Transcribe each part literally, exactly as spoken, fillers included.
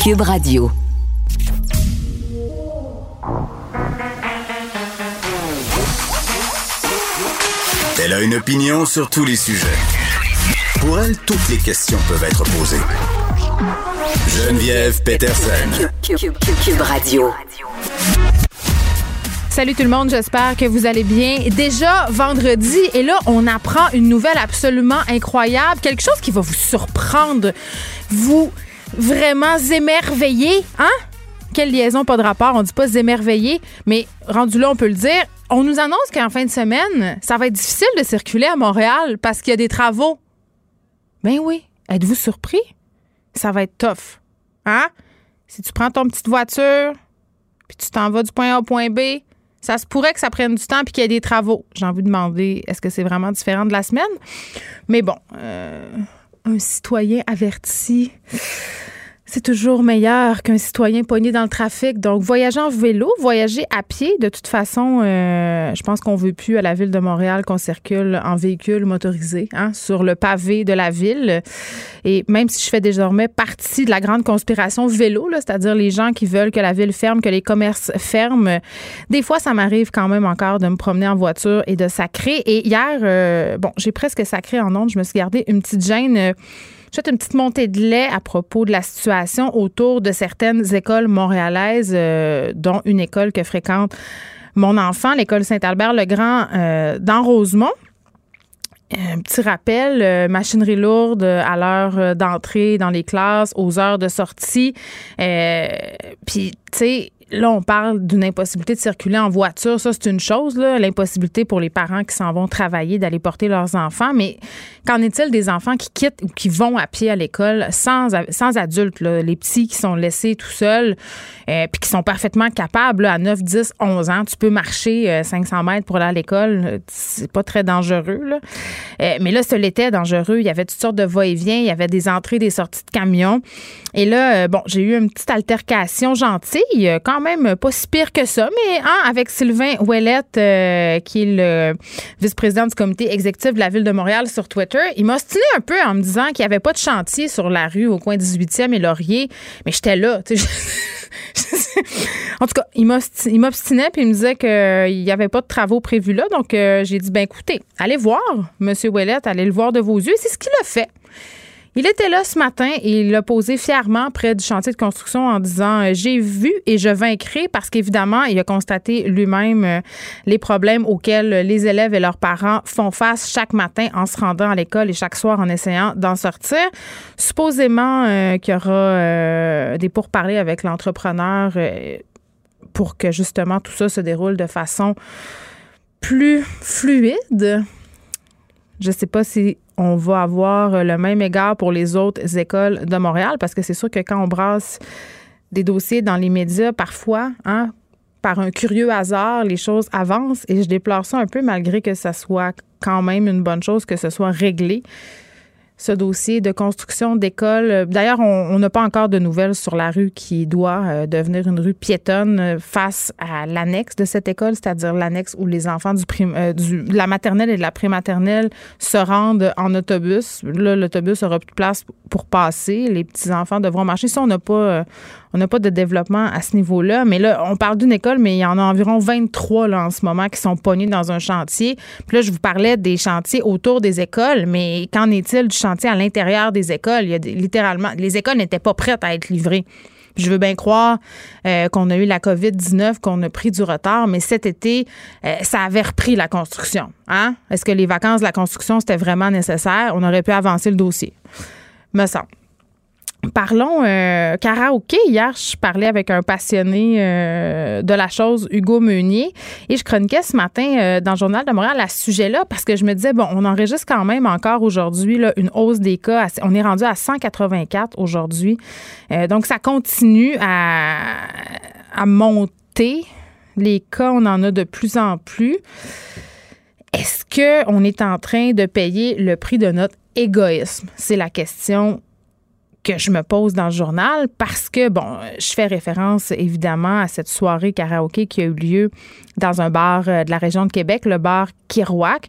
Cube Radio. Elle a une opinion sur tous les sujets. Pour elle, toutes les questions peuvent être posées. Geneviève Peterson. Cube, Cube, Cube, Cube Radio. Salut tout le monde, j'espère que vous allez bien. Déjà vendredi, et là, on apprend une nouvelle absolument incroyable, quelque chose qui va vous surprendre, vous vraiment émerveiller, hein? Quelle liaison, pas de rapport, on dit pas émerveiller, mais rendu là, on peut le dire. On nous annonce qu'en fin de semaine, ça va être difficile de circuler à Montréal parce qu'il y a des travaux. Ben oui, êtes-vous surpris? Ça va être tough, hein? Si tu prends ton petite voiture, puis tu t'en vas du point A au point B, ça se pourrait que ça prenne du temps puis qu'il y ait des travaux. J'ai envie de demander, est-ce que c'est vraiment différent de la semaine? Mais bon, euh, un citoyen averti, c'est toujours meilleur qu'un citoyen pogné dans le trafic. Donc, voyager en vélo, voyager à pied, de toute façon, euh, je pense qu'on veut plus à la Ville de Montréal qu'on circule en véhicule motorisé, hein, sur le pavé de la ville. Et même si je fais désormais partie de la grande conspiration vélo, là, c'est-à-dire les gens qui veulent que la ville ferme, que les commerces ferment, des fois, ça m'arrive quand même encore de me promener en voiture et de sacrer. Et hier, euh, bon, j'ai presque sacré en ondes. Je me suis gardé une petite gêne. Euh, J'ai fait une petite montée de lait à propos de la situation autour de certaines écoles montréalaises, euh, dont une école que fréquente mon enfant, l'école Saint-Albert-le-Grand euh, dans Rosemont. Un petit rappel, euh, machinerie lourde à l'heure d'entrée dans les classes, aux heures de sortie. Euh, Puis, tu sais, là, on parle d'une impossibilité de circuler en voiture. Ça, c'est une chose, là, l'impossibilité pour les parents qui s'en vont travailler d'aller porter leurs enfants. Mais qu'en est-il des enfants qui quittent ou qui vont à pied à l'école sans, sans adultes, là, les petits qui sont laissés tout seuls euh, puis qui sont parfaitement capables, là, à neuf, dix, onze ans, tu peux marcher euh, cinq cents mètres pour aller à l'école. C'est pas très dangereux, là. Euh, mais là, ça l'était dangereux. Il y avait toutes sortes de va-et-vient. Il y avait des entrées, des sorties de camions. Et là, euh, bon, j'ai eu une petite altercation gentille, euh, quand même pas si pire que ça, mais hein, avec Sylvain Ouellette, euh, qui est le vice-président du comité exécutif de la Ville de Montréal sur Twitter. Il m'a ostiné un peu en me disant qu'il n'y avait pas de chantier sur la rue au coin dix-huitième et Laurier, mais j'étais là. En tout cas, il m'obstinait puis il me disait qu'il n'y avait pas de travaux prévus là. Donc, euh, j'ai dit, ben écoutez, allez voir M. Ouellette, allez le voir de vos yeux. C'est ce qu'il a fait. Il était là ce matin et il l'a posé fièrement près du chantier de construction en disant « J'ai vu et je vaincrai » parce qu'évidemment, il a constaté lui-même les problèmes auxquels les élèves et leurs parents font face chaque matin en se rendant à l'école et chaque soir en essayant d'en sortir. Supposément euh, qu'il y aura euh, des pourparlers avec l'entrepreneur euh, pour que justement tout ça se déroule de façon plus fluide. Je ne sais pas si on va avoir le même égard pour les autres écoles de Montréal, parce que c'est sûr que quand on brasse des dossiers dans les médias, parfois, hein, par un curieux hasard, les choses avancent et je déplore ça un peu malgré que ça soit quand même une bonne chose que ce soit réglé. Ce dossier de construction d'école. D'ailleurs, on n'a pas encore de nouvelles sur la rue qui doit euh, devenir une rue piétonne euh, face à l'annexe de cette école, c'est-à-dire l'annexe où les enfants du, prim, euh, du de la maternelle et de la prématernelle se rendent en autobus. Là, l'autobus aura plus de place pour passer. Les petits-enfants devront marcher. Ça, on n'a pas, euh, on n'a pas de développement à ce niveau-là. Mais là, on parle d'une école, mais il y en a environ vingt-trois là, en ce moment qui sont pognés dans un chantier. Puis là, je vous parlais des chantiers autour des écoles, mais qu'en est-il du chantier à l'intérieur des écoles? Il y a des, littéralement, les écoles n'étaient pas prêtes à être livrées. Je veux bien croire euh, qu'on a eu la covid dix-neuf, qu'on a pris du retard, mais cet été, euh, ça avait repris la construction. Hein? Est-ce que les vacances de la construction, c'était vraiment nécessaire? On aurait pu avancer le dossier, me semble. Parlons euh, karaoké. Hier, je parlais avec un passionné euh, de la chose, Hugo Meunier, et je chroniquais ce matin euh, dans le Journal de Montréal à ce sujet-là parce que je me disais, bon, on enregistre quand même encore aujourd'hui là, une hausse des cas. On est rendu à cent quatre-vingt-quatre aujourd'hui. Euh, donc, ça continue à, à monter. Les cas, on en a de plus en plus. Est-ce qu'on est en train de payer le prix de notre égoïsme? C'est la question que je me pose dans le journal parce que, bon, je fais référence évidemment à cette soirée karaoké qui a eu lieu dans un bar de la région de Québec, le bar Kerouac,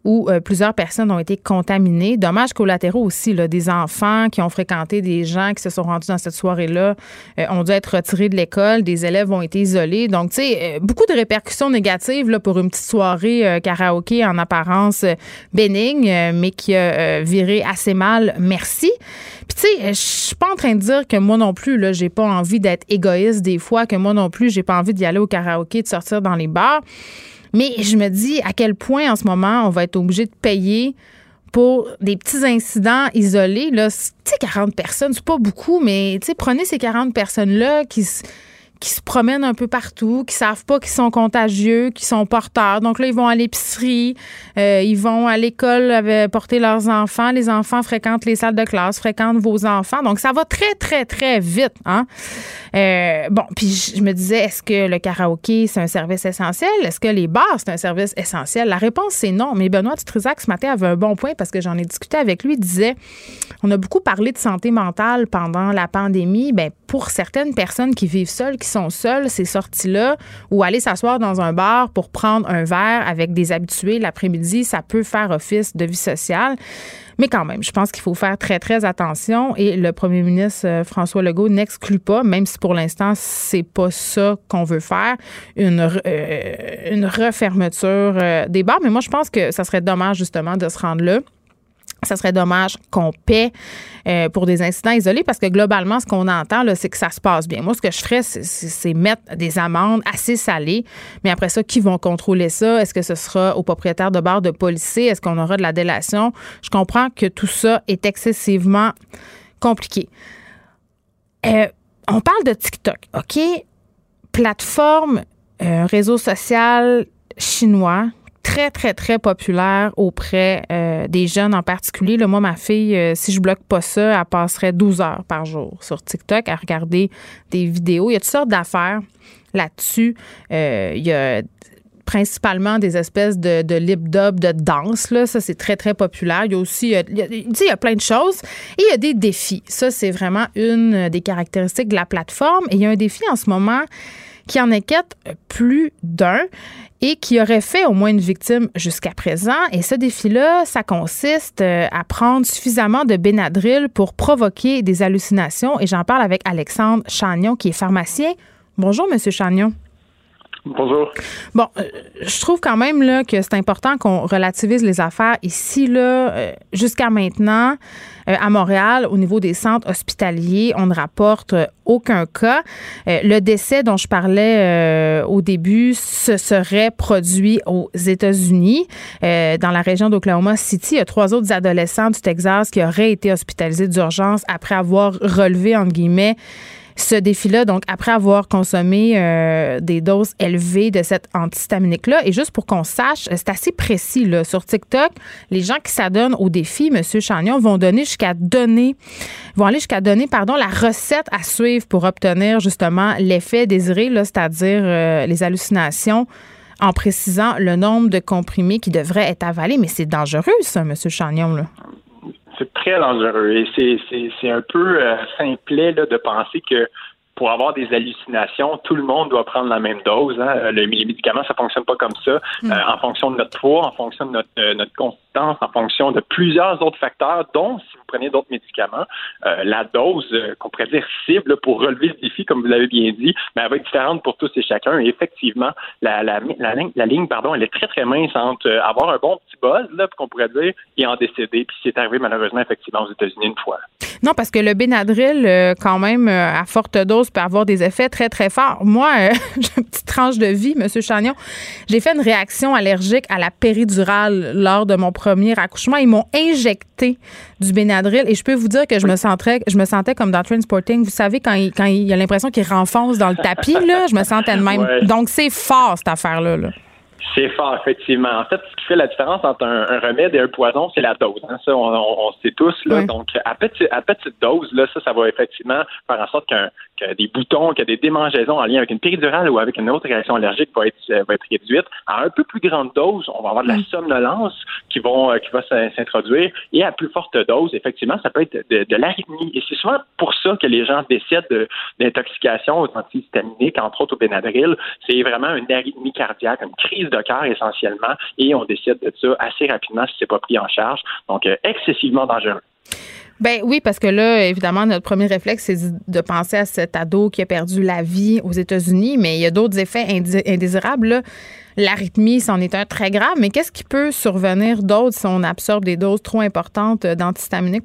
où euh, plusieurs personnes ont été contaminées. Dommages collatéraux aussi, là, des enfants qui ont fréquenté des gens qui se sont rendus dans cette soirée-là euh, ont dû être retirés de l'école, des élèves ont été isolés. Donc, tu sais, euh, beaucoup de répercussions négatives là, pour une petite soirée euh, karaoké en apparence euh, bénigne, euh, mais qui a euh, viré assez mal. Merci. Puis, tu sais, je suis pas en train de dire que moi non plus, là, j'ai pas envie d'être égoïste des fois, que moi non plus, j'ai pas envie d'y aller au karaoké, de sortir dans les bars. Mais je me dis à quel point, en ce moment, on va être obligé de payer pour des petits incidents isolés. Tu sais, quarante personnes, c'est pas beaucoup, mais tu sais, prenez ces quarante personnes-là qui qui se promènent un peu partout, qui savent pas qu'ils sont contagieux, qui sont porteurs. Donc là, ils vont à l'épicerie, euh, ils vont à l'école avec, porter leurs enfants. Les enfants fréquentent les salles de classe, fréquentent vos enfants. Donc, ça va très, très, très vite. Hein? Euh, bon, puis je me disais, est-ce que le karaoké, c'est un service essentiel? Est-ce que les bars, c'est un service essentiel? La réponse, c'est non. Mais Benoît Dutrisac, ce matin, avait un bon point parce que j'en ai discuté avec lui. Il disait, on a beaucoup parlé de santé mentale pendant la pandémie. Bien, pour certaines personnes qui vivent seules, qui sont seules, ces sorties-là, ou aller s'asseoir dans un bar pour prendre un verre avec des habitués l'après-midi, ça peut faire office de vie sociale. Mais quand même, je pense qu'il faut faire très, très attention et le premier ministre François Legault n'exclut pas, même si pour l'instant, c'est pas ça qu'on veut faire, une, euh, une refermeture euh, des bars. Mais moi, je pense que ça serait dommage, justement, de se rendre là. Ça serait dommage qu'on paie euh, pour des incidents isolés parce que globalement, ce qu'on entend, là, c'est que ça se passe bien. Moi, ce que je ferais, c'est, c'est, c'est mettre des amendes assez salées. Mais après ça, qui vont contrôler ça? Est-ce que ce sera aux propriétaires de bars de policiers? Est-ce qu'on aura de la délation? Je comprends que tout ça est excessivement compliqué. Euh, on parle de TikTok, OK? Plateforme, euh, réseau social chinois, très, très, très populaire auprès euh, des jeunes en particulier. Là, moi, ma fille, euh, si je bloque pas ça, elle passerait douze heures par jour sur TikTok à regarder des vidéos. Il y a toutes sortes d'affaires là-dessus. Euh, il y a principalement des espèces de, de lip-dub, de danse. Là. Ça, c'est très, très populaire. Il y a aussi, il y a, il y a plein de choses. Et il y a des défis. Ça, c'est vraiment une des caractéristiques de la plateforme. Et il y a un défi en ce moment qui en inquiète plus d'un et qui aurait fait au moins une victime jusqu'à présent. Et ce défi-là, ça consiste à prendre suffisamment de Benadryl pour provoquer des hallucinations. Et j'en parle avec Alexandre Chagnon, qui est pharmacien. Bonjour, Monsieur Chagnon. Bonjour. Bon, euh, je trouve quand même là, que c'est important qu'on relativise les affaires ici, là, euh, jusqu'à maintenant, euh, à Montréal, au niveau des centres hospitaliers, on ne rapporte euh, aucun cas. Euh, le décès dont je parlais euh, au début se serait produit aux États-Unis, euh, dans la région d'Oklahoma City. Il y a trois autres adolescents du Texas qui auraient été hospitalisés d'urgence après avoir relevé, entre guillemets, ce défi-là, donc après avoir consommé euh, des doses élevées de cet antihistaminique-là. Et juste pour qu'on sache, c'est assez précis là. Sur TikTok, les gens qui s'adonnent au défi, M. Chagnon, vont donner jusqu'à donner, vont aller jusqu'à donner, pardon, la recette à suivre pour obtenir justement l'effet désiré, là, c'est-à-dire euh, les hallucinations, en précisant le nombre de comprimés qui devraient être avalés. Mais c'est dangereux, ça, M. Chagnon, là. C'est très dangereux et c'est, c'est, c'est un peu euh, simplet là, de penser que pour avoir des hallucinations, tout le monde doit prendre la même dose. Hein. Le, les médicaments, ça fonctionne pas comme ça. Mm. Euh, en fonction de notre poids, en fonction de notre, euh, notre consistance, en fonction de plusieurs autres facteurs, dont si vous prenez d'autres médicaments, euh, la dose euh, qu'on pourrait dire cible pour relever le défi, comme vous l'avez bien dit, ben, elle va être différente pour tous et chacun. Et effectivement, la, la, la, ligne, la ligne, pardon, elle est très, très mince entre euh, avoir un bon petit buzz, là, qu'on pourrait dire, et en décéder. Puis c'est arrivé malheureusement, effectivement, aux États-Unis une fois. Non, parce que le Benadryl, euh, quand même, euh, à forte dose, peut avoir des effets très, très forts. Moi, euh, j'ai une petite tranche de vie, M. Chagnon. J'ai fait une réaction allergique à la péridurale lors de mon premier accouchement. Ils m'ont injecté du Benadryl et je peux vous dire que je me sentais, je me sentais comme dans Trainspotting. Vous savez, quand il, quand il y a l'impression qu'il renfonce dans le tapis, là, je me sentais de même. Ouais. Donc, c'est fort, cette affaire-là, là. C'est fort, effectivement. En fait, ce qui fait la différence entre un, un remède et un poison, c'est la dose. Hein. Ça, on, on, on sait tous. Là. Oui. Donc, à petite, à petite dose, là, ça, ça va effectivement faire en sorte qu'un, que des boutons, que des démangeaisons en lien avec une péridurale ou avec une autre réaction allergique va être, va être réduite. À un peu plus grande dose, on va avoir de la somnolence qui, vont, qui va s'introduire. Et à plus forte dose, effectivement, ça peut être de, de l'arythmie. Et c'est souvent pour ça que les gens décèdent de, d'intoxication aux antihistaminiques, entre autres au Benadryl. C'est vraiment une arythmie cardiaque, une crise de cœur essentiellement, et on décide de ça assez rapidement si c'est pas pris en charge. Donc, euh, excessivement dangereux. Ben oui, parce que là, évidemment, notre premier réflexe, c'est de penser à cet ado qui a perdu la vie aux États-Unis, mais il y a d'autres effets indi- indésirables, là. L'arythmie, c'en est un très grave, mais qu'est-ce qui peut survenir d'autre si on absorbe des doses trop importantes d'antihistaminiques?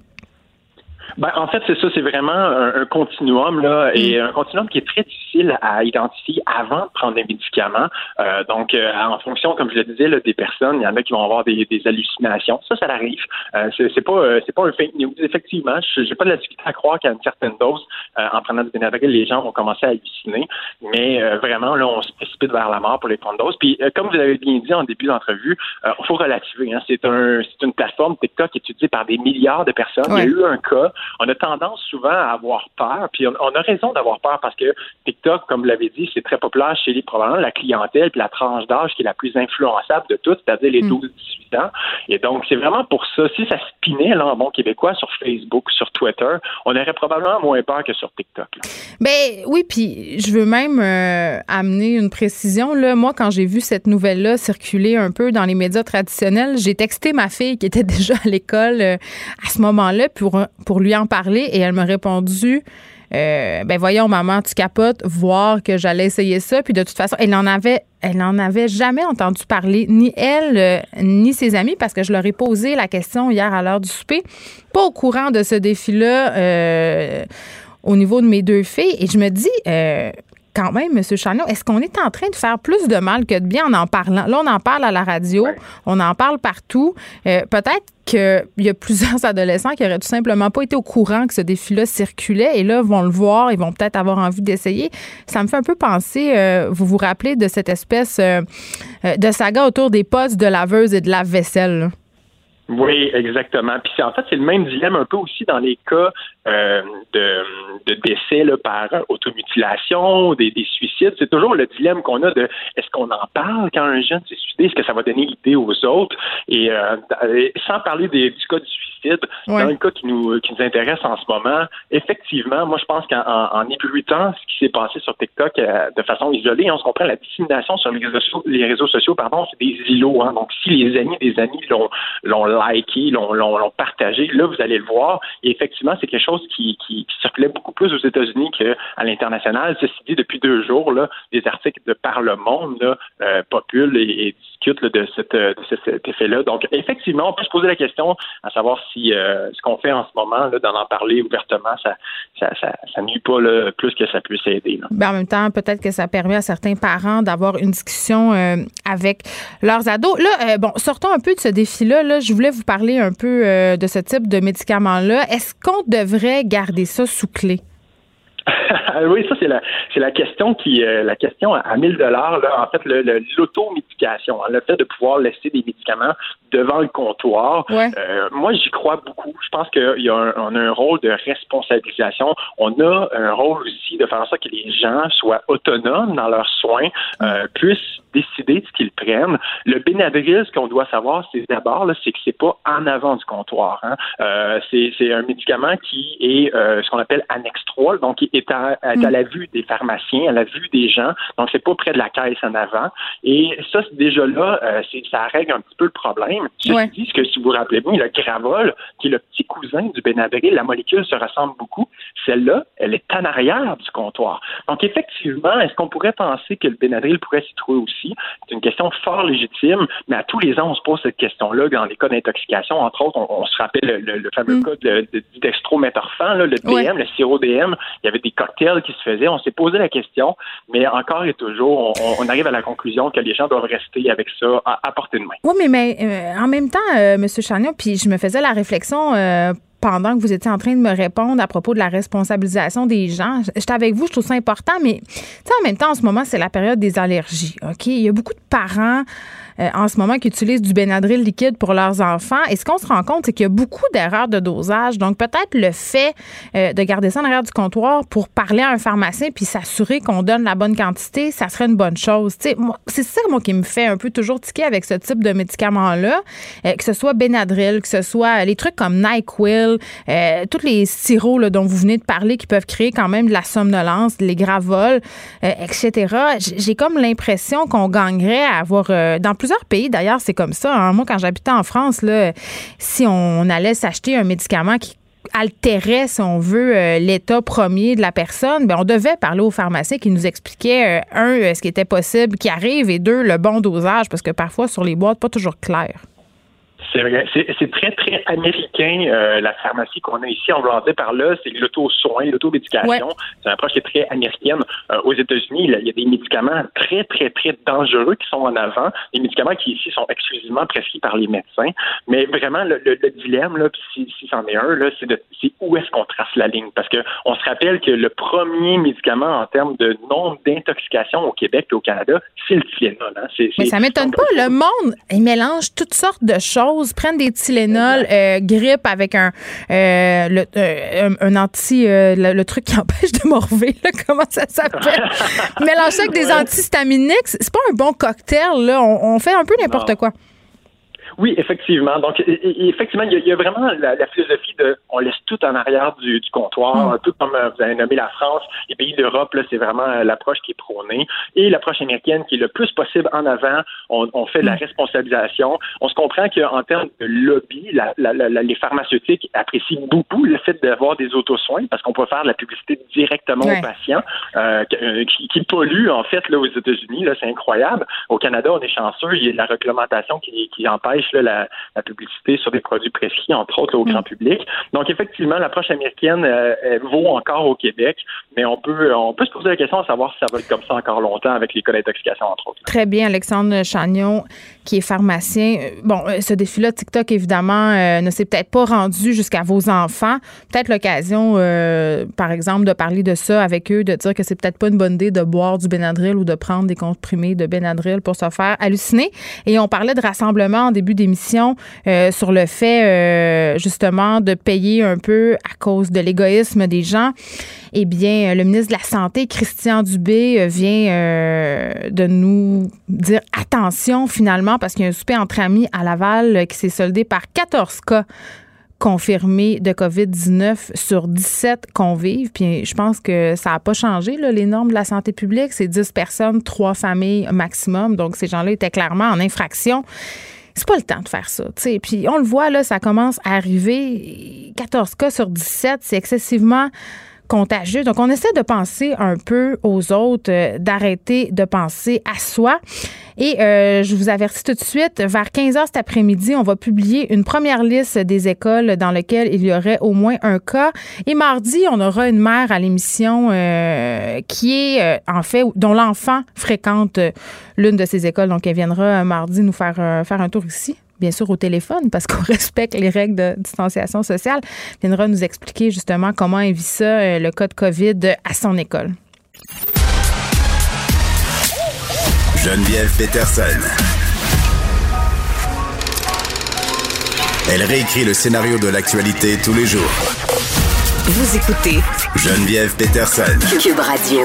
Ben, en fait, c'est ça, c'est vraiment un, un continuum, là, et un continuum qui est très difficile à identifier avant de prendre des médicaments. Euh, donc, euh, en fonction, comme je le disais, là, des personnes, il y en a qui vont avoir des, des hallucinations. Ça, ça arrive. Euh, c'est, c'est pas, euh, c'est pas un fake news. Effectivement, je j'ai pas de la difficulté à croire qu'à une certaine dose, euh, en prenant du Benadryl, les gens vont commencer à halluciner. Mais euh, vraiment, là, on se précipite vers la mort pour les prendre doses. Puis, euh, comme vous l'avez bien dit en début d'entrevue, il euh, faut relativer. Hein. C'est un, c'est une plateforme TikTok utilisée par des milliards de personnes. Ouais. Il y a eu un cas. On a tendance souvent à avoir peur, puis on, on a raison d'avoir peur parce que TikTok, comme vous l'avez dit, c'est très populaire chez les probablement la clientèle puis la tranche d'âge qui est la plus influençable de toutes, c'est-à-dire les douze dix-huit ans. Et donc, c'est vraiment pour ça. Si ça spinait là, en bon québécois sur Facebook, sur Twitter, on aurait probablement moins peur que sur TikTok. Là. Ben oui, puis je veux même euh, amener une précision. Là. Moi, quand j'ai vu cette nouvelle-là circuler un peu dans les médias traditionnels, j'ai texté ma fille qui était déjà à l'école euh, à ce moment-là pour, pour lui en parler. Et elle m'a répondu euh, ben voyons maman, tu capotes, voir que j'allais essayer ça. Puis de toute façon, elle en avait, elle n'en avait jamais entendu parler, ni elle, euh, ni ses amis, parce que je leur ai posé la question hier à l'heure du souper, pas au courant de ce défi-là euh, au niveau de mes deux filles. Et je me dis, euh, quand même, M. Chagnon, est-ce qu'on est en train de faire plus de mal que de bien en en parlant? Là, on en parle à la radio, ouais. On en parle partout. Euh, peut-être qu'il y a plusieurs adolescents qui n'auraient tout simplement pas été au courant que ce défi-là circulait et là, vont le voir, ils vont peut-être avoir envie d'essayer. Ça me fait un peu penser, euh, vous vous rappelez de cette espèce euh, de saga autour des postes de laveuse et de lave-vaisselle, là? Oui, exactement. Puis en fait, c'est le même dilemme un peu aussi dans les cas euh, de, de décès là, par automutilation, des, des suicides. C'est toujours le dilemme qu'on a de est-ce qu'on en parle quand un jeune s'est suicidé, est-ce que ça va donner l'idée aux autres? Et euh, sans parler des, du cas du suicide, ouais. Dans le cas qui nous qui nous intéresse en ce moment, effectivement, moi je pense qu'en en, en ébruitant ce qui s'est passé sur TikTok euh, de façon isolée, on se comprend la dissémination sur les réseaux, les réseaux sociaux, pardon, c'est des îlots. Hein. Donc si les amis des amis l'ont l'ont liké, l'ont, l'ont, l'ont partagé. Là, vous allez le voir. Et effectivement, c'est quelque chose qui, qui, qui circulait beaucoup plus aux États-Unis qu'à l'international. Ceci dit, depuis deux jours, là, des articles de Par le Monde là, euh, populent et, et discutent là, de, cette, de cet effet-là. Donc, effectivement, on peut se poser la question à savoir si euh, ce qu'on fait en ce moment, là, d'en en parler ouvertement, ça ça, ça, ça nuit pas là, plus que ça puisse aider. Là. Ben, en même temps, peut-être que ça permet à certains parents d'avoir une discussion euh, avec leurs ados. Là, euh, bon, sortons un peu de ce défi-là. Là, je voulais vous parler un peu euh, de ce type de médicaments-là. Est-ce qu'on devrait garder ça sous clé? Oui, ça c'est la c'est la question qui euh, la question à mille dollars là. En fait, le, le, l'automédication, hein, le fait de pouvoir laisser des médicaments devant le comptoir. Ouais. Euh, moi, j'y crois beaucoup. Je pense qu'il y a un, on a un rôle de responsabilisation. On a un rôle aussi de faire en sorte que les gens soient autonomes dans leurs soins, euh, puissent décider de ce qu'ils prennent. Le Benadryl, ce qu'on doit savoir, c'est d'abord là, c'est que c'est pas en avant du comptoir. Hein. Euh, c'est c'est un médicament qui est euh, ce qu'on appelle annexe trois, donc qui est à, est à la vue des pharmaciens, à la vue des gens. Donc c'est pas près de la caisse en avant. Et ça, c'est déjà là, euh, c'est, ça règle un petit peu le problème. Je ouais. dis que si vous vous rappelez bien, le Gravol, qui est le petit cousin du Benadryl, la molécule se ressemble beaucoup. Celle-là, elle est en arrière du comptoir. Donc effectivement, est-ce qu'on pourrait penser que le Benadryl pourrait s'y trouver aussi? C'est une question fort légitime, mais à tous les ans, on se pose cette question-là dans les cas d'intoxication. Entre autres, on, on se rappelle le, le, le fameux mm. cas de, de, du dextrométhorphan, là, le D M, ouais. le sirop D M. Il y avait des cocktails qui se faisaient. On s'est posé la question, mais encore et toujours, on, on arrive à la conclusion que les gens doivent rester avec ça à, à portée de main. Oui, mais, mais euh, en même temps, euh, M. Chagnon, puis je me faisais la réflexion euh, pendant que vous étiez en train de me répondre à propos de la responsabilisation des gens. J'étais avec vous, je trouve ça important, mais en même temps, en ce moment, c'est la période des allergies. OK? Il y a beaucoup de parents euh, en ce moment qui utilisent du Benadryl liquide pour leurs enfants. Et ce qu'on se rend compte, c'est qu'il y a beaucoup d'erreurs de dosage. Donc, peut-être le fait euh, de garder ça en arrière du comptoir pour parler à un pharmacien puis s'assurer qu'on donne la bonne quantité, ça serait une bonne chose. Tu sais, moi, c'est ça, moi, qui me fait un peu toujours tiquer avec ce type de médicaments-là, euh, que ce soit Benadryl, que ce soit les trucs comme NyQuil, euh, tous les sirops là, dont vous venez de parler qui peuvent créer quand même de la somnolence, les gravols, euh, et cetera. J'ai comme l'impression qu'on gagnerait à avoir... Euh, dans plusieurs pays, d'ailleurs, c'est comme ça. Hein. Moi, quand j'habitais en France, là, si on allait s'acheter un médicament qui altérait, si on veut, euh, l'état premier de la personne, bien, on devait parler au pharmacien qui nous expliquait, euh, un, euh, ce qui était possible qui arrive, et deux, le bon dosage, parce que parfois, sur les boîtes, pas toujours clair. C'est vrai. C'est, c'est très, très américain, euh, la pharmacie qu'on a ici. On veut en dire par là, c'est l'auto-soin, l'auto-médication. Ouais. C'est une approche qui est très américaine. Euh, aux États-Unis, il y a des médicaments très, très, très dangereux qui sont en avant. Des médicaments qui, ici, sont exclusivement prescrits par les médecins. Mais vraiment, le, le, le dilemme, là, puis si, si c'en est un, là, c'est, de, c'est où est-ce qu'on trace la ligne? Parce que on se rappelle que le premier médicament en termes de nombre d'intoxications au Québec et au Canada, c'est le Tylenol. Hein. C'est, Mais c'est, ça m'étonne pas. Le monde, il mélange toutes sortes de choses. Prennent des Tylenol, euh, grippe avec un euh, le, euh, un, un anti euh, le, le truc qui empêche de morver, là, comment ça s'appelle? Mélanger ça avec des antihistaminiques, c'est pas un bon cocktail, là. On, on fait un peu n'importe non. quoi. Oui, effectivement. Donc, effectivement, il y a, il y a vraiment la, la philosophie de on laisse tout en arrière du, du comptoir, mm. un peu comme vous avez nommé la France, les pays d'Europe, là, c'est vraiment l'approche qui est prônée. Et l'approche américaine qui est le plus possible en avant, on, on fait de la responsabilisation. On se comprend qu'en termes de lobby, la, la, la, les pharmaceutiques apprécient beaucoup le fait d'avoir des autosoins parce qu'on peut faire de la publicité directement ouais. aux patients euh, qui, qui polluent, en fait, là, aux États-Unis. Là, c'est incroyable. Au Canada, on est chanceux. Il y a de la réglementation qui, qui empêche Là, la, la publicité sur des produits prescrits, entre autres là, au mmh. grand public. Donc, effectivement, l'approche américaine euh, vaut encore au Québec, mais on peut, on peut se poser la question de savoir si ça va être comme ça encore longtemps avec les cas d'intoxication, entre autres. Très bien, Alexandre Chagnon, qui est pharmacien. Bon, ce défi-là, TikTok, évidemment, euh, ne s'est peut-être pas rendu jusqu'à vos enfants. Peut-être l'occasion, euh, par exemple, de parler de ça avec eux, de dire que c'est peut-être pas une bonne idée de boire du Benadryl ou de prendre des comprimés de Benadryl pour se faire halluciner. Et on parlait de rassemblement en début d'émission euh, sur le fait, euh, justement, de payer un peu à cause de l'égoïsme des gens. Eh bien, le ministre de la Santé, Christian Dubé, vient euh, de nous dire attention, finalement, parce qu'il y a un souper entre amis à Laval qui s'est soldé par quatorze cas confirmés de covid dix-neuf sur dix-sept convives. Puis je pense que ça n'a pas changé, là, les normes de la santé publique. C'est dix personnes, trois familles maximum. Donc, ces gens-là étaient clairement en infraction. C'est pas le temps de faire ça, tu sais. Puis on le voit, là, ça commence à arriver. quatorze cas sur dix-sept, c'est excessivement contagieux. Donc, on essaie de penser un peu aux autres, euh, d'arrêter de penser à soi. Et euh, je vous avertis tout de suite, vers quinze heures cet après-midi, on va publier une première liste des écoles dans lesquelles il y aurait au moins un cas. Et mardi, on aura une mère à l'émission euh, qui est, euh, en fait, dont l'enfant fréquente euh, l'une de ces écoles. Donc, elle viendra euh, mardi nous faire, euh, faire un tour ici. Bien sûr au téléphone, parce qu'on respecte les règles de distanciation sociale, viendra nous expliquer justement comment elle vit ça, euh, le cas de COVID à son école. Geneviève Peterson. Elle réécrit le scénario de l'actualité tous les jours. Vous écoutez Geneviève Peterson. Cube Radio.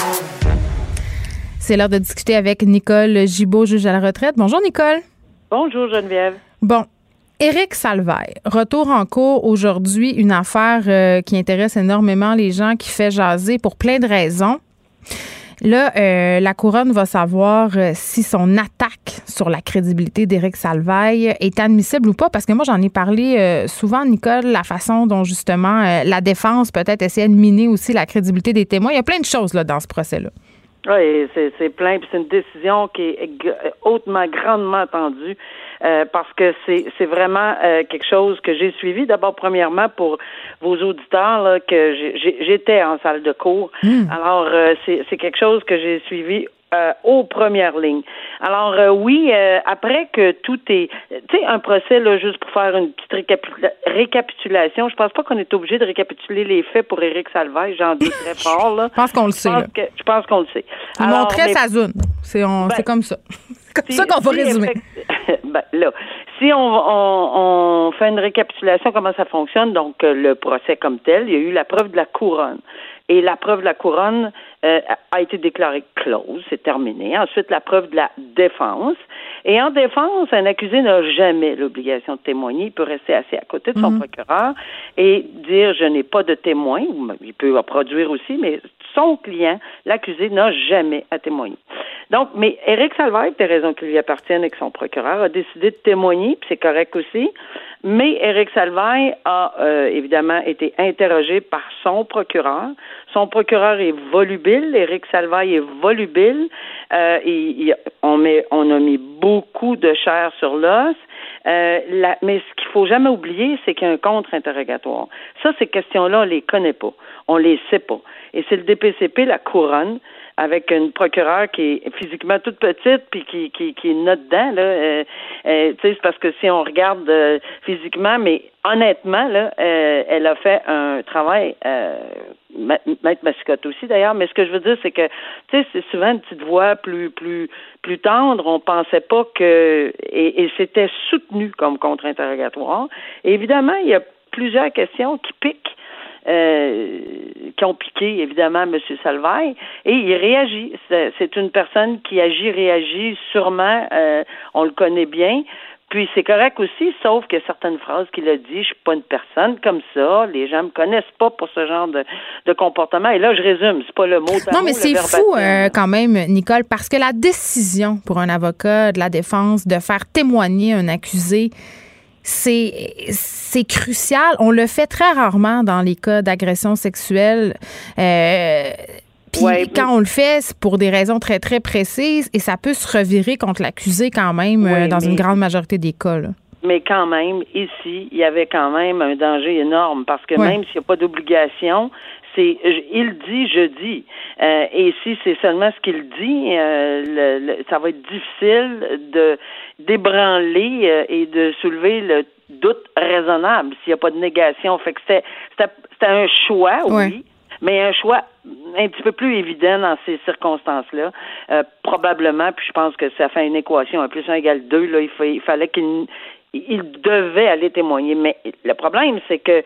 C'est l'heure de discuter avec Nicole Gibault, juge à la retraite. Bonjour Nicole. Bonjour Geneviève. Bon, Éric Salvaille, retour en cours aujourd'hui, une affaire euh, qui intéresse énormément les gens, qui fait jaser pour plein de raisons. Là, euh, la Couronne va savoir euh, si son attaque sur la crédibilité d'Éric Salvaille est admissible ou pas, parce que moi, j'en ai parlé euh, souvent, Nicole, la façon dont, justement, euh, la défense peut-être essaie de miner aussi la crédibilité des témoins. Il y a plein de choses là dans ce procès-là. Oui, c'est, c'est plein, puis c'est une décision qui est hautement, grandement attendue, euh, parce que c'est, c'est vraiment euh, quelque chose que j'ai suivi. D'abord, premièrement, pour vos auditeurs, là, que j'ai, j'étais en salle de cours. Mmh. Alors, euh, c'est, c'est quelque chose que j'ai suivi Euh, aux premières lignes. Alors euh, oui, euh, après que tout est, tu sais, un procès là, juste pour faire une petite récapitula- récapitulation, je pense pas qu'on est obligé de récapituler les faits pour Éric Salvaille, j'en doute très fort là. Je pense qu'on le sait. Je pense, que, je pense qu'on le sait. Il Alors, montrait mais, sa zone. C'est, on, ben, c'est comme ça. comme si, ça qu'on va si résumer. Effect... ben, là, si on, on, on fait une récapitulation, comment ça fonctionne, donc euh, le procès comme tel, il y a eu la preuve de la couronne. Et la preuve de la couronne euh, a été déclarée close, c'est terminé. Ensuite, la preuve de la défense. Et en défense, un accusé n'a jamais l'obligation de témoigner. Il peut rester assis à côté de son mmh. procureur et dire « je n'ai pas de témoin ». Il peut en produire aussi, mais son client, l'accusé, n'a jamais à témoigner. Donc, mais Éric Salvaille, pour des raisons qui lui appartiennent et que son procureur a décidé de témoigner, puis c'est correct aussi. Mais Éric Salvaille a euh, évidemment été interrogé par son procureur. Son procureur est volubile. Éric Salvaille est volubile. Euh, il, il, on, met, on a mis beaucoup de chair sur l'os. Euh, la, mais ce qu'il faut jamais oublier, c'est qu'il y a un contre-interrogatoire. Ça, ces questions-là, on les connaît pas. On les sait pas. Et c'est le D P C P, la couronne, avec une procureure qui est physiquement toute petite puis qui qui qui est là-dedans là euh, euh, tu sais, c'est parce que si on regarde euh, physiquement, mais honnêtement là euh, elle a fait un travail euh, Maître Mascotte aussi d'ailleurs, mais ce que je veux dire c'est que tu sais, c'est souvent une petite voix plus plus plus tendre, on pensait pas que et, et c'était soutenu comme contre-interrogatoire. Et évidemment, il y a plusieurs questions qui piquent. Euh, qui ont piqué, évidemment, M. Salvaille, et il réagit. C'est, c'est une personne qui agit, réagit sûrement, euh, on le connaît bien, puis c'est correct aussi, sauf que certaines phrases qu'il a dit, je suis pas une personne comme ça, les gens me connaissent pas pour ce genre de, de comportement, et là, je résume, c'est pas le mot à Non, mot, mais c'est fou euh, quand même, Nicole, parce que la décision pour un avocat de la défense de faire témoigner un accusé, C'est, c'est crucial. On le fait très rarement dans les cas d'agression sexuelle. Euh, Puis ouais, quand mais... on le fait, c'est pour des raisons très, très précises et ça peut se revirer contre l'accusé quand même ouais, euh, dans mais... une grande majorité des cas. Là. Mais quand même, ici, il y avait quand même un danger énorme parce que ouais. même s'il n'y a pas d'obligation, c'est il dit, je dis. Euh, et si c'est seulement ce qu'il dit, euh, le, le, ça va être difficile de d'ébranler euh, et de soulever le doute raisonnable s'il n'y a pas de négation. Fait que c'était, c'était, c'était un choix, oui, ouais. mais un choix un petit peu plus évident dans ces circonstances-là. Euh, probablement, puis je pense que ça fait une équation, un plus un égale deux, là, il, fa- il fallait qu'il il devait aller témoigner. Mais le problème, c'est que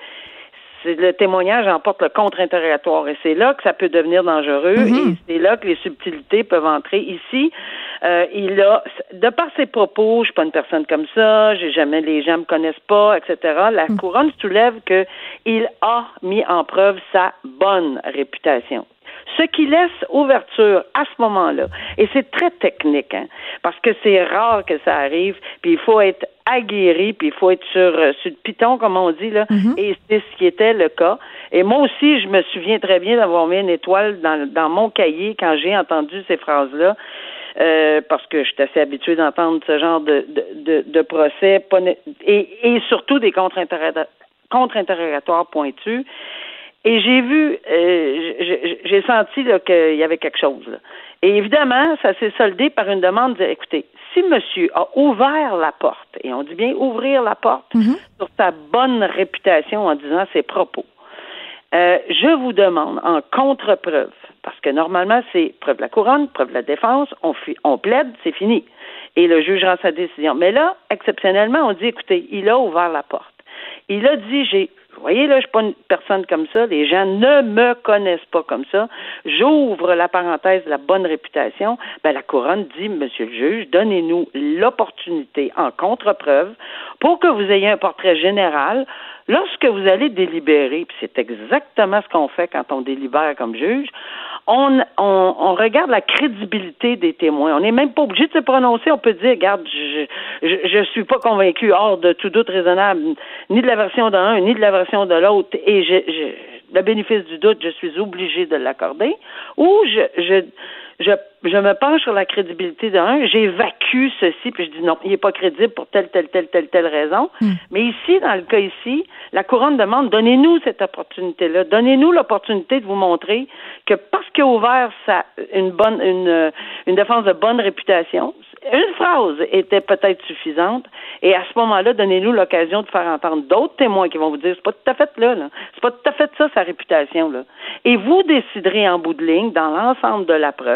le témoignage emporte le contre-interrogatoire et c'est là que ça peut devenir dangereux mm-hmm. et c'est là que les subtilités peuvent entrer. Ici, euh, il a, de par ses propos, je suis pas une personne comme ça, j'ai jamais, les gens me connaissent pas, et cetera. La mm. couronne soulève que il a mis en preuve sa bonne réputation. Ce qui laisse ouverture à ce moment-là. Et c'est très technique, hein, parce que c'est rare que ça arrive, puis il faut être aguerri, puis il faut être sur, sur le piton, comme on dit, là, mm-hmm. et c'est ce qui était le cas. Et moi aussi, je me souviens très bien d'avoir mis une étoile dans, dans mon cahier quand j'ai entendu ces phrases-là, euh, parce que je suis assez habituée d'entendre ce genre de, de, de, de procès, et, et surtout des contre-interrogatoires, contre-interrogatoires pointus. Et j'ai vu, euh, j'ai, j'ai senti là, qu'il y avait quelque chose. Là. Et évidemment, ça s'est soldé par une demande de, écoutez, si monsieur a ouvert la porte, et on dit bien ouvrir la porte, mm-hmm. sur sa bonne réputation en disant ses propos, euh, je vous demande en contre-preuve, parce que normalement, c'est preuve de la couronne, preuve de la défense, on, fi- on plaide, c'est fini. Et le juge rend sa décision. Mais là, exceptionnellement, on dit, écoutez, il a ouvert la porte. Il a dit, j'ai Vous voyez, là, je suis pas une personne comme ça. Les gens ne me connaissent pas comme ça. J'ouvre la parenthèse de la bonne réputation. Ben, la couronne dit, monsieur le juge, donnez-nous l'opportunité en contre-preuve pour que vous ayez un portrait général lorsque vous allez délibérer. Puis c'est exactement ce qu'on fait quand on délibère comme juge. On, on, on regarde la crédibilité des témoins. On n'est même pas obligé de se prononcer. On peut dire, regarde, je, je, je suis pas convaincu hors de tout doute raisonnable, ni de la version d'un, ni de la version de l'autre, et je, je, le bénéfice du doute, je suis obligé de l'accorder, ou je, je, je, je me penche sur la crédibilité d'un, j'évacue ceci, puis je dis non, il n'est pas crédible pour telle, telle, telle, telle, telle raison. Mm. Mais ici, dans le cas ici, la couronne demande, donnez-nous cette opportunité-là, donnez-nous l'opportunité de vous montrer que parce qu'il a ouvert sa, une bonne, une, une défense de bonne réputation, une phrase était peut-être suffisante, et à ce moment-là, donnez-nous l'occasion de faire entendre d'autres témoins qui vont vous dire, c'est pas tout à fait là, là. C'est pas tout à fait ça, sa réputation, là. Et vous déciderez en bout de ligne, dans l'ensemble de la preuve,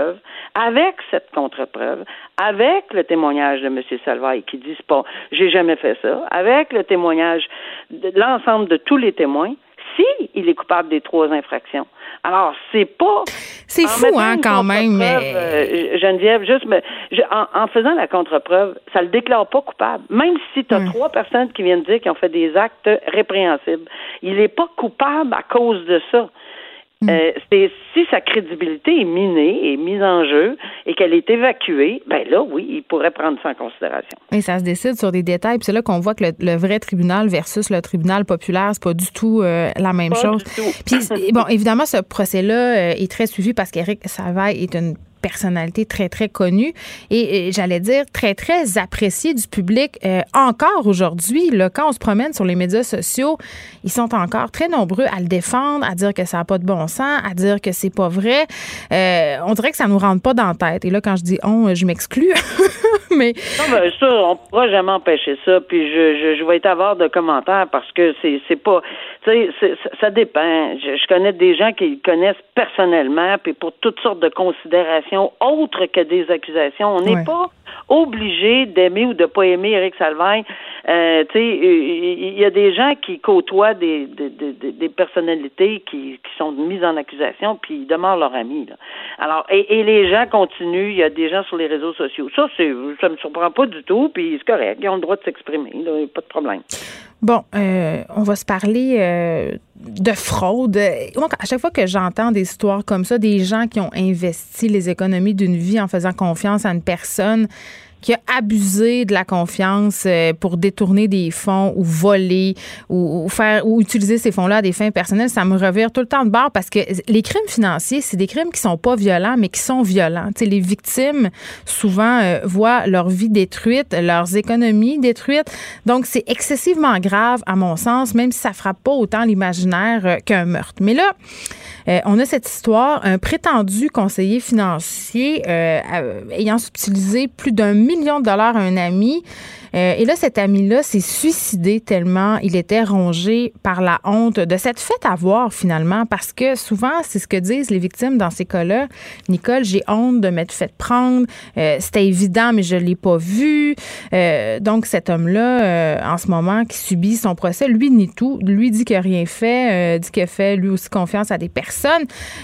contre-preuve, avec cette contre-preuve, avec le témoignage de M. Salvaille qui dit c'est pas, j'ai jamais fait ça, avec le témoignage de l'ensemble de tous les témoins, si il est coupable des trois infractions. Alors, c'est pas... C'est fou, hein, quand même. Mais... Euh, Geneviève, juste, mais, je, en, en faisant la contre-preuve, ça le déclare pas coupable. Même si tu as hum. trois personnes qui viennent dire qu'ils ont fait des actes répréhensibles, il n'est pas coupable à cause de ça. Hum. Euh, c'est, si sa crédibilité est minée, est mise en jeu et qu'elle est évacuée, ben là, oui, il pourrait prendre ça en considération. Et ça se décide sur des détails. Puis c'est là qu'on voit que le, le vrai tribunal versus le tribunal populaire, c'est pas du tout euh, la même pas chose. Puis, bon, évidemment, ce procès-là euh, est très suivi parce qu'Éric Salvaille est une personnalité très, très connue et, et j'allais dire très, très appréciée du public. Euh, encore aujourd'hui, là, quand on se promène sur les médias sociaux, ils sont encore très nombreux à le défendre, à dire que ça n'a pas de bon sens, à dire que c'est pas vrai. Euh, on dirait que ça nous rentre pas dans la tête. Et là, quand je dis « on », je m'exclus. Mais... Non, ben ça, on pourra jamais empêcher ça. Puis je, je, je vais être avare de commentaires parce que c'est, c'est pas... Tu sais, c'est, ça dépend. Je, je connais des gens qui le connaissent personnellement, puis pour toutes sortes de considérations autres que des accusations. On n'est ouais. pas obligé d'aimer ou de pas aimer Éric Salvaille. Euh, tu sais, il y a des gens qui côtoient des, des, des, des personnalités qui, qui sont mises en accusation, puis ils demeurent leurs amis. Là. Alors, et, et les gens continuent. Il y a des gens sur les réseaux sociaux. Ça, c'est, ça me surprend pas du tout, puis c'est correct. Ils ont le droit de s'exprimer. Là, pas de problème. Bon, euh, on va se parler euh, de fraude. Moi, à chaque fois que j'entends des histoires comme ça, des gens qui ont investi les économies d'une vie en faisant confiance à une personne qui a abusé de la confiance pour détourner des fonds ou voler ou, ou faire ou utiliser ces fonds-là à des fins personnelles, ça me revire tout le temps de bord parce que les crimes financiers, c'est des crimes qui sont pas violents, mais qui sont violents. Tu sais, les victimes, souvent, euh, voient leur vie détruite, leurs économies détruites. Donc, c'est excessivement grave, à mon sens, même si ça frappe pas autant l'imaginaire euh, qu'un meurtre. Mais là, Euh, on a cette histoire, un prétendu conseiller financier euh, euh, ayant subtilisé plus d'un million de dollars à un ami. Euh, et là, cet ami-là s'est suicidé tellement il était rongé par la honte de s'être fait avoir finalement parce que souvent, c'est ce que disent les victimes dans ces cas-là. Nicole, j'ai honte de m'être fait prendre. Euh, c'était évident, mais je ne l'ai pas vu. Euh, donc, cet homme-là, euh, en ce moment, qui subit son procès, lui nie tout. Lui dit qu'il n'a rien fait, euh, dit qu'il a fait lui aussi confiance à des personnes.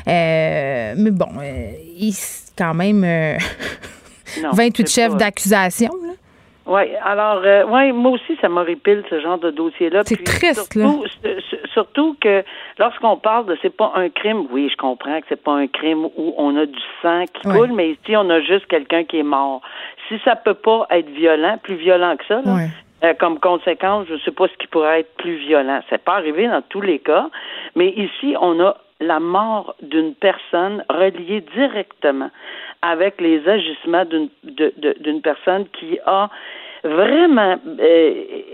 Euh, mais bon, euh, il quand même euh, non, vingt-huit chefs pas... d'accusation, là. Oui, alors, euh, ouais, moi aussi, ça m'horripile, ce genre de dossier-là. C'est Puis, triste, surtout, là. Surtout que lorsqu'on parle de c'est pas un crime, oui, je comprends que c'est pas un crime où on a du sang qui ouais. coule, mais ici, on a juste quelqu'un qui est mort. Si ça peut pas être violent, plus violent que ça, là, ouais. euh, comme conséquence, je sais pas ce qui pourrait être plus violent. C'est pas arrivé dans tous les cas, mais ici, on a la mort d'une personne reliée directement avec les agissements d'une, de, de, d'une personne qui a vraiment euh,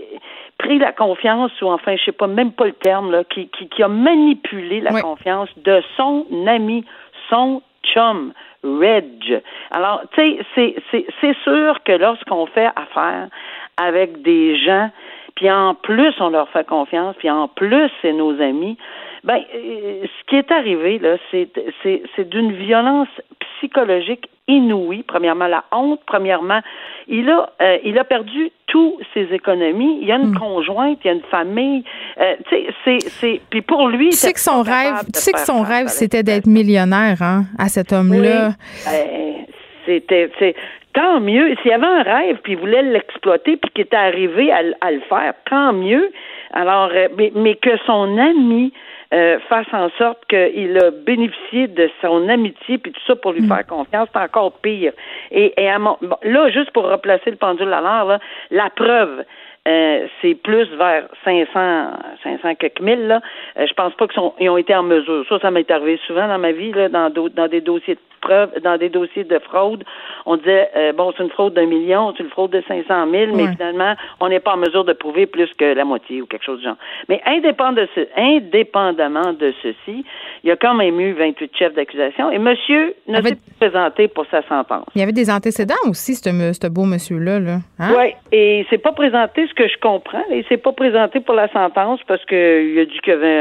pris la confiance, ou enfin, je sais pas, même pas le terme, là, qui, qui, qui a manipulé la oui. confiance de son ami, son chum, Reg. Alors, tu sais, c'est, c'est, c'est sûr que lorsqu'on fait affaire avec des gens, puis en plus, on leur fait confiance, puis en plus, c'est nos amis, ben, euh, ce qui est arrivé, là, c'est, c'est, c'est d'une violence psychologique inouïe. Premièrement, la honte. Premièrement, il a, euh, il a perdu toutes ses économies. Il y a une mmh. conjointe, il y a une famille. Euh, tu sais, c'est, c'est, puis pour lui, tu sais que son rêve, tu sais que son rêve, c'était d'être millionnaire, hein, à cet homme-là. Oui. Euh, c'était, c'est, tant mieux. S'il y avait un rêve, puis il voulait l'exploiter, puis qu'il était arrivé à, à le faire, tant mieux. Alors, euh, mais, mais que son ami Euh, fasse en sorte qu'il a bénéficié de son amitié puis tout ça pour lui mmh. faire confiance, c'est encore pire. Et, et à mon, bon, là, juste pour replacer le pendule à l'heure, là, la preuve, euh, c'est plus vers cinq cents quelques mille, là. Euh, je pense pas qu'ils sont, ils ont été en mesure. Ça, ça m'est arrivé souvent dans ma vie, là, dans, do, dans des dossiers de preuve, dans des dossiers de fraude. On disait, euh, bon, c'est une fraude d'un million, c'est une fraude de cinq cent mille, mais ouais. finalement, on n'est pas en mesure de prouver plus que la moitié ou quelque chose du genre. Mais indépendamment de, ce, indépendamment de ceci, il y a quand même eu vingt-huit chefs d'accusation et monsieur ne avait... s'est pas présenté pour sa sentence. Il y avait des antécédents aussi, ce beau monsieur-là. Là. Hein? Oui, et il s'est pas présenté, ce que je comprends, il s'est pas présenté pour la sentence parce qu'il a dit qu'il y avait un,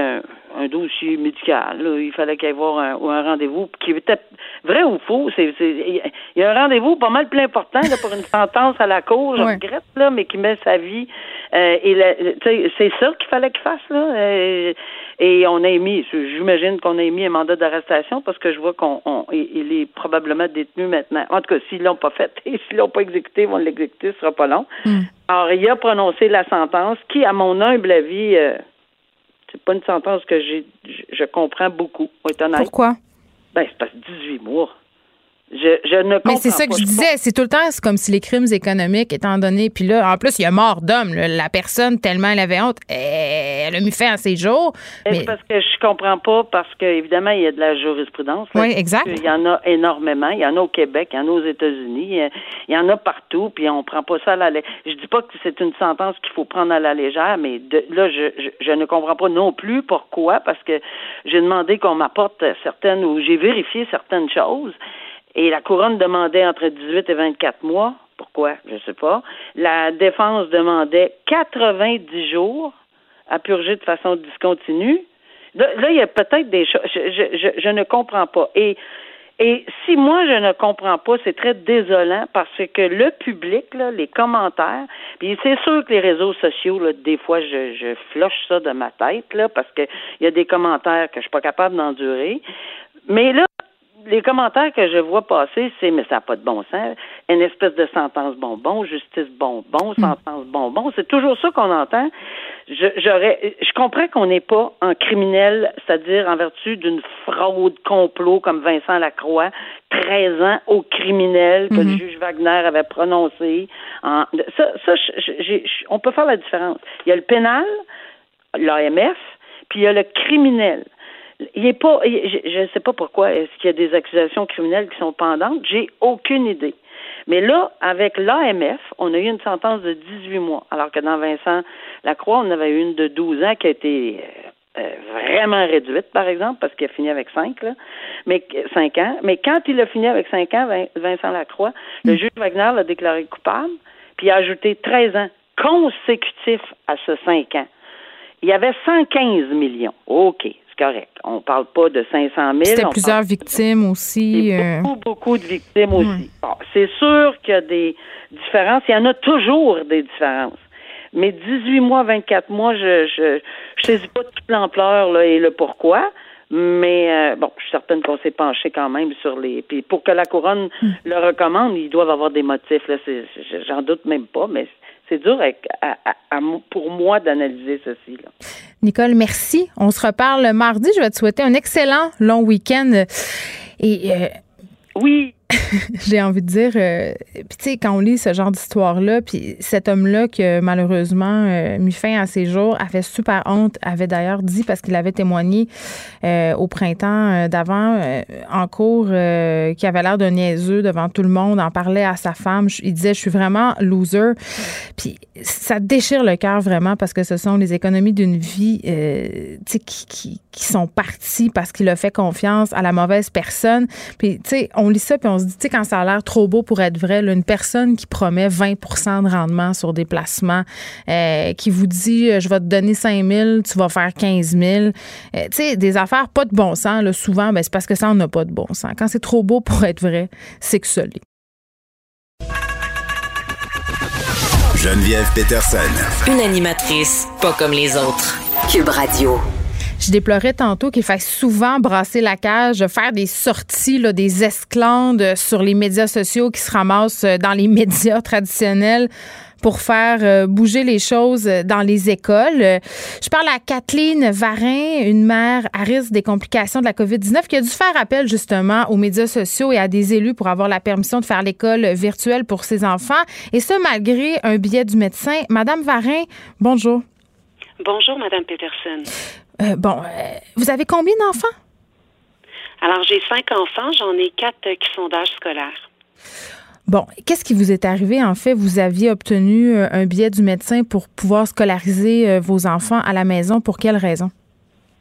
un dossier médical. Là. Il fallait qu'il y ait voir un, un rendez-vous qui était vrai ou faux. C'est, c'est, il y a un rendez-vous pas mal plus important là, pour une sentence à la cour, je ouais. regrette, là, mais qui met sa vie. Euh, et la, c'est ça qu'il fallait qu'il fasse. Là. Euh, et on a émis, j'imagine qu'on a émis un mandat d'arrestation parce que je vois qu'on on, il est probablement détenu maintenant. En tout cas, s'ils l'ont pas fait et s'ils l'ont pas exécuté, ils vont l'exécuter, ce sera pas long. Mm. Alors, il a prononcé la sentence qui, à mon humble avis, euh, c'est pas une sentence que j'ai, je comprends beaucoup, pour être honnête. Pourquoi? Ben, c'est parce que dix-huit mois. Je, je ne comprends Mais c'est ça que pas. je disais. C'est tout le temps, c'est comme si les crimes économiques, étant donné, puis là, en plus, il y a mort d'homme. Là. La personne, tellement elle avait honte, elle a mis fin à ses jours. Mais... Mais... parce que je comprends pas, parce qu'évidemment, il y a de la jurisprudence. Là, oui, exact. Il y en a énormément. Il y en a au Québec, il y en a aux États-Unis, il y en a partout, puis on prend pas ça à la légère. Je dis pas que c'est une sentence qu'il faut prendre à la légère, mais de, là, je, je, je ne comprends pas non plus pourquoi, parce que j'ai demandé qu'on m'apporte certaines, ou j'ai vérifié certaines choses. Et la couronne demandait entre dix-huit et vingt-quatre mois. Pourquoi? Je ne sais pas. La défense demandait quatre-vingt-dix jours à purger de façon discontinue. Là, là il y a peut-être des choses. Je, je, je, je ne comprends pas. Et, et si moi, je ne comprends pas, c'est très désolant parce que le public, là, les commentaires, puis c'est sûr que les réseaux sociaux, là, des fois, je, je floche ça de ma tête, là, parce que il y a des commentaires que je suis pas capable d'endurer. Mais là, les commentaires que je vois passer, c'est « mais ça n'a pas de bon sens », une espèce de sentence bonbon, justice bonbon, sentence bonbon, c'est toujours ça qu'on entend. Je, j'aurais, je comprends qu'on n'est pas un criminel, c'est-à-dire en vertu d'une fraude complot comme Vincent Lacroix, treize ans au criminel que mm-hmm. le juge Wagner avait prononcé. En, ça, ça j'ai, j'ai, on peut faire la différence. Il y a le pénal, l'A M F, puis il y a le criminel. Il est pas, je ne sais pas pourquoi, est-ce qu'il y a des accusations criminelles qui sont pendantes? J'ai aucune idée. Mais là, avec l'A M F, on a eu une sentence de dix-huit mois, alors que dans Vincent Lacroix, on avait eu une de douze ans qui a été euh, vraiment réduite, par exemple, parce qu'il a fini avec cinq, là, mais cinq ans. Mais quand il a fini avec cinq ans, Vincent Lacroix, le juge Wagner l'a déclaré coupable, puis il a ajouté treize ans consécutifs à ce cinq ans. Il y avait cent quinze millions. OK. Correct. On ne parle pas de cinq cent mille. C'était plusieurs parle... victimes aussi. Il y a beaucoup, beaucoup de victimes aussi. Oui. Bon, c'est sûr qu'il y a des différences. Il y en a toujours des différences. Mais dix-huit mois, vingt-quatre mois, je je, je saisis pas toute l'ampleur là, et le pourquoi. Mais euh, bon, je suis certaine qu'on s'est penché quand même sur les... Puis pour que la couronne mm. le recommande, ils doivent avoir des motifs. Là. C'est, j'en doute même pas, mais... C'est dur à, à, à, pour moi d'analyser ceci. Là. Nicole, merci. On se reparle mardi. Je vais te souhaiter un excellent long week-end. Et euh, oui. J'ai envie de dire, euh, puis tu sais, quand on lit ce genre d'histoire-là, puis cet homme-là qui a malheureusement euh, mis fin à ses jours, avait super honte, avait d'ailleurs dit, parce qu'il avait témoigné euh, au printemps euh, d'avant, euh, en cours, euh, qu'il avait l'air d'un niaiseux devant tout le monde, en parlait à sa femme, il disait, je suis vraiment loser. Puis ça déchire le cœur vraiment, parce que ce sont les économies d'une vie, euh, tu sais, qui, qui, qui sont parties parce qu'il a fait confiance à la mauvaise personne. Puis tu sais, on lit ça, puis on se dit, tu sais, quand ça a l'air trop beau pour être vrai, là, une personne qui promet vingt pour cent de rendement sur des placements, euh, qui vous dit, je vais te donner cinq mille, tu vas faire quinze mille. Euh, tu sais, des affaires pas de bon sens, là, souvent, ben, c'est parce que ça n'a pas de bon sens. Quand c'est trop beau pour être vrai, c'est que ça l'est. Geneviève Peterson. Une animatrice pas comme les autres. Cube Radio. Je déplorais tantôt qu'il faille souvent brasser la cage, faire des sorties, là, des esclandres sur les médias sociaux qui se ramassent dans les médias traditionnels pour faire bouger les choses dans les écoles. Je parle à Kathleen Varin, une mère à risque des complications de la covid dix-neuf, qui a dû faire appel justement aux médias sociaux et à des élus pour avoir la permission de faire l'école virtuelle pour ses enfants. Et ce, malgré un billet du médecin. Madame Varin, bonjour. Bonjour, Madame Peterson. Euh, bon, euh, vous avez combien d'enfants? Alors, j'ai cinq enfants. J'en ai quatre euh, qui sont d'âge scolaire. Bon, qu'est-ce qui vous est arrivé? En fait, vous aviez obtenu euh, un billet du médecin pour pouvoir scolariser euh, vos enfants à la maison. Pour quelle raison?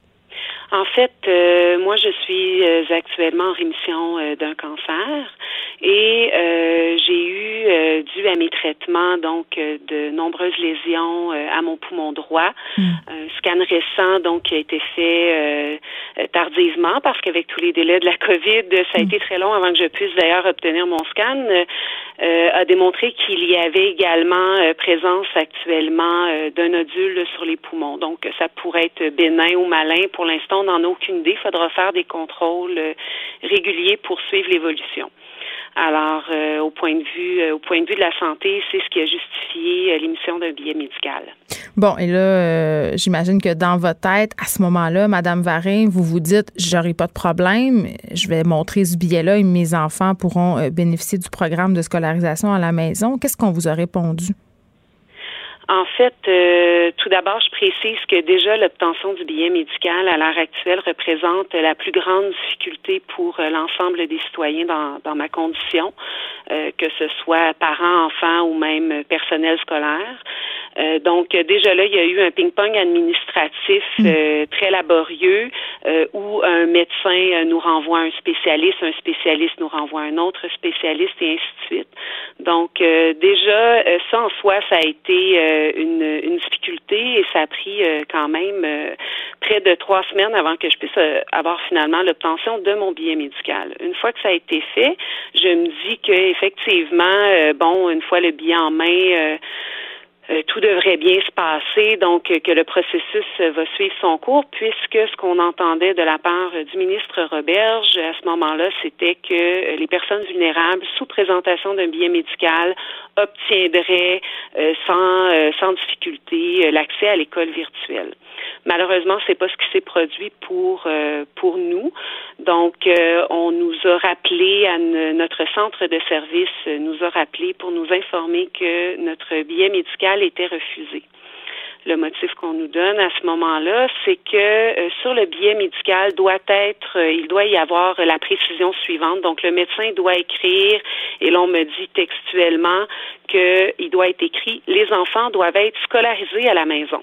En fait, euh, moi, je suis euh, actuellement en rémission euh, d'un cancer Et euh, j'ai eu, euh, dû à mes traitements, donc euh, de nombreuses lésions euh, à mon poumon droit. Mmh. Un scan récent, donc, qui a été fait euh, tardivement parce qu'avec tous les délais de la COVID, ça a mmh. été très long avant que je puisse d'ailleurs obtenir mon scan, euh, a démontré qu'il y avait également euh, présence actuellement euh, d'un nodule sur les poumons. Donc, ça pourrait être bénin ou malin. Pour l'instant, on n'en a aucune idée. Il faudra faire des contrôles euh, réguliers pour suivre l'évolution. Alors, euh, au point de vue, euh, au point de vue de la santé, c'est ce qui a justifié euh, l'émission d'un billet médical. Bon, et là, euh, j'imagine que dans votre tête, à ce moment-là, Madame Varin, vous vous dites, j'aurai pas de problème, je vais montrer ce billet-là et mes enfants pourront euh, bénéficier du programme de scolarisation à la maison. Qu'est-ce qu'on vous a répondu? En fait, euh, tout d'abord, je précise que déjà l'obtention du billet médical à l'heure actuelle représente la plus grande difficulté pour euh, l'ensemble des citoyens dans, dans ma condition, euh, que ce soit parents, enfants ou même personnel scolaire. Euh, donc, déjà là, il y a eu un ping-pong administratif euh, très laborieux euh, où un médecin euh, nous renvoie un spécialiste, un spécialiste nous renvoie un autre spécialiste et ainsi de suite. Donc, euh, déjà, euh, ça en soi, ça a été euh, une, une difficulté et ça a pris euh, quand même euh, près de trois semaines avant que je puisse euh, avoir finalement l'obtention de mon billet médical. Une fois que ça a été fait, je me dis que effectivement, euh, bon, une fois le billet en main, euh, Euh, tout devrait bien se passer, donc euh, que le processus euh, va suivre son cours, puisque ce qu'on entendait de la part euh, du ministre Roberge à ce moment-là, c'était que euh, les personnes vulnérables, sous présentation d'un billet médical, obtiendraient euh, sans euh, sans difficulté euh, l'accès à l'école virtuelle. Malheureusement, c'est pas ce qui s'est produit pour euh, pour nous. Donc, euh, on nous a rappelé, à n- notre centre de service euh, nous a rappelé pour nous informer que notre billet médical était refusé. Le motif qu'on nous donne à ce moment-là, c'est que euh, sur le billet médical doit être, euh, il doit y avoir la précision suivante. Donc, le médecin doit écrire, et l'on me dit textuellement qu'il doit être écrit, les enfants doivent être scolarisés à la maison.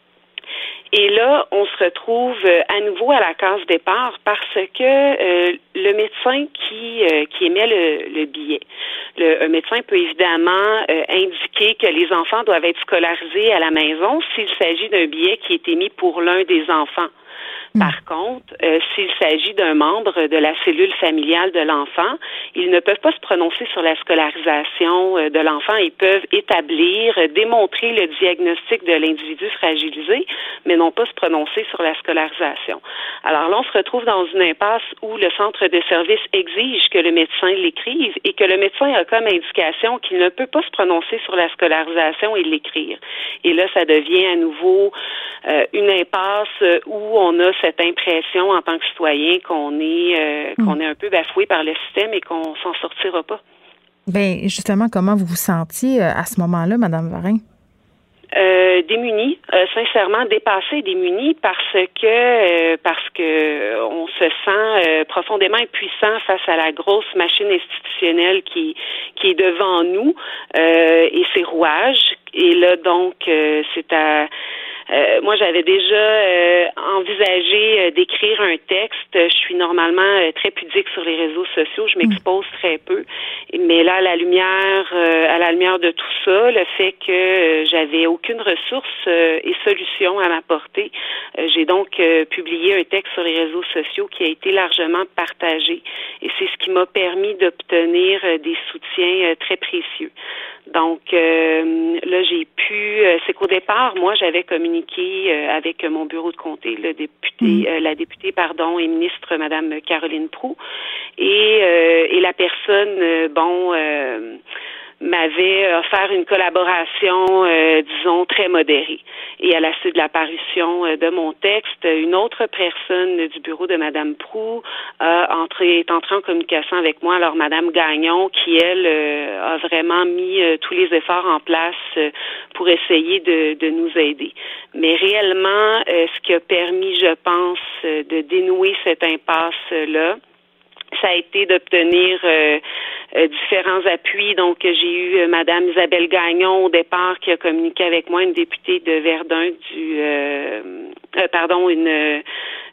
Et là, on se retrouve à nouveau à la case départ parce que euh, le médecin qui euh, qui émet le, le billet, le un médecin peut évidemment euh, indiquer que les enfants doivent être scolarisés à la maison s'il s'agit d'un billet qui est émis pour l'un des enfants. Par contre, euh, s'il s'agit d'un membre de la cellule familiale de l'enfant, ils ne peuvent pas se prononcer sur la scolarisation euh, de l'enfant. Ils peuvent établir, euh, démontrer le diagnostic de l'individu fragilisé, mais non pas se prononcer sur la scolarisation. Alors là, on se retrouve dans une impasse où le centre de service exige que le médecin l'écrive et que le médecin a comme indication qu'il ne peut pas se prononcer sur la scolarisation et l'écrire. Et là, ça devient à nouveau euh, une impasse où on a cette impression en tant que citoyen qu'on est euh, qu'on est un peu bafoué par le système et qu'on s'en sortira pas. Bien, justement, comment vous vous sentiez à ce moment-là, Madame Varin? Euh, démunis, euh, sincèrement dépassés, démunis parce que euh, parce que on se sent euh, profondément impuissant face à la grosse machine institutionnelle qui qui est devant nous euh, et ses rouages. Et là donc euh, c'est à Euh, moi, j'avais déjà euh, envisagé euh, d'écrire un texte. Je suis normalement euh, très pudique sur les réseaux sociaux. Je m'expose très peu. Mais là, à la lumière, euh, à la lumière de tout ça, le fait que euh, j'avais aucune ressource euh, et solution à m'apporter, euh, j'ai donc euh, publié un texte sur les réseaux sociaux qui a été largement partagé. Et c'est ce qui m'a permis d'obtenir euh, des soutiens euh, très précieux. Donc euh, là, j'ai pu. Euh, c'est qu'au départ, moi, j'avais communiqué euh, avec mon bureau de comté, le député, euh, la députée, pardon, et ministre, Madame Caroline Proulx, et euh, et la personne, euh, bon. Euh, m'avait offert une collaboration, euh, disons, très modérée. Et à la suite de la parution euh, de mon texte, une autre personne du bureau de Mme Proulx a entré, est entrée en communication avec moi, alors Mme Gagnon, qui, elle, euh, a vraiment mis euh, tous les efforts en place euh, pour essayer de, de nous aider. Mais réellement, euh, ce qui a permis, je pense, euh, de dénouer cette impasse-là, ça a été d'obtenir euh, euh, différents appuis. Donc, j'ai eu euh, Madame Isabelle Gagnon au départ qui a communiqué avec moi, une députée de Verdun du, euh, euh, pardon, une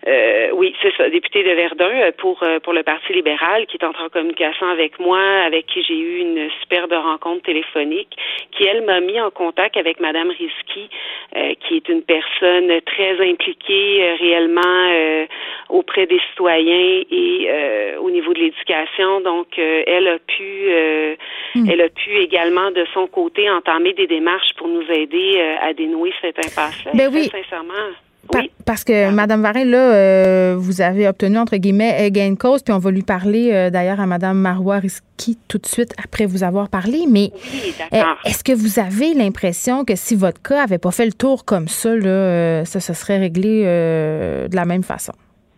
Euh, oui, c'est ça, députée de Verdun pour pour le Parti libéral, qui est entrée en communication avec moi, avec qui j'ai eu une superbe rencontre téléphonique, qui, elle, m'a mis en contact avec Madame Risky, euh, qui est une personne très impliquée euh, réellement euh, auprès des citoyens et euh, au niveau de l'éducation. Donc, euh, elle a pu euh, mmh. elle a pu également, de son côté, entamer des démarches pour nous aider euh, à dénouer cette impasse-là. Ben et oui. Très sincèrement... Pa- Oui. Parce que, ah. Mme Varin, là, euh, vous avez obtenu, entre guillemets, gain de cause, puis on va lui parler, euh, d'ailleurs, à Mme Marois Risky tout de suite après vous avoir parlé. Mais oui, d'accord. Euh, est-ce que vous avez l'impression que si votre cas avait pas fait le tour comme ça, là, euh, ça se serait réglé euh, de la même façon?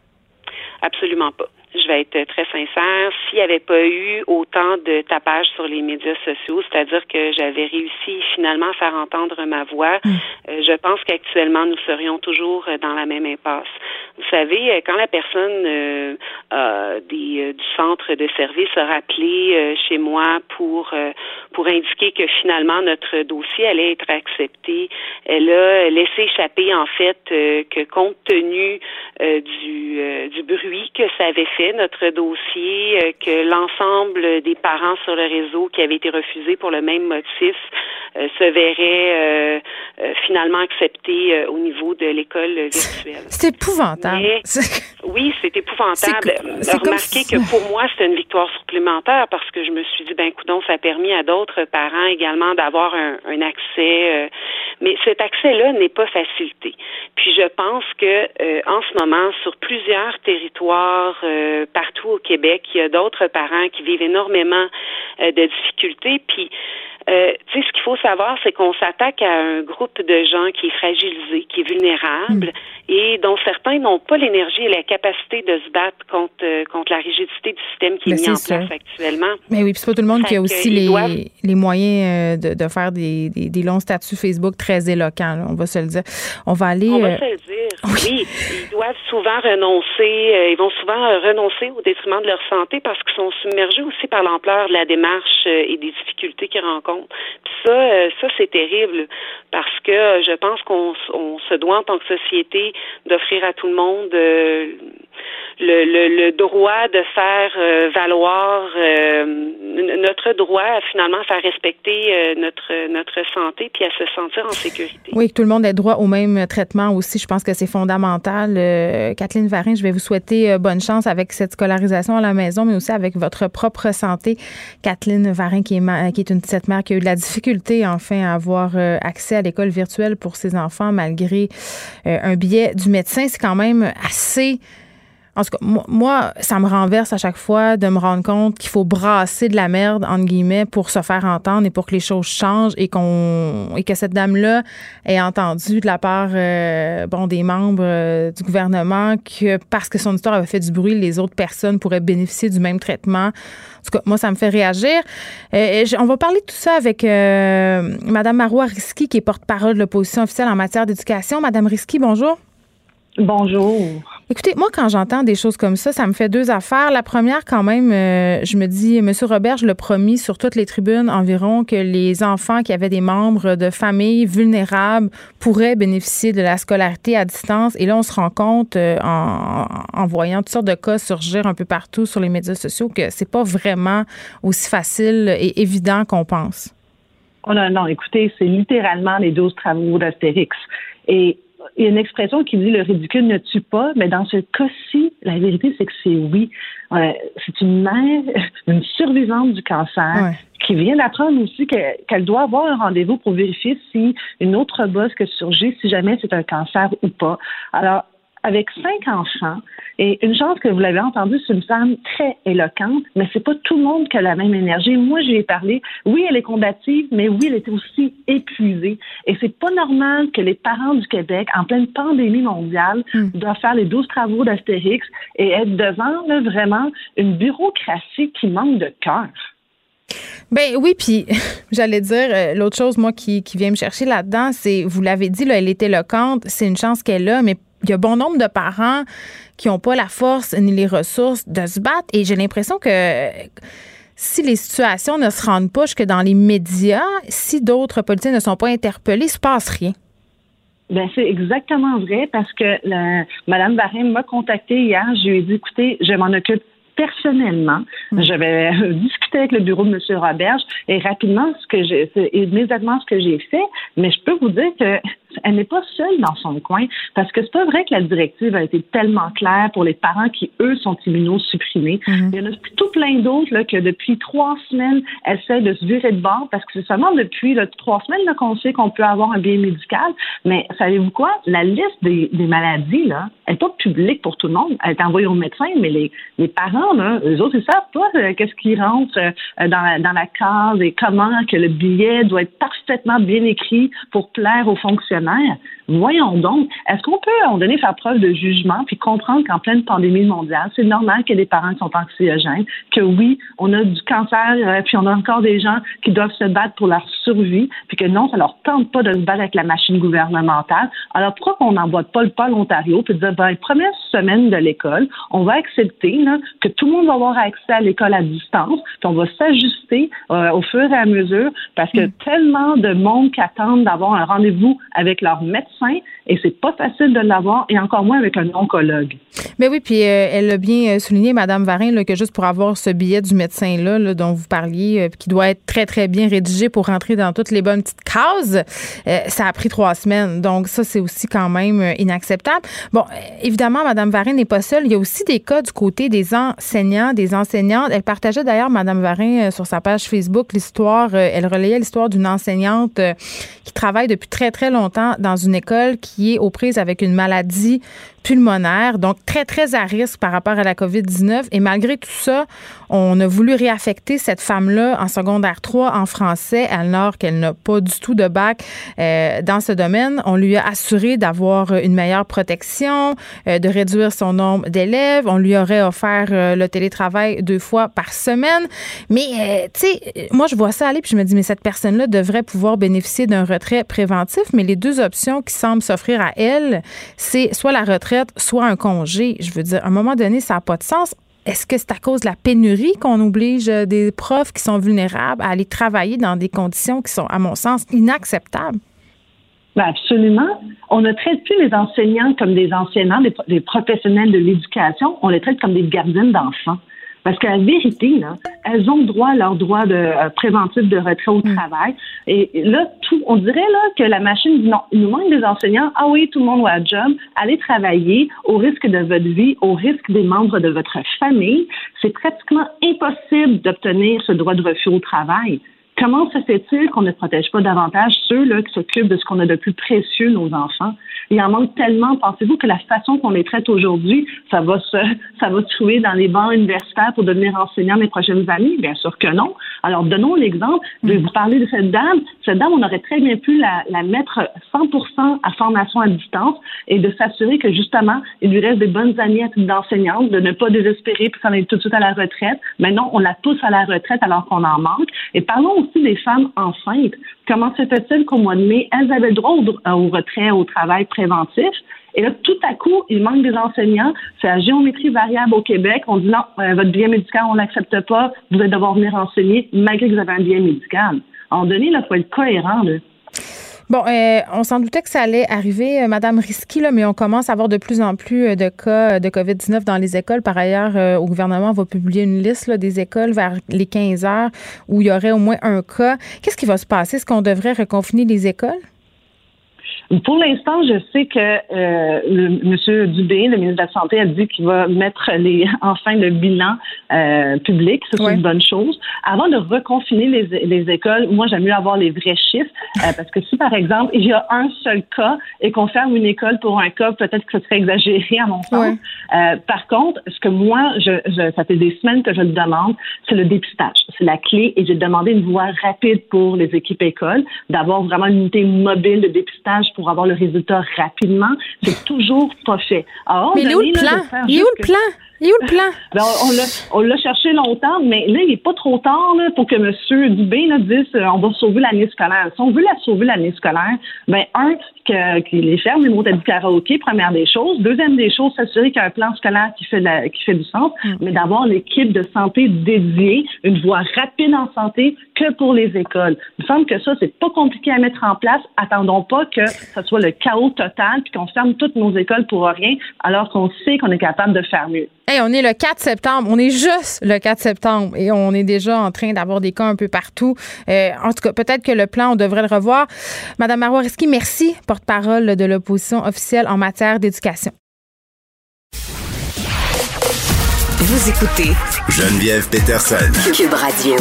Absolument pas. Je vais être très sincère. S'il n'y avait pas eu autant de tapage sur les médias sociaux, c'est-à-dire que j'avais réussi finalement à faire entendre ma voix, mmh. euh, je pense qu'actuellement, nous serions toujours dans la même impasse. Vous savez, quand la personne euh, euh, des, euh, du centre de service a rappelé euh, chez moi pour euh, pour indiquer que finalement notre dossier allait être accepté, elle a laissé échapper en fait euh, que compte tenu euh, du euh, du bruit que ça avait fait notre dossier, euh, que l'ensemble des parents sur le réseau qui avaient été refusés pour le même motif euh, se verraient euh, euh, finalement acceptés euh, au niveau de l'école virtuelle. C'est épouvantable. Mais, oui, c'est épouvantable. C'est, c'est Remarquez que pour moi, c'était une victoire supplémentaire parce que je me suis dit, ben coudonc, ça a permis à d'autres parents également d'avoir un, un accès. Euh, mais cet accès-là n'est pas facilité. Puis je pense que euh, en ce moment, sur plusieurs territoires euh, partout au Québec, il y a d'autres parents qui vivent énormément euh, de difficultés. Puis Euh, tu sais, ce qu'il faut savoir, c'est qu'on s'attaque à un groupe de gens qui est fragilisé, qui est vulnérable, mmh. et dont certains n'ont pas l'énergie et la capacité de se battre contre euh, contre la rigidité du système qui est ben, mis en ça. place actuellement. Mais oui, puis c'est pas tout le monde fait qui a aussi les, doivent... les moyens de, de faire des, des, des longs statuts Facebook très éloquents, là, on va se le dire. On va aller... On euh... va se le dire, oui. oui. Ils doivent souvent renoncer, euh, ils vont souvent euh, renoncer au détriment de leur santé parce qu'ils sont submergés aussi par l'ampleur de la démarche euh, et des difficultés qu'ils rencontrent. Puis ça, euh, ça c'est terrible parce que euh, je pense qu'on on se doit en tant que société d'offrir à tout le monde euh, le, le, le droit de faire euh, valoir euh, notre droit à finalement faire respecter euh, notre notre santé puis à se sentir en sécurité. Oui, que tout le monde ait droit au même traitement aussi. Je pense que c'est fondamental. Euh, Kathleen Varin, je vais vous souhaiter euh, bonne chance avec cette scolarisation à la maison, mais aussi avec votre propre santé. Kathleen Varin, qui est, ma- qui est une petite mère qui a eu de la difficulté, enfin, à avoir euh, accès à l'école virtuelle pour ses enfants malgré euh, un billet du médecin. C'est quand même assez... En tout cas, moi, ça me renverse à chaque fois de me rendre compte qu'il faut brasser de la merde, entre guillemets, pour se faire entendre et pour que les choses changent et qu'on et que cette dame-là ait entendu de la part euh, bon, des membres euh, du gouvernement que parce que son histoire avait fait du bruit, les autres personnes pourraient bénéficier du même traitement. En tout cas, moi, ça me fait réagir. Euh, on va parler de tout ça avec euh, Mme Marois Risky, qui est porte-parole de l'opposition officielle en matière d'éducation. Mme Risky, bonjour. Bonjour. Écoutez, moi, quand j'entends des choses comme ça, ça me fait deux affaires. La première, quand même, euh, je me dis, M. Robert, je l'ai promis sur toutes les tribunes environ que les enfants qui avaient des membres de familles vulnérables pourraient bénéficier de la scolarité à distance. Et là, on se rend compte, euh, en, en voyant toutes sortes de cas surgir un peu partout sur les médias sociaux, que c'est pas vraiment aussi facile et évident qu'on pense. Oh non, non, écoutez, c'est littéralement les douze travaux d'Astérix. Et il y a une expression qui dit « le ridicule ne tue pas », mais dans ce cas-ci, la vérité, c'est que c'est oui. Euh, c'est une mère, une survivante du cancer, ouais. qui vient d'apprendre aussi que, qu'elle doit avoir un rendez-vous pour vérifier si une autre bosse que surgit, si jamais c'est un cancer ou pas. Alors, avec cinq enfants, et une chance que vous l'avez entendu, c'est une femme très éloquente, mais c'est pas tout le monde qui a la même énergie. Moi, j'y ai parlé. Oui, elle est combative, mais oui, elle était aussi épuisée. Et c'est pas normal que les parents du Québec, en pleine pandémie mondiale, mm. doivent faire les douze travaux d'Astérix et être devant, là, vraiment, une bureaucratie qui manque de cœur. Ben oui, puis j'allais dire, euh, l'autre chose, moi, qui, qui vient me chercher là-dedans, c'est, vous l'avez dit, là, elle est éloquente, c'est une chance qu'elle a, mais il y a bon nombre de parents qui n'ont pas la force ni les ressources de se battre. Et j'ai l'impression que si les situations ne se rendent pas jusque dans les médias, si d'autres politiciens ne sont pas interpellés, il ne se passe rien. Ben c'est exactement vrai parce que la, Mme Varin m'a contacté hier. Je lui ai dit, écoutez, je m'en occupe personnellement. Mmh. Je vais discuter avec le bureau de M. Roberge et rapidement, ce que j'ai, c'est immédiatement ce que j'ai fait. Mais je peux vous dire que elle n'est pas seule dans son coin parce que c'est pas vrai que la directive a été tellement claire pour les parents qui, eux, sont immunosupprimés. Mm-hmm. Il y en a tout plein d'autres là, que depuis trois semaines essaient de se virer de bord parce que c'est seulement depuis là, trois semaines là, qu'on sait qu'on peut avoir un billet médical. Mais savez-vous quoi? La liste des, des maladies, là, elle n'est pas publique pour tout le monde. Elle est envoyée au médecin, mais les, les parents, là, eux autres, ils savent pas euh, qu'est-ce qui rentre euh, dans, la, dans la case et comment que le billet doit être parfaitement bien écrit pour plaire aux fonctionnaires. Voyons donc, est-ce qu'on peut, à un moment donné, faire preuve de jugement puis comprendre qu'en pleine pandémie mondiale, c'est normal qu'il y ait des parents qui sont anxiogènes, que oui, on a du cancer, euh, puis on a encore des gens qui doivent se battre pour leur survie, puis que non, ça leur tente pas de se battre avec la machine gouvernementale. Alors pourquoi qu'on n'envoie pas le pas à l'Ontario puis dire, ben, première semaine de l'école, on va accepter là, que tout le monde va avoir accès à l'école à distance, puis on va s'ajuster euh, au fur et à mesure, parce que mmh. tellement de monde qui attendent d'avoir un rendez-vous avec leur médecin et c'est pas facile de l'avoir et encore moins avec un oncologue. Mais oui, puis euh, elle a bien souligné, Mme Varin, là, que juste pour avoir ce billet du médecin-là là, dont vous parliez, euh, qui doit être très, très bien rédigé pour rentrer dans toutes les bonnes petites cases, euh, ça a pris trois semaines. Donc ça, c'est aussi quand même euh, inacceptable. Bon, euh, évidemment, Mme Varin n'est pas seule. Il y a aussi des cas du côté des enseignants, des enseignantes. Elle partageait d'ailleurs, Mme Varin, euh, sur sa page Facebook, l'histoire, euh, elle relayait l'histoire d'une enseignante euh, qui travaille depuis très, très longtemps dans une école qui est aux prises avec une maladie pulmonaire, donc très, très à risque par rapport à la covid dix-neuf. Et malgré tout ça, on a voulu réaffecter cette femme-là en secondaire trois en français, alors qu'elle n'a pas du tout de bac euh, dans ce domaine. On lui a assuré d'avoir une meilleure protection, euh, de réduire son nombre d'élèves. On lui aurait offert euh, le télétravail deux fois par semaine. Mais, euh, tu sais, moi, je vois ça aller puis je me dis, mais cette personne-là devrait pouvoir bénéficier d'un retrait préventif. Mais les deux options qui semblent s'offrir à elle, c'est soit la retraite, soit un congé. Je veux dire, à un moment donné, ça n'a pas de sens. Est-ce que c'est à cause de la pénurie qu'on oblige des profs qui sont vulnérables à aller travailler dans des conditions qui sont, à mon sens, inacceptables? Ben absolument. On ne traite plus les enseignants comme des enseignants, des, des professionnels de l'éducation. On les traite comme des gardiennes d'enfants. Parce qu'à la vérité, là, elles ont droit à leur droit de euh, préventif de retrait au mmh. travail. Et là, tout, on dirait là que la machine dit non, il nous manque des enseignants. Ah oui, tout le monde a un job. Allez travailler au risque de votre vie, au risque des membres de votre famille. C'est pratiquement impossible d'obtenir ce droit de refus au travail. Comment se fait-il qu'on ne protège pas davantage ceux là, qui s'occupent de ce qu'on a de plus précieux, nos enfants? Il en manque tellement. Pensez-vous que la façon qu'on les traite aujourd'hui, ça va se, ça va se trouver dans les bancs universitaires pour devenir enseignant les prochaines années? Bien sûr que non. Alors, donnons l'exemple. Je vais vous parler de cette dame. Cette dame, on aurait très bien pu la, la mettre cent pour cent à formation à distance et de s'assurer que, justement, il lui reste des bonnes années à titre d'enseignante, de ne pas désespérer puis s'en aller tout de suite à la retraite. Maintenant, on la pousse à la retraite alors qu'on en manque. Et parlons aussi des femmes enceintes. Comment se fait-il qu'au mois de mai, elles avaient le droit au, au retrait au travail préventif? Et là, tout à coup, il manque des enseignants. C'est la géométrie variable au Québec. On dit non, euh, votre billet médical, on l'accepte pas. Vous allez devoir venir enseigner malgré que vous avez un billet médical. À un moment donné, il faut être cohérent, là. Bon, euh, on s'en doutait que ça allait arriver, euh, Madame Risky, là, mais on commence à avoir de plus en plus de cas de covid dix-neuf dans les écoles. Par ailleurs, euh, au gouvernement va publier une liste là, des écoles vers les quinze heures où il y aurait au moins un cas. Qu'est-ce qui va se passer? Est-ce qu'on devrait reconfiner les écoles? Pour l'instant, je sais que euh, le, M. Dubé, le ministre de la Santé, a dit qu'il va mettre les enfin le bilan euh, public. Ça, c'est ouais. une bonne chose. Avant de reconfiner les, les écoles, moi, j'aime mieux avoir les vrais chiffres euh, parce que si, par exemple, il y a un seul cas et qu'on ferme une école pour un cas, peut-être que ce serait exagéré à mon sens. Ouais. Euh, par contre, ce que moi, je, je, ça fait des semaines que je le demande, c'est le dépistage. C'est la clé et j'ai demandé une voie rapide pour les équipes écoles, d'avoir vraiment une unité mobile de dépistage pour avoir le résultat rapidement. C'est toujours pas fait. Alors, mais il est où le plan? Il est où le plan? Il est où le plan? Ben, on, on, l'a, on l'a cherché longtemps, mais là, il n'est pas trop tard là, pour que M. Dubé là, dise euh, on va sauver l'année scolaire. Si on veut la sauver l'année scolaire, ben un, que, qu'il les ferme, les mots du karaoké, première des choses. Deuxième des choses, s'assurer qu'il y a un plan scolaire qui fait, la, qui fait du sens, mm. mais d'avoir l'équipe de santé dédiée, une voie rapide en santé, que pour les écoles. Il me semble que ça, c'est pas compliqué à mettre en place. Attendons pas que ça soit le chaos total puis qu'on ferme toutes nos écoles pour rien, alors qu'on sait qu'on est capable de faire mieux. Hey, on est le quatre septembre. On est juste le quatre septembre et on est déjà en train d'avoir des cas un peu partout. Euh, en tout cas, peut-être que le plan, on devrait le revoir. Madame Marois Risky, merci, porte-parole de l'opposition officielle en matière d'éducation. Vous écoutez Geneviève Peterson. Cube Radio.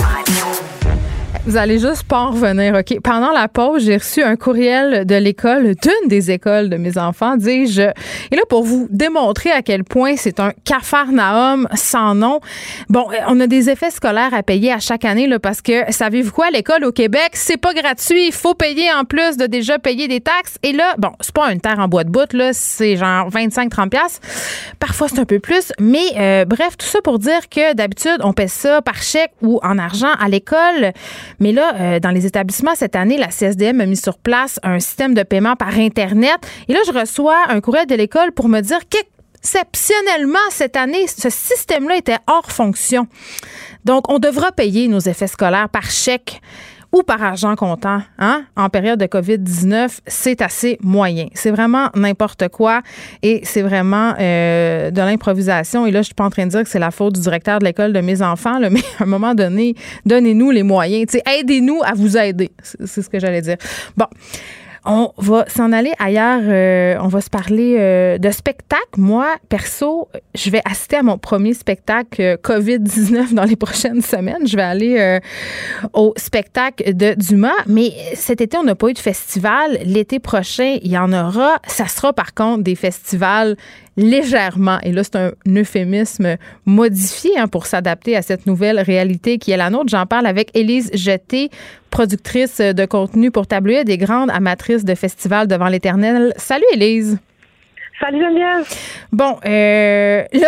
Vous allez juste pas en revenir, OK? Pendant la pause, j'ai reçu un courriel de l'école, d'une des écoles de mes enfants, dis-je. Et là, pour vous démontrer à quel point c'est un capharnaüm sans nom. Bon, on a des effets scolaires à payer à chaque année, là, parce que, savez-vous quoi, l'école au Québec, c'est pas gratuit. Il faut payer en plus de déjà payer des taxes. Et là, bon, c'est pas une terre en bois de bout, là. C'est genre vingt-cinq à trente piastres. Parfois, c'est un peu plus. Mais, euh, bref, tout ça pour dire que d'habitude, on paie ça par chèque ou en argent à l'école. Mais là, euh, dans les établissements, cette année, la C S D M a mis sur place un système de paiement par Internet. Et là, je reçois un courriel de l'école pour me dire qu'exceptionnellement, cette année, ce système-là était hors fonction. Donc, on devra payer nos effets scolaires par chèque ou par argent comptant, hein? En période de covid dix-neuf, c'est assez moyen. C'est vraiment n'importe quoi et c'est vraiment euh, de l'improvisation. Et là, je suis pas en train de dire que c'est la faute du directeur de l'école de mes enfants, là, mais à un moment donné, donnez-nous les moyens. Tu sais, aidez-nous à vous aider. C'est, c'est ce que j'allais dire. Bon. On va s'en aller ailleurs. Euh, on va se parler euh, de spectacle. Moi, perso, je vais assister à mon premier spectacle euh, covid dix-neuf dans les prochaines semaines. Je vais aller euh, au spectacle de Dumas. Mais cet été, on n'a pas eu de festival. L'été prochain, il y en aura. Ça sera par contre des festivals légèrement, et là c'est un euphémisme modifié hein, pour s'adapter à cette nouvelle réalité qui est la nôtre. J'en parle avec Élise Jeté, productrice de contenu pour Tabloïd et grande amatrice de festivals devant l'éternel. Salut Élise. Salut Geneviève. Bon, euh, là...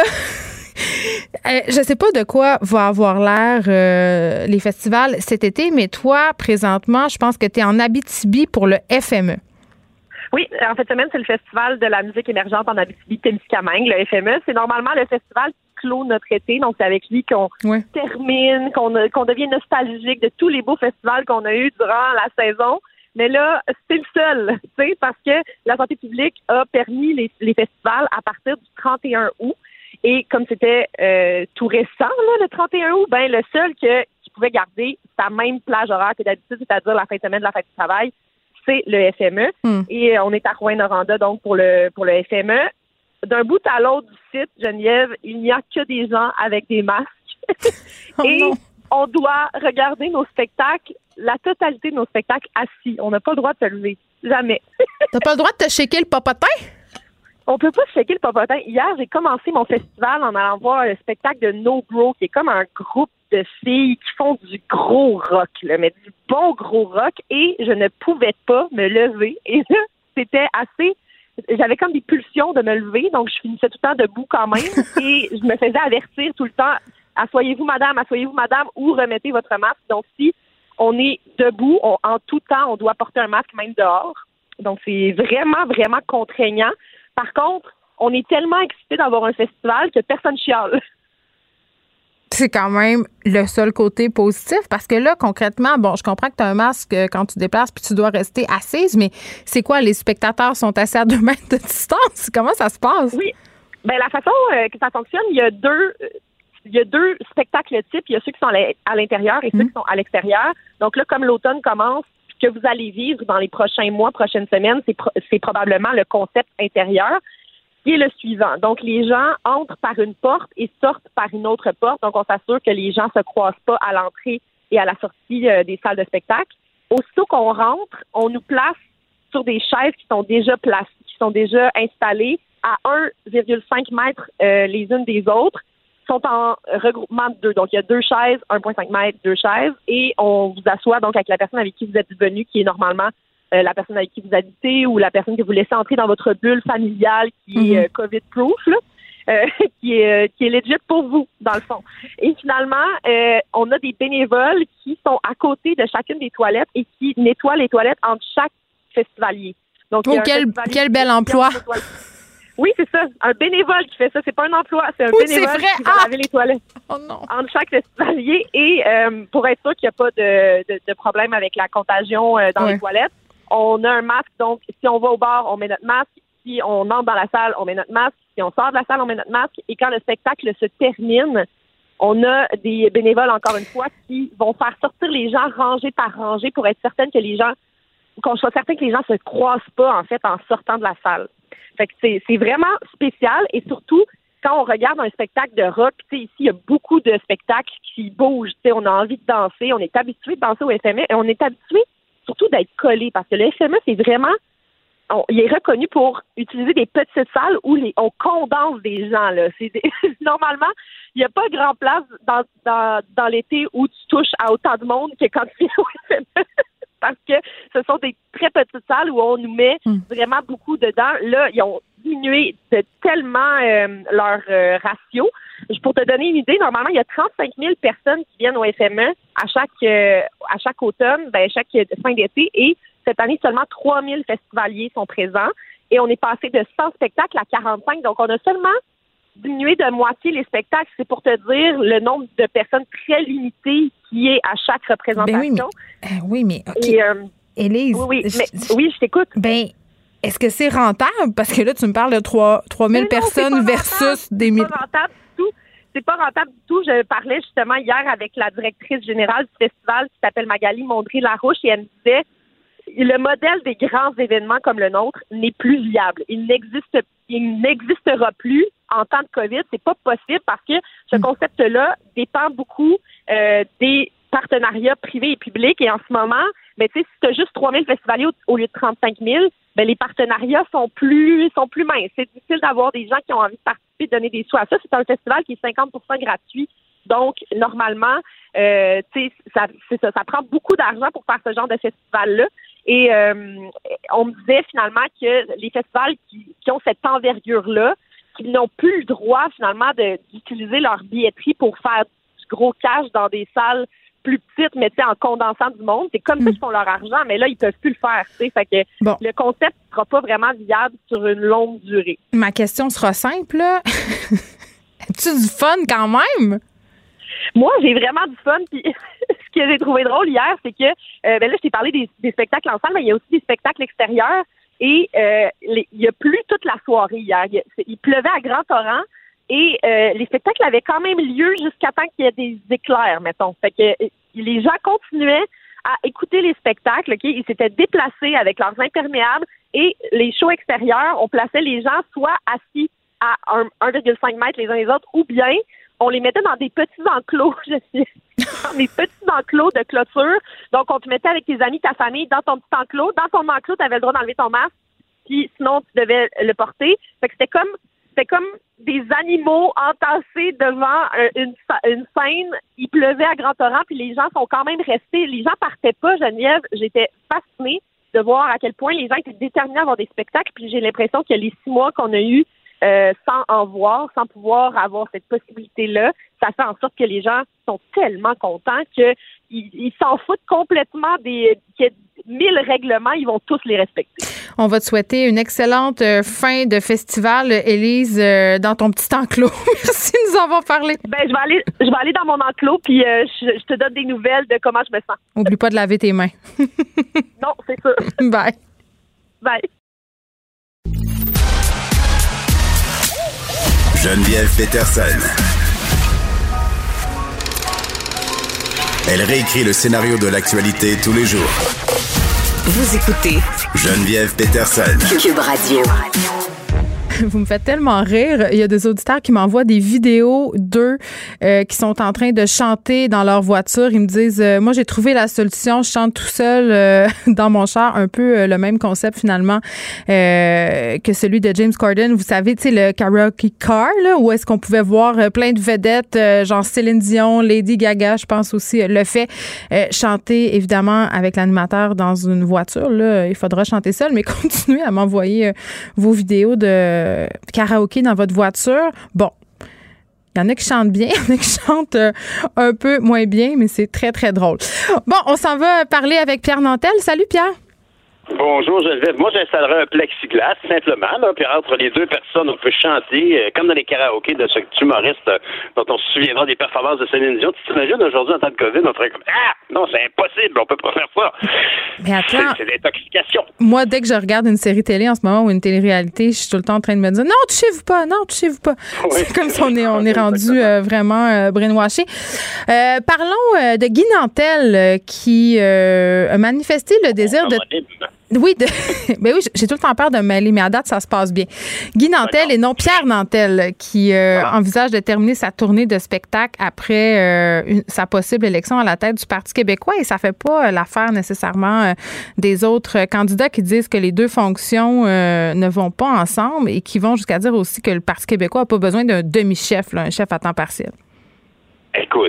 Euh, je sais pas de quoi va avoir l'air euh, les festivals cet été, mais toi, présentement, je pense que tu es en Abitibi pour le F M E. Oui, en cette semaine, c'est le Festival de la musique émergente en Abitibi-Témiscamingue, le F M E. C'est normalement le festival qui clôt notre été, donc c'est avec lui qu'on ouais. termine, qu'on, qu'on devient nostalgique de tous les beaux festivals qu'on a eus durant la saison. Mais là, c'est le seul, tu sais, parce que la santé publique a permis les, les festivals à partir du trente et un août. Et comme c'était euh, tout récent, là, le trente et un août, ben le seul que, qui pouvait garder sa même plage horaire que d'habitude, c'est-à-dire la fin de semaine de la fête du travail, c'est le F M E. Mm. Et on est à Rouyn-Noranda, donc, pour le pour le F M E. D'un bout à l'autre du site, Geneviève, il n'y a que des gens avec des masques. oh Et non. on doit regarder nos spectacles, la totalité de nos spectacles assis. On n'a pas le droit de se lever. Jamais. T'as pas le droit de te shaker le popotin? On peut pas se shaker le popotin. Hier, j'ai commencé mon festival en allant voir le spectacle de No Bro, qui est comme un groupe de filles qui font du gros rock, là, mais du bon gros rock, et je ne pouvais pas me lever. Et là, c'était assez... J'avais comme des pulsions de me lever, donc je finissais tout le temps debout quand même, et je me faisais avertir tout le temps, assoyez-vous madame, assoyez-vous madame, ou remettez votre masque. Donc si on est debout, on, en tout temps, on doit porter un masque même dehors. Donc c'est vraiment, vraiment contraignant. Par contre, on est tellement excités d'avoir un festival que personne chiale. C'est quand même le seul côté positif parce que là, concrètement, bon, je comprends que tu as un masque quand tu te déplaces puis tu dois rester assise, mais c'est quoi? Les spectateurs sont assis à deux mètres de distance? Comment ça se passe? Oui. Ben la façon euh, que ça fonctionne, il y a deux... Euh, il y a deux spectacles types. Il y a ceux qui sont à l'intérieur et ceux mmh. qui sont à l'extérieur. Donc là, comme l'automne commence, ce que vous allez vivre dans les prochains mois, prochaines semaines, c'est, pro- c'est probablement le concept intérieur qui est le suivant. Donc, les gens entrent par une porte et sortent par une autre porte. Donc, on s'assure que les gens ne se croisent pas à l'entrée et à la sortie euh, des salles de spectacle. Aussitôt qu'on rentre, on nous place sur des chaises qui sont déjà placées, qui sont déjà installées à un virgule cinq mètres euh, les unes des autres, sont en regroupement de deux. Donc, il y a deux chaises, un virgule cinq mètres, deux chaises, et on vous assoit donc avec la personne avec qui vous êtes venu, qui est normalement euh, la personne avec qui vous habitez ou la personne que vous laissez entrer dans votre bulle familiale qui mm-hmm. est euh, COVID-proof, là, euh, qui est euh, qui est legit pour vous, dans le fond. Et finalement, euh, on a des bénévoles qui sont à côté de chacune des toilettes et qui nettoient les toilettes entre chaque festivalier. Donc, oh, quel, quel bel emploi! Oui, c'est ça. Un bénévole qui fait ça. C'est pas un emploi, c'est un oui, bénévole c'est vrai. qui va ah! laver les toilettes. Oh non. Entre chaque festivalier et euh, pour être sûr qu'il n'y a pas de, de, de problème avec la contagion euh, dans ouais. les toilettes, on a un masque. Donc, si on va au bar, on met notre masque. Si on entre dans la salle, on met notre masque. Si on sort de la salle, on met notre masque. Et quand le spectacle se termine, on a des bénévoles, encore une fois, qui vont faire sortir les gens rangée par rangée pour être certaine que les gens, qu'on soit certain que les gens se croisent pas, en fait, en sortant de la salle. Fait que c'est, c'est vraiment spécial et surtout, quand on regarde un spectacle de rock, tu sais, ici, il y a beaucoup de spectacles qui bougent, tu sais, on a envie de danser, on est habitué de danser au F M E et on est habitué surtout d'être collé parce que le F M E, c'est vraiment, on, il est reconnu pour utiliser des petites salles où les, on condense des gens, là. C'est des, normalement, il n'y a pas grand place dans, dans, dans l'été où tu touches à autant de monde que quand tu es au F M E. Parce que ce sont des très petites salles où on nous met mm. vraiment beaucoup dedans. Là, ils ont diminué de tellement euh, leur euh, ratio. Pour te donner une idée, normalement, il y a trente-cinq mille personnes qui viennent au F M E à chaque euh, à chaque automne, ben, chaque fin d'été. Et cette année, seulement trois mille festivaliers sont présents. Et on est passé de cent spectacles à quarante-cinq. Donc, on a seulement diminué de moitié les spectacles. C'est pour te dire le nombre de personnes très limitées qui est à chaque représentation. Ben oui, mais, euh, oui, mais OK. Et, euh, Élise, oui, oui, je, mais, je, oui, je t'écoute. Ben, est-ce que c'est rentable? Parce que là, tu me parles de trois mille personnes versus des mille. C'est pas rentable du tout. C'est pas rentable du tout. Je parlais justement hier avec la directrice générale du festival qui s'appelle Magali Mondry-Larouche et elle me disait le modèle des grands événements comme le nôtre n'est plus viable. Il n'existe, il n'existera plus en temps de COVID. C'est pas possible parce que ce concept-là dépend beaucoup euh, des partenariats privés et publics. Et en ce moment, ben, tu sais, si tu as juste trois mille festivaliers au, au lieu de trente-cinq mille, ben, les partenariats sont plus sont plus minces. C'est difficile d'avoir des gens qui ont envie de participer, de donner des sous à ça. C'est un festival qui est cinquante pour cent gratuit. Donc, normalement, euh, tu sais, ça, c'est ça, ça prend beaucoup d'argent pour faire ce genre de festival-là. Et euh, on me disait finalement que les festivals qui, qui ont cette envergure-là, qui n'ont plus le droit finalement de, d'utiliser leur billetterie pour faire du gros cash dans des salles plus petites, mais tu sais, en condensant du monde, c'est comme mmh. ça qu'ils font leur argent, mais là, ils peuvent plus le faire, tu sais. Fait que bon. Le concept ne sera pas vraiment viable sur une longue durée. Ma question sera simple, là. As-tu du fun quand même? Moi, j'ai vraiment du fun. Puis ce que j'ai trouvé drôle hier, c'est que euh, ben là, je t'ai parlé des, des spectacles en salle, mais il y a aussi des spectacles extérieurs. Et euh, les, il y a plu toute la soirée hier. Il, il pleuvait à grand torrent et euh, les spectacles avaient quand même lieu jusqu'à temps qu'il y ait des éclairs, mettons. Fait que euh, les gens continuaient à écouter les spectacles. Okay? Ils s'étaient déplacés avec leurs imperméables et les shows extérieurs, on plaçait les gens soit assis à un virgule cinq mètres les uns les autres ou bien on les mettait dans des petits enclos, je sais, dans des petits enclos de clôture. Donc, on te mettait avec tes amis, ta famille, dans ton petit enclos. Dans ton enclos, tu avais le droit d'enlever ton masque, puis sinon, tu devais le porter. Fait que c'était comme, c'était comme des animaux entassés devant une, une scène. Il pleuvait à grand torrent, puis les gens sont quand même restés. Les gens partaient pas, Geneviève. J'étais fascinée de voir à quel point les gens étaient déterminés à avoir des spectacles, puis j'ai l'impression que les six mois qu'on a eus, Euh, sans en voir, sans pouvoir avoir cette possibilité-là, ça fait en sorte que les gens sont tellement contents qu'ils ils s'en foutent complètement des qu'il y ait mille règlements, ils vont tous les respecter. On va te souhaiter une excellente fin de festival, Élise, euh, dans ton petit enclos. Merci de nous avoir parlé. Ben, je vais aller, je vais aller dans mon enclos, puis euh, je, je te donne des nouvelles de comment je me sens. Oublie pas de laver tes mains. Non, c'est sûr. Bye. Bye. Geneviève Peterson. Elle réécrit le scénario de l'actualité tous les jours. Vous écoutez Geneviève Peterson. Cube Radio. Vous me faites tellement rire. Il y a des auditeurs qui m'envoient des vidéos d'eux euh, qui sont en train de chanter dans leur voiture. Ils me disent, euh, moi, j'ai trouvé la solution. Je chante tout seul euh, dans mon char. Un peu euh, le même concept, finalement, euh, que celui de James Corden. Vous savez, tu sais, le karaoke car, là, où est-ce qu'on pouvait voir euh, plein de vedettes, euh, genre Céline Dion, Lady Gaga, je pense aussi, euh, le fait euh, chanter, évidemment, avec l'animateur dans une voiture. Là, il faudra chanter seul, mais continuez à m'envoyer euh, vos vidéos de karaoké dans votre voiture. Bon, il y en a qui chantent bien, il y en a qui chantent euh, un peu moins bien, mais c'est très, très drôle. Bon, on s'en va parler avec Pierre Nantel. Salut, Pierre. Bonjour Geneviève. Moi, j'installerais un plexiglas, simplement, là, puis entre les deux personnes, on peut chanter, euh, comme dans les karaokés de ce humoriste euh, dont on se souviendra des performances de Céline Dion. Tu t'imagines aujourd'hui, en temps de COVID, on ferait comme « Ah! Non, c'est impossible, on peut pas faire ça! » Mais attends. C'est, c'est l'intoxication. Moi, dès que je regarde une série télé en ce moment ou une télé-réalité, je suis tout le temps en train de me dire « Non, touchez-vous pas! Non, touchez-vous pas! Oui. » C'est comme si on est, on est rendu euh, vraiment euh, brainwashé. Euh, parlons euh, de Guy Nantel euh, qui euh, a manifesté le désir de... Oui, de... ben oui, j'ai tout le temps peur de me mêler, mais à date, ça se passe bien. Guy Nantel et non Pierre Nantel qui euh, ah. envisage de terminer sa tournée de spectacle après euh, une, sa possible élection à la tête du Parti québécois, et ça fait pas euh, l'affaire nécessairement euh, des autres euh, candidats qui disent que les deux fonctions euh, ne vont pas ensemble et qui vont jusqu'à dire aussi que le Parti québécois n'a pas besoin d'un demi-chef, là, un chef à temps partiel. Écoute,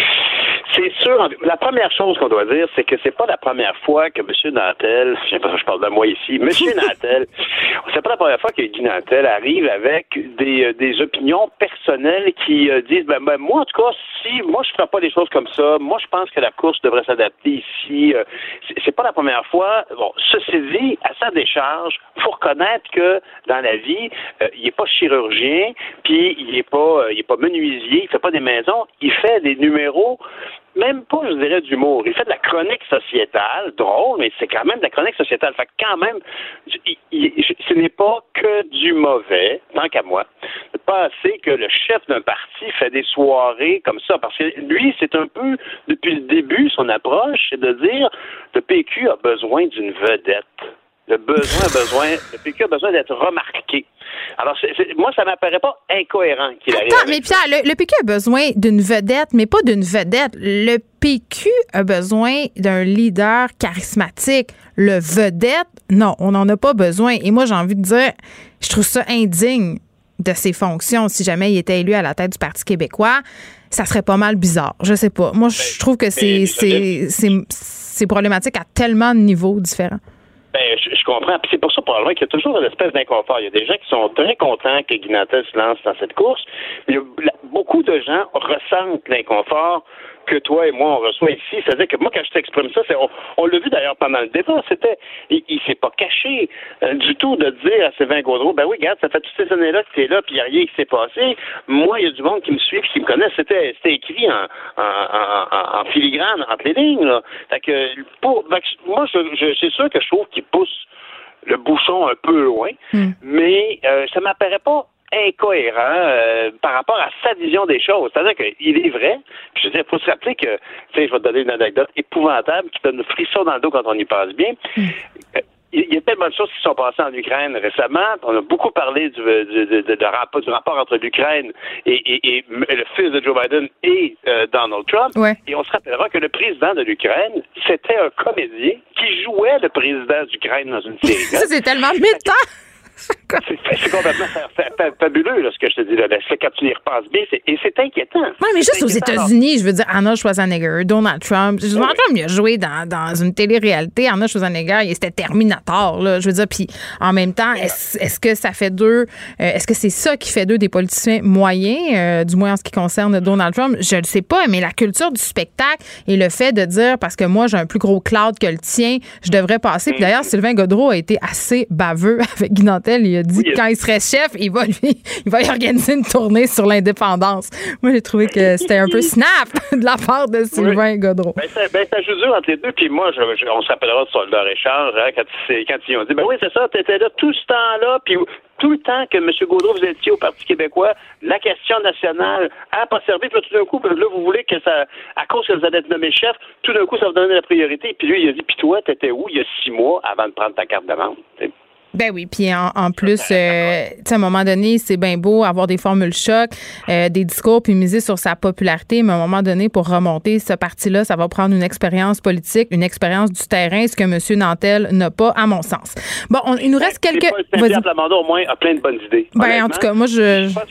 c'est sûr, la première chose qu'on doit dire, c'est que c'est pas la première fois que M. Nantel, je sais pas si je parle de moi ici, M. Nantel, c'est pas la première fois que Guy Nantel arrive avec des, des opinions personnelles qui euh, disent, ben, ben moi en tout cas, si moi je ferais pas des choses comme ça, moi je pense que la course devrait s'adapter ici. Euh, c'est, c'est pas la première fois. Bon, ceci dit, à sa décharge, faut reconnaître que dans la vie, euh, il est pas chirurgien, puis il est pas, euh, il est pas menuisier, il fait pas des maisons, il fait des numéros. Même pas, je dirais, d'humour. Il fait de la chronique sociétale, drôle, mais c'est quand même de la chronique sociétale. Fait que quand même, il, il, ce n'est pas que du mauvais, tant qu'à moi, de penser que le chef d'un parti fait des soirées comme ça. Parce que lui, c'est un peu, depuis le début, son approche, c'est de dire le P Q a besoin d'une vedette. Le besoin a besoin, le P Q a besoin d'être remarqué. Alors, c'est, c'est, moi, ça m'apparaît pas incohérent qu'il arrive. Attends, mais Pierre, le, le P Q a besoin d'une vedette, mais pas d'une vedette. Le P Q a besoin d'un leader charismatique. Le vedette, non, on n'en a pas besoin. Et moi, j'ai envie de dire, je trouve ça indigne de ses fonctions. Si jamais il était élu à la tête du Parti québécois, ça serait pas mal bizarre. Je sais pas. Moi, je trouve que c'est, c'est, c'est, c'est problématique à tellement de niveaux différents. Ben, je, je comprends. Puis c'est pour ça, probablement, qu'il y a toujours une espèce d'inconfort. Il y a des gens qui sont très contents que Guy Nantel se lance dans cette course. Mais il y a, beaucoup de gens ressentent l'inconfort que toi et moi, on reçoit ici. C'est-à-dire que moi, quand je t'exprime ça, c'est, on, on l'a vu d'ailleurs pendant le débat, c'était, il, il s'est pas caché euh, du tout de dire à Sylvain Gaudreault, ben oui, regarde, ça fait toutes ces années-là que tu es là, puis il n'y a rien qui s'est passé. Moi, il y a du monde qui me suit, qui me connaît. C'était, c'était écrit en, en, en, en filigrane, entre les lignes, là. Fait que, pour, fait que moi, je, je, c'est sûr que je trouve qu'il pousse le bouchon un peu loin, mm. mais euh, ça m'apparaît pas incohérent euh, par rapport à sa vision des choses. C'est-à-dire qu'il est vrai, puis je veux dire, il faut se rappeler que, tu sais, je vais te donner une anecdote épouvantable qui donne le frisson dans le dos quand on y passe bien. Mm. Euh, il y a tellement de choses qui sont passées en Ukraine récemment. On a beaucoup parlé du, du, du, du, du, rapport, du rapport entre l'Ukraine et, et, et le fils de Joe Biden et euh, Donald Trump. Ouais. Et on se rappellera que le président de l'Ukraine, c'était un comédien qui jouait le président d'Ukraine dans une série. Ça, c'est tellement méta! C'est, c'est complètement fabuleux, là, ce que je te dis. Là. Quand tu y repenses bien, c'est, et c'est inquiétant. Oui, mais juste aux États-Unis, je veux dire, Arnold Schwarzenegger, Donald Trump. Donald Trump, il a joué dans, dans une télé-réalité. Arnold Schwarzenegger, il était Terminator, là. Je veux dire, puis en même temps, est-ce, est-ce que ça fait d'eux, euh, est-ce que c'est ça qui fait d'eux des politiciens moyens, euh, du moins en ce qui concerne Donald Trump? Je le sais pas, mais la culture du spectacle et le fait de dire, parce que moi, j'ai un plus gros cloud que le tien, je devrais passer. Puis d'ailleurs, Sylvain Gaudreault a été assez baveux avec Guy Nantel. Il a dit oui, que quand il serait chef, il va lui, il va y organiser une tournée sur l'indépendance. Moi, j'ai trouvé que c'était un peu snap de la part de Sylvain oui. Gaudreault. Ben, ça, ben, ça joue dur entre les deux. Puis moi, je, je, on se rappellera de leur échange hein, quand, quand ils ont dit, ben oui, c'est ça, t'étais là tout ce temps-là, puis tout le temps que M. Gaudreault, vous étiez au Parti québécois, la question nationale n'a pas servi. Puis là, tout d'un coup, là, vous voulez que ça, à cause que vous allez être nommé chef, tout d'un coup, ça vous donne la priorité. Puis lui, il a dit, puis toi, t'étais où il y a six mois avant de prendre ta carte de membre? T'sais. Ben oui, puis en, en plus, euh, tu sais, à un moment donné, c'est bien beau avoir des formules choc, euh, des discours, puis miser sur sa popularité, mais à un moment donné, pour remonter ce parti-là, ça va prendre une expérience politique, une expérience du terrain, ce que M. Nantel n'a pas, à mon sens. Bon, on, il nous reste quelques... Pierre Plamondon, au moins, a plein de bonnes idées. Ben, en tout cas, moi, je... Je pense qu'il faut, je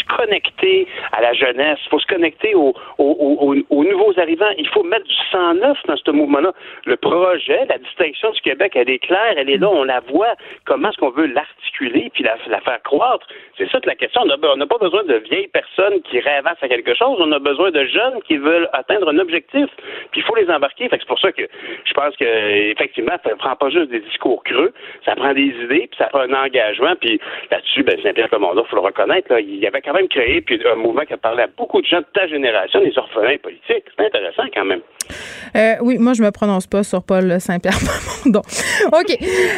se connecter à la jeunesse, il faut se connecter aux, aux, aux, aux nouveaux arrivants. Il faut mettre du sang neuf dans ce mouvement-là. Le projet, la distinction du Québec, elle est claire, elle est là, on la voit. Comment est-ce qu'on veut l'articuler puis la, la faire croître? C'est ça que la question. On n'a pas besoin de vieilles personnes qui rêvassent à quelque chose. On a besoin de jeunes qui veulent atteindre un objectif. Puis il faut les embarquer. Fait que c'est pour ça que je pense que effectivement, ça ne prend pas juste des discours creux, ça prend des idées, puis ça prend un engagement. Puis là-dessus, ben, Saint-Pierre Plamondon, il faut le reconnaître, là, il avait quand même créé puis un mouvement qui a parlé à beaucoup de gens de ta génération, les orphelins politiques. C'est intéressant quand même. Euh, oui, moi, je me prononce pas sur Paul Saint-Pierre Plamondon. OK.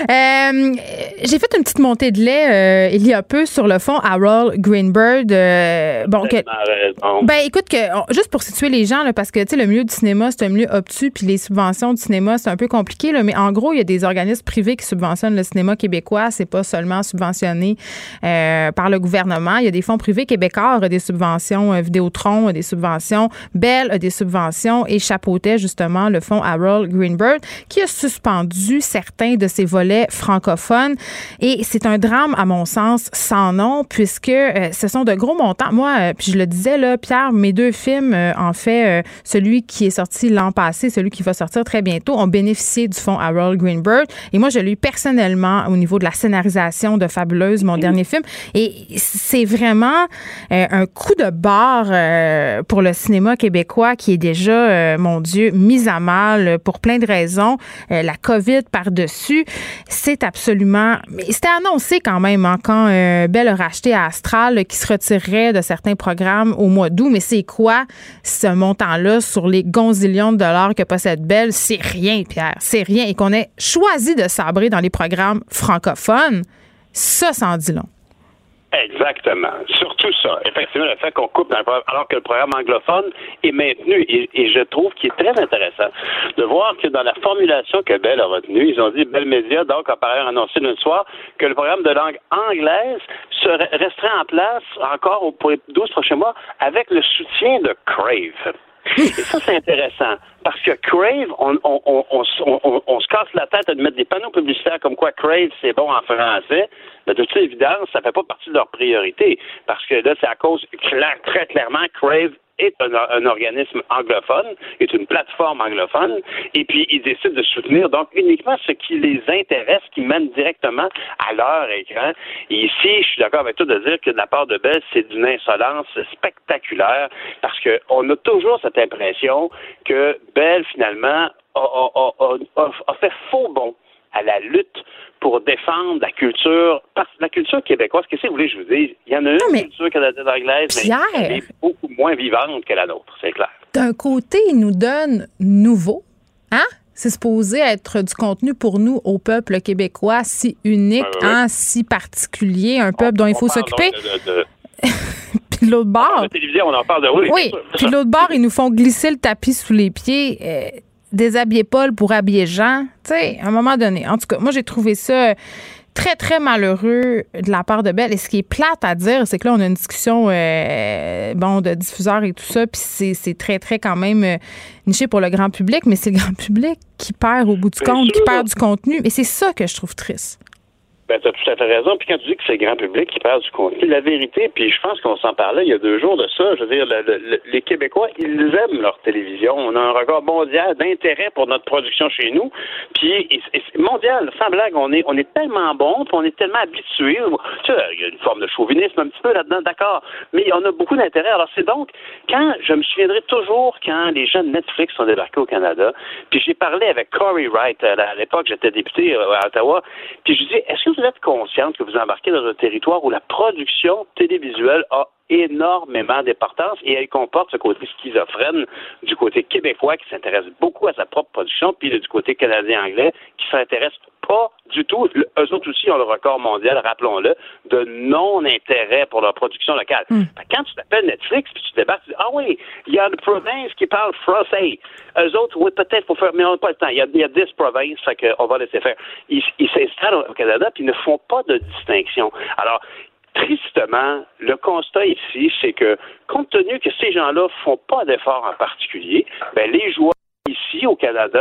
Euh, j'ai fait une petite montée de lait euh, il y a peu sur le fond Harold Greenberg. Euh, bon, que, ben écoute, que juste pour situer les gens, là, parce que tu sais, le milieu du cinéma, c'est un milieu obtus, puis les subventions du cinéma, c'est un peu compliqué, là, mais en gros, il y a des organismes privés qui subventionnent le cinéma québécois. C'est pas seulement subventionné euh, par le gouvernement. Il y a des fonds privés. Québécois a des subventions, euh, Vidéotron a des subventions, Bell a des subventions et chapeautait justement le fonds Harold Greenberg qui a suspendu certains de ses volets francophones. Et c'est un drame, à mon sens, sans nom, puisque euh, ce sont de gros montants. Moi, euh, puis je le disais, là, Pierre, mes deux films, euh, en fait, euh, celui qui est sorti l'an passé, celui qui va sortir très bientôt, ont bénéficié du fonds Harold Greenberg. Et moi, je l'ai eu personnellement au niveau de la scénarisation de Fabuleuse, mon mmh. dernier film. Et c'est vraiment euh, un coup de barre euh, pour le cinéma québécois qui est déjà, euh, mon Dieu, mis à mal pour plein de raisons. Euh, la COVID par-dessus, c'est absolument... Mais c'était annoncé quand même hein, quand euh, Bell a racheté à Astral euh, qui se retirerait de certains programmes au mois d'août. Mais c'est quoi ce montant-là sur les gonzillions de dollars que possède Bell? C'est rien, Pierre. C'est rien. Et qu'on ait choisi de sabrer dans les programmes francophones, ça, ça en dit long. Exactement. Surtout ça. Effectivement, le fait qu'on coupe dans le programme, alors que le programme anglophone est maintenu. Et, et je trouve qu'il est très intéressant de voir que dans la formulation que Bell a retenue, ils ont dit, Bell Media, donc, a par ailleurs annoncé lundi soir que le programme de langue anglaise serait, resterait en place encore pour les douze prochains mois avec le soutien de Crave. Et ça, c'est intéressant. Parce que Crave, on, on, on, on, on, on se casse la tête à mettre des panneaux publicitaires comme quoi Crave, c'est bon en français. Mais de toute évidence, ça fait pas partie de leur priorité. Parce que là, c'est à cause, clair, très clairement, Crave est un, un organisme anglophone, est une plateforme anglophone, et puis ils décident de soutenir donc uniquement ce qui les intéresse, qui mène directement à leur écran. Et ici, je suis d'accord avec toi de dire que de la part de Bell, c'est d'une insolence spectaculaire, parce que on a toujours cette impression que Bell, finalement, a, a, a, a, a fait faux bond à la lutte pour défendre la culture, parce que la culture québécoise, qu'est-ce que vous voulez que je vous dise? Il y en a une non, mais culture canadienne-anglaise, mais elle est beaucoup moins vivante que la nôtre, c'est clair. D'un côté, il nous donne nouveau, hein? C'est supposé être du contenu pour nous, au peuple québécois, si unique, ouais, ouais, ouais. Hein, si particulier, un peuple on, dont il faut s'occuper. De, de, de... Puis de l'autre bord... La télévision, on en parle de oui. Oui, puis de l'autre bord, ils nous font glisser le tapis sous les pieds... Euh, déshabiller Paul pour habiller Jean, tu sais, à un moment donné. En tout cas, moi, j'ai trouvé ça très, très malheureux de la part de Bell. Et ce qui est plate à dire, c'est que là, on a une discussion, euh, bon, de diffuseurs et tout ça, puis c'est, c'est très, très quand même euh, niché pour le grand public, mais c'est le grand public qui perd au bout du compte, qui perd du contenu. Et c'est ça que je trouve triste. Ben, tu as tout à fait raison. Puis quand tu dis que c'est le grand public qui perd du contenu, la vérité, puis je pense qu'on s'en parlait il y a deux jours de ça, je veux dire, le, le, les Québécois, ils aiment leur télévision. On a un record mondial d'intérêt pour notre production chez nous. Puis, et, et, mondial, sans blague, on est, on est tellement bon, puis on est tellement habitués. Tu sais, il y a une forme de chauvinisme un petit peu là-dedans, d'accord, mais on a beaucoup d'intérêt. Alors, c'est donc, quand, je me souviendrai toujours quand les gens de Netflix sont débarqués au Canada, puis j'ai parlé avec Corey Wright, à l'époque, j'étais député à Ottawa, puis je lui dis, est-ce que vous êtes consciente que vous embarquez dans un territoire où la production télévisuelle a énormément d'importance et elle comporte ce côté schizophrène du côté québécois qui s'intéresse beaucoup à sa propre production, puis du côté canadien-anglais qui s'intéresse pas du tout. Eux autres aussi ont le record mondial, rappelons-le, de non-intérêt pour leur production locale. Mm. Quand tu t'appelles Netflix, puis tu débarques, tu dis, ah oui, il y a une province qui parle français. Eux autres, oui, peut-être faut faire, mais on n'a pas le temps. Il y a, il y a dix provinces, fait qu'on va laisser faire. Ils, ils s'installent au Canada, puis ils ne font pas de distinction. Alors, tristement, le constat ici, c'est que, compte tenu que ces gens-là font pas d'efforts en particulier, ben les joueurs ici, au Canada,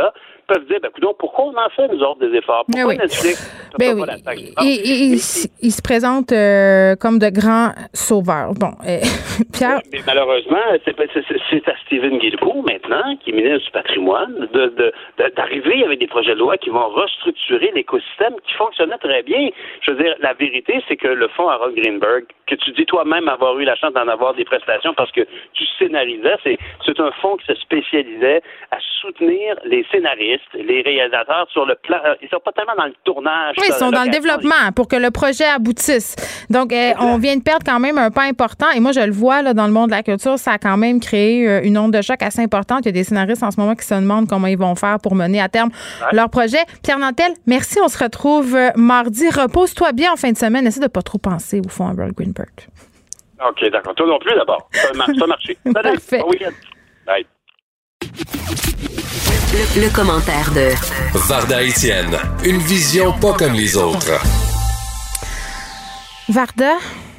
peuvent dire, ben, coudonc, pourquoi on en fait, nous autres, des efforts? Pourquoi oui. Netflix ne ben fait oui. pas la taxe? Et, et, et, ils se présentent euh, comme de grands sauveurs. Bon, euh, Pierre... Mais malheureusement, c'est, c'est, c'est à Stephen Guilbeault, maintenant, qui est ministre du patrimoine, de, de, de, d'arriver avec des projets de loi qui vont restructurer l'écosystème qui fonctionnait très bien. Je veux dire, la vérité, c'est que le fonds Harold Greenberg, que tu dis toi-même avoir eu la chance d'en avoir des prestations parce que tu scénarisais, c'est, c'est un fonds qui se spécialisait à soutenir les scénaristes, les réalisateurs sur le plan. Ils sont pas tellement dans le tournage. Oui, ils sont dans le développement pour que le projet aboutisse. Donc, euh, on vient de perdre quand même un pas important. Et moi, je le vois là, dans le monde de la culture, ça a quand même créé euh, une onde de choc assez importante. Il y a des scénaristes en ce moment qui se demandent comment ils vont faire pour mener à terme ouais. leur projet. Pierre Nantel, merci. On se retrouve euh, mardi. Repose-toi bien en fin de semaine. Essaie de pas trop penser au fond à Harold Greenberg. OK, d'accord. Toi non plus, d'abord. Ça a marché. Parfait. Bon week-end. Bye. Le, le commentaire de Varda Étienne. Une vision pas comme les autres. Varda?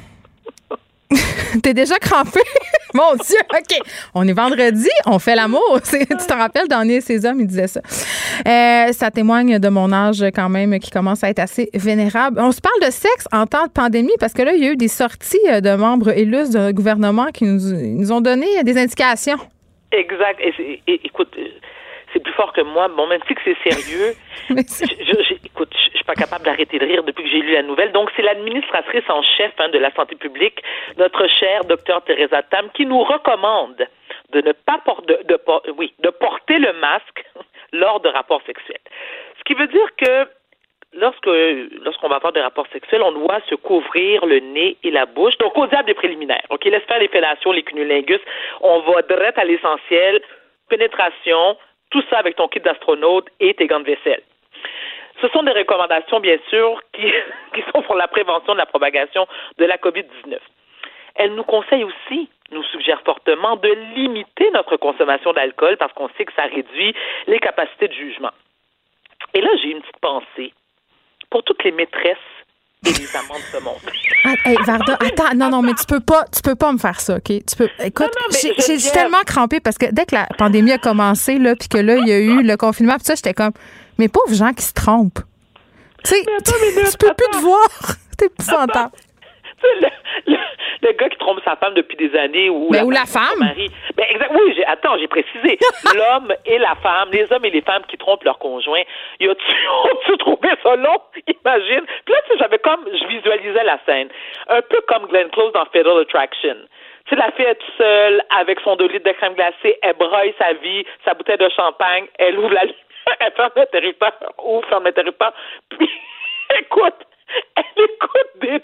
T'es déjà crampé? Mon Dieu, OK. On est vendredi, on fait l'amour. C'est, tu te rappelles, Daniel et ses hommes, il disait ça. Euh, ça témoigne de mon âge quand même qui commence à être assez vénérable. On se parle de sexe en temps de pandémie parce que là, il y a eu des sorties de membres élus du gouvernement qui nous, nous ont donné des indications. Exact. Et, et, écoute, c'est plus fort que moi. Bon, même si que c'est sérieux, c'est... Je, je, écoute, je, je suis pas capable d'arrêter de rire depuis que j'ai lu la nouvelle. Donc, c'est l'administratrice en chef hein, de la santé publique, notre chère docteur Teresa Tam, qui nous recommande de ne pas por- de, de, de, oui, de porter le masque lors de rapports sexuels. Ce qui veut dire que lorsque lorsqu'on va avoir des rapports sexuels, on doit se couvrir le nez et la bouche. Donc, au diable des préliminaires. OK, laisse faire les fellations, les cunnilingus. On va direct à l'essentiel. Pénétration, tout ça avec ton kit d'astronaute et tes gants de vaisselle. Ce sont des recommandations, bien sûr, qui, qui sont pour la prévention de la propagation de la covid dix-neuf. Elle nous conseille aussi, nous suggère fortement, de limiter notre consommation d'alcool parce qu'on sait que ça réduit les capacités de jugement. Et là, j'ai une petite pensée pour toutes les maîtresses et les amants de ce monde. Ah, hey, Varda, attends, non, non, mais tu peux pas, tu peux pas me faire ça, OK? Tu peux, écoute, non, non, j'ai, j'ai viens... tellement crampé parce que dès que la pandémie a commencé, là, puis que là, il y a eu le confinement, puis ça, j'étais comme, mais pauvres gens qui se trompent. Tu sais, tu peux plus te voir. T'es épouvantable. Le, le, le gars qui trompe sa femme depuis des années ou mais la ou la femme. Mari. Ben exact. Oui, j'ai, attends, j'ai précisé. L'homme et la femme, les hommes et les femmes qui trompent leur conjoint. Y a-tu, ont-tu trouvé ça long? Imagine. Puis là, tu sais, j'avais comme, je visualisais la scène. Un peu comme Glenn Close dans Fatal Attraction. Tu sais, la fille est toute seule avec son deux litres de crème glacée, elle broye sa vie, sa bouteille de champagne, elle ouvre la lumière, elle ferme l'interrupteur, ouvre, ferme l'interrupteur, puis écoute, elle écoute des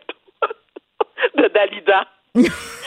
de Dalida. Elle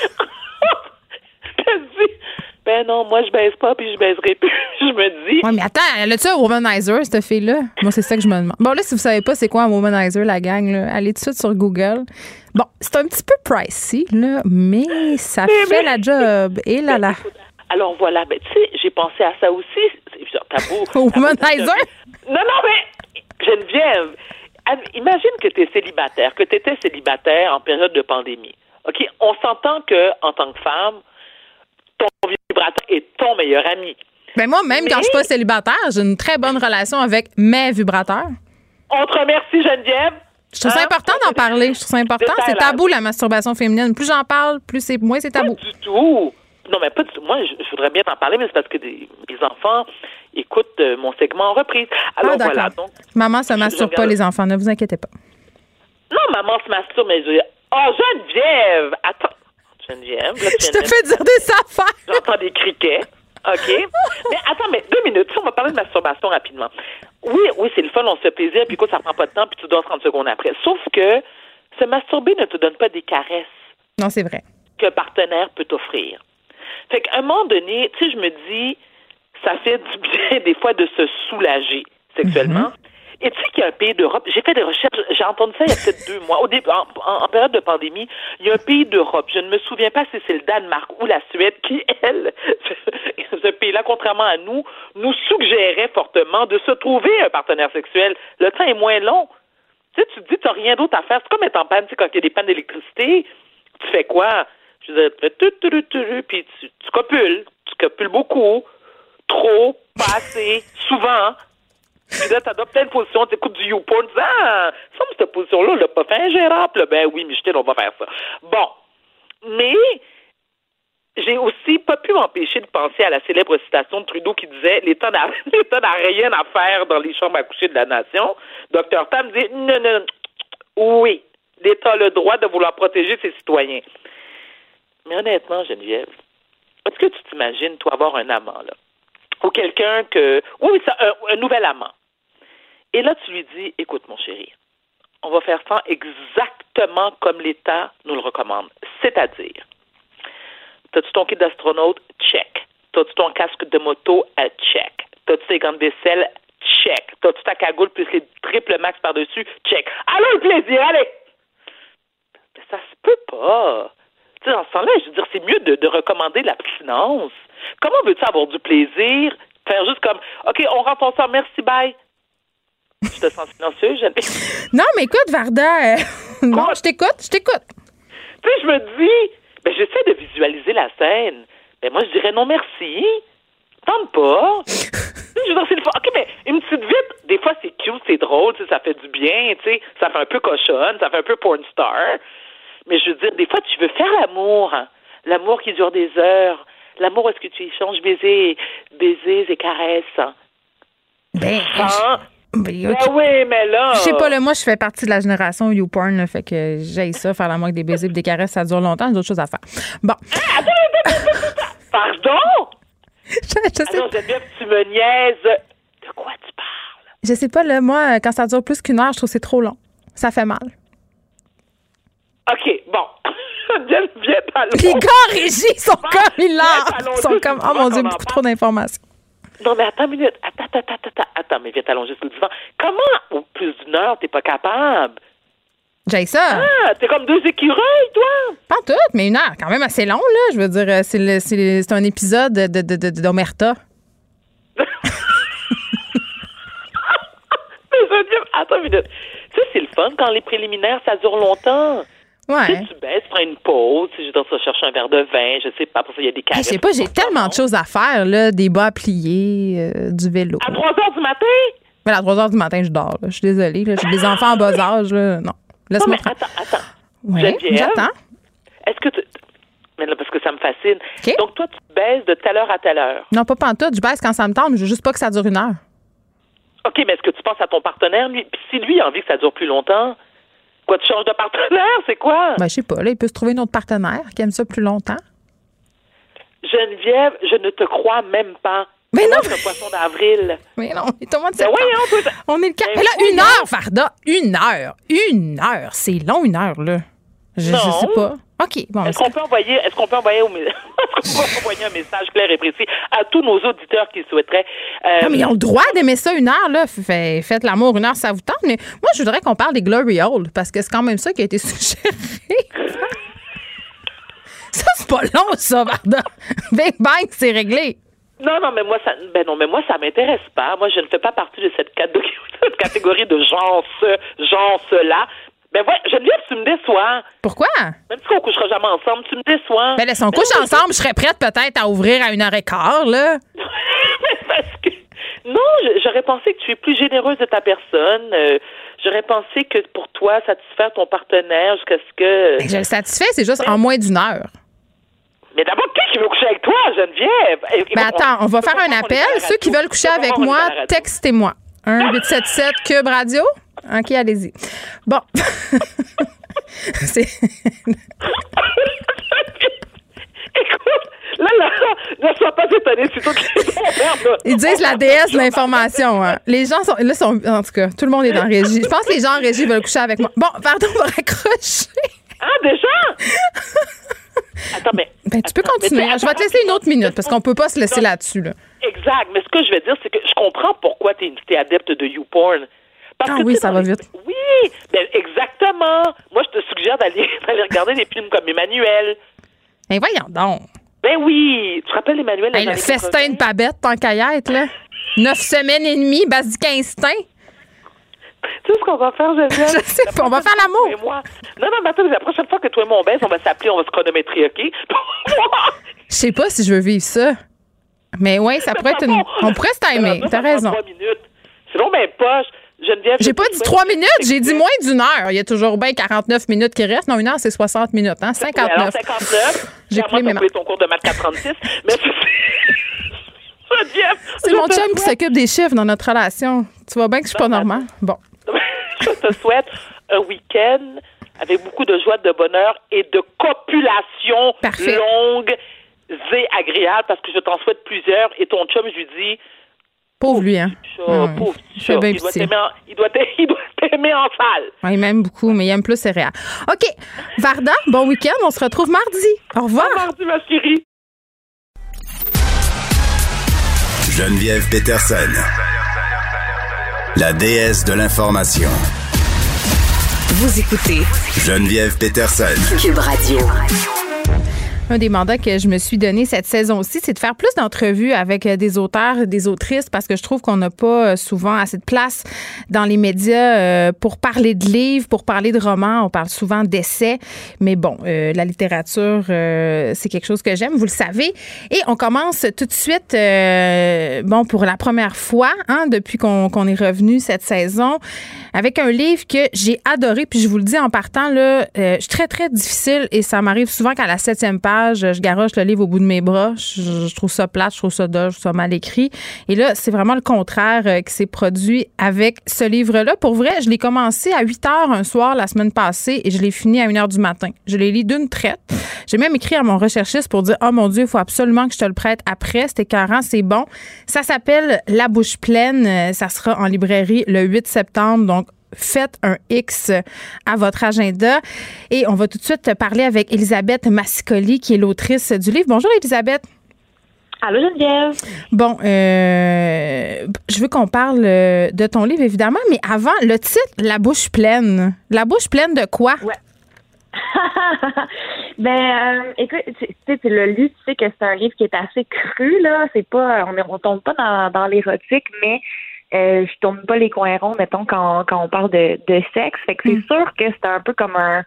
dit, ben non, moi, je baise pas, puis je baiserai plus. Je me dis... Oui, mais attends, elle a-tu un womanizer, cette fille-là? Moi, c'est ça que je me demande. Bon, là, si vous savez pas c'est quoi un womanizer, la gang, là, allez tout de suite sur Google. Bon, c'est un petit peu pricey, là, mais ça mais, fait mais, la job. Et là, là. Alors, voilà. Ben, tu sais, j'ai pensé à ça aussi. C'est tabou. Womanizer? Non, non, mais Geneviève... Imagine que tu es célibataire, que tu étais célibataire en période de pandémie. OK? On s'entend qu'en tant que femme, ton vibrateur est ton meilleur ami. Ben moi, même Mais... quand je suis pas célibataire, j'ai une très bonne relation avec mes vibrateurs. On te remercie, Geneviève. Je trouve ça hein? important d'en parler. Je trouve ça important. C'est tabou, la masturbation féminine. Plus j'en parle, plus c'est, moins c'est tabou. Pas du tout. Non, mais pas du tout. Moi, je, je voudrais bien t'en parler, mais c'est parce que des, les enfants écoutent euh, mon segment en reprise. Alors, ah, voilà. Donc, maman se masturbe pas, les enfants. Ne vous inquiétez pas. Non, maman se masturbe, mais je... Oh, Geneviève! Attends. Geneviève. Là, je te fais dire des affaires. J'entends des criquets. OK? Mais attends, mais deux minutes. On va parler de masturbation rapidement. Oui, oui, c'est le fun, on se fait plaisir, puis écoute, ça prend pas de temps, puis tu dors trente secondes après. Sauf que se masturber ne te donne pas des caresses. Non, c'est vrai. Qu'un partenaire peut t'offrir. Fait qu'à un moment donné, tu sais, je me dis, ça fait du bien des fois de se soulager sexuellement. Mm-hmm. Et tu sais qu'il y a un pays d'Europe, j'ai fait des recherches, j'ai entendu ça il y a peut-être deux mois, au début, en, en, en période de pandémie, il y a un pays d'Europe, je ne me souviens pas si c'est le Danemark ou la Suède, qui, elle, ce, ce pays-là, contrairement à nous, nous suggérait fortement de se trouver un partenaire sexuel. Le temps est moins long. Tu sais, tu te dis, tu n'as rien d'autre à faire. C'est comme être en panne, tu sais, quand il y a des pannes d'électricité, tu fais quoi? Je veux dire, tu fais tout, tout, tout, tout, puis tu, tu copules. Tu copules beaucoup, trop, pas assez, souvent. Puis là, t'as plein de positions, t'écoutes du YouPorn, tu dis, ah, ça, cette position-là, on l'a pas fait ingérable. Ben oui, Michel, on va faire ça. Bon. Mais, j'ai aussi pas pu m'empêcher de penser à la célèbre citation de Trudeau qui disait, l'État n'a, l'État n'a rien à faire dans les chambres à coucher de la nation. Docteur Tam dit, non, non, oui, l'État a le droit de vouloir protéger ses citoyens. Mais honnêtement, Geneviève, est-ce que tu t'imagines, toi, avoir un amant, là? Ou quelqu'un que... Oui, ça, un, un nouvel amant. Et là, tu lui dis, écoute, mon chéri, on va faire ça exactement comme l'État nous le recommande. C'est-à-dire, t'as-tu ton kit d'astronaute? Check. T'as-tu ton casque de moto? Uh, check. T'as-tu tes gants de vaisselle? Check. T'as-tu ta cagoule plus les triple max par-dessus? Check. Allô, le plaisir, allez! Mais ça se peut pas. Tu sais, dans ce temps-là, je veux dire, c'est mieux de, de recommander l'abstinence. Comment veux-tu avoir du plaisir? Faire juste comme, OK, on rentre ensemble, merci, bye. Je te sens silencieux, j'aime. Non, mais écoute, Varda, euh, non, je t'écoute, je t'écoute. Tu sais, je me dis, ben, j'essaie de visualiser la scène. Ben, moi, je dirais non, merci. Tente pas. Je veux dire, c'est le fun. OK, mais une petite vite, des fois, c'est cute, c'est drôle, tu sais, ça fait du bien, tu sais, ça fait un peu cochonne, ça fait un peu porn star. Mais je veux dire, des fois, tu veux faire l'amour. Hein? L'amour qui dure des heures. L'amour, est-ce que tu échanges baisers, baisers et caresses? Hein? Ben, hein? Ben, ben oui, mais là... Je sais pas, là, moi, je fais partie de la génération YouPorn, là, fait que j'aille ça, faire l'amour avec des baisers et des caresses, ça dure longtemps, j'ai d'autres choses à faire. Bon. Ah, attends, attends, attends, attends. Pardon? je, je sais... Alors, Geneviève, tu me niaises. De quoi tu parles? Je sais pas, là, moi, quand ça dure plus qu'une heure, je trouve que c'est trop long. Ça fait mal. OK, bon. Geneviève, allons. Les gars en régie sont comme hilaires. Ils sont comme, oh mon Dieu, beaucoup trop d'informations. Non, mais attends une minute. Attends, attends, attends, attends. Attends, mais viens t'allonger sur le divan. Comment, au plus d'une heure, t'es pas capable? J'ai ça. Ah, t'es comme deux écureuils, toi. Pas tout, mais une heure, quand même assez long, là. Je veux dire, c'est, le, c'est, le, c'est un épisode de, de, de, de, d'Omerta. Mais je veux dire, attends une minute. Tu sais, c'est le fun quand les préliminaires, ça dure longtemps. Ouais. Tu sais, tu baisses, prends une pause, tu sais, je dois chercher un verre de vin, je sais pas, pour ça, il y a des caresses. Je sais pas, j'ai tellement de choses à faire, là, des bas à plier, euh, du vélo. À trois heures du matin? Mais à trois heures du matin, je dors, là. Je suis désolée, là. J'ai des enfants en bas âge, là. Non. Laisse-moi. Non, mais attends, attends. Ouais, j'attends. Est-ce que tu... Mais là, parce que ça me fascine. Okay. Donc, toi, tu baisses de telle heure à telle heure? Non, pas pantoute. Je baisse quand ça me tente, mais je veux juste pas que ça dure une heure. OK, mais est-ce que tu penses à ton partenaire, lui? Puis si lui a envie que ça dure plus longtemps... Quoi, tu changes de partenaire? C'est quoi? Ben, je sais pas. Là, il peut se trouver une autre partenaire qui aime ça plus longtemps. Geneviève, je ne te crois même pas. Mais non! C'est un poisson d'avril. Mais non, il est au mois de Ben septembre. oui, on, peut... on est le quatre. Ben Mais là, oui, une non. heure, Varda. Une heure. Une heure. C'est long, une heure, là. Je, non. je sais pas. OK. Bon, est-ce, qu'on peut envoyer, est-ce qu'on peut envoyer au est-ce qu'on peut envoyer un message clair et précis à tous nos auditeurs qui souhaiteraient... Euh... Non, mais ils ont le droit d'aimer ça une heure, là. Fait, faites l'amour une heure, ça vous tente. Mais moi, je voudrais qu'on parle des Glory Hole, parce que c'est quand même ça qui a été suggéré. Ça, c'est pas long, ça, Varda. Big bang, c'est réglé. Non, non, mais moi, ça, ben non, mais moi, ça m'intéresse pas. Moi, je ne fais pas partie de cette catégorie, cette catégorie de genre ce, genre cela. Ben ouais, Geneviève, tu me déçois. Pourquoi? Même si on couchera jamais ensemble, tu me déçois. Ben là, si on couche non, ensemble, je serais prête peut-être à ouvrir à une heure et quart, là. Mais parce que... Non, j'aurais pensé que tu es plus généreuse de ta personne. Euh, j'aurais pensé que pour toi, satisfaire ton partenaire jusqu'à ce que... Ben, je le satisfais, c'est juste en moins d'une heure. Mais d'abord, qui veut coucher avec toi, Geneviève? Ben on, attends, on, on va faire un appel. Ceux qui veulent coucher avec moi, textez-moi. un huit sept sept Cube Radio. OK, allez-y. Bon. C'est... Écoute, là, là, ne sois pas étonné, c'est tout que ils disent la déesse de l'information. Hein. Les gens sont... Là, sont... En tout cas, tout le monde est dans régie. Je pense que les gens en régie veulent coucher avec moi. Bon, pardon, on va raccrocher. Ah, déjà? Attends, mais... Ben, tu peux attends, continuer. Mais, je vais te laisser une autre minute parce qu'on peut pas se laisser non, là-dessus. Là. Exact. Mais ce que je vais dire, c'est que je comprends pourquoi tu es adepte de YouPorn. Parce ah que, oui, ça va les... vite. Oui, ben, exactement. Moi, je te suggère d'aller, d'aller regarder des films comme Emmanuel. Ben voyons donc. Ben oui. Tu te rappelles Emmanuel? Hey, le festin de Babette, tant qu'à y être, là. Neuf semaines et demie, basique instinct. Tu sais ce qu'on va faire, Geneviève? Je sais pas, on va faire l'amour. Et moi. Non, non, mais attends, la prochaine fois que toi et moi on baisse, on va s'appeler, on va se chronométrer, OK? Je sais pas si je veux vivre ça. Mais oui, ça pourrait être une... On pourrait se timer, t'as raison. Trois minutes. C'est long, ben poche. Geneviève, j'ai pas dit trois minutes, j'ai dit moins d'une heure. Il y a toujours bien quarante-neuf minutes qui restent. Non, une heure, c'est soixante minutes, hein? cinquante-neuf. Alors, cinquante-neuf. J'ai pris mes ton cours de maths quatre trente-six. Mais Geneviève, c'est mon chum qui s'occupe des chiffres dans notre relation. Tu vois bien que je suis pas normale. Bon. Je te souhaite un week-end avec beaucoup de joie, de bonheur et de copulation Parfait. longue et agréable, parce que je t'en souhaite plusieurs. Et ton chum, je lui dis... Pauvre lui, hein? Chat, mmh. Pauvre chat. Il doit, t'aimer en, il, doit t'aimer, il doit t'aimer en salle. Ouais, il m'aime beaucoup, mais il aime plus céréales. OK. Varda, bon week-end. On se retrouve mardi. Au revoir. Bon mardi, ma chérie. Geneviève Peterson, la déesse de l'information. Vous écoutez Geneviève Peterson, Cube Radio. Un des mandats que je me suis donné cette saison-ci, c'est de faire plus d'entrevues avec des auteurs, des autrices, parce que je trouve qu'on n'a pas souvent assez de place dans les médias pour parler de livres, pour parler de romans. On parle souvent d'essais, mais bon, euh, la littérature, euh, c'est quelque chose que j'aime, vous le savez. Et on commence tout de suite, euh, bon, pour la première fois, hein, depuis qu'on, qu'on est revenu cette saison, avec un livre que j'ai adoré, puis je vous le dis en partant, là, euh, je suis très, très difficile, et ça m'arrive souvent qu'à la septième page, je garoche le livre au bout de mes bras. Je, je trouve ça plate, je trouve ça doux, je trouve ça mal écrit. Et là, c'est vraiment le contraire euh, qui s'est produit avec ce livre-là. Pour vrai, je l'ai commencé à huit heures un soir la semaine passée et je l'ai fini à une heure du matin. Je l'ai lu d'une traite. J'ai même écrit à mon recherchiste pour dire « Oh mon Dieu, il faut absolument que je te le prête après. C'est écœurant, c'est bon. » Ça s'appelle « La bouche pleine ». Ça sera en librairie le huit septembre, donc faites un X à votre agenda. Et on va tout de suite parler avec Elisabeth Mascoli, qui est l'autrice du livre. Bonjour, Elisabeth. Allô, Geneviève. Bon, euh, je veux qu'on parle de ton livre, évidemment, mais avant, le titre, La bouche pleine. La bouche pleine de quoi? Ouais. ben, euh, écoute, tu sais, tu l'as lu, tu sais que c'est un livre qui est assez cru, là. C'est pas, on ne tombe pas dans, dans l'érotique, mais Euh, je tourne pas les coins ronds, mettons, quand, quand on parle de, de sexe. Fait que c'est mm. sûr que c'est un peu comme un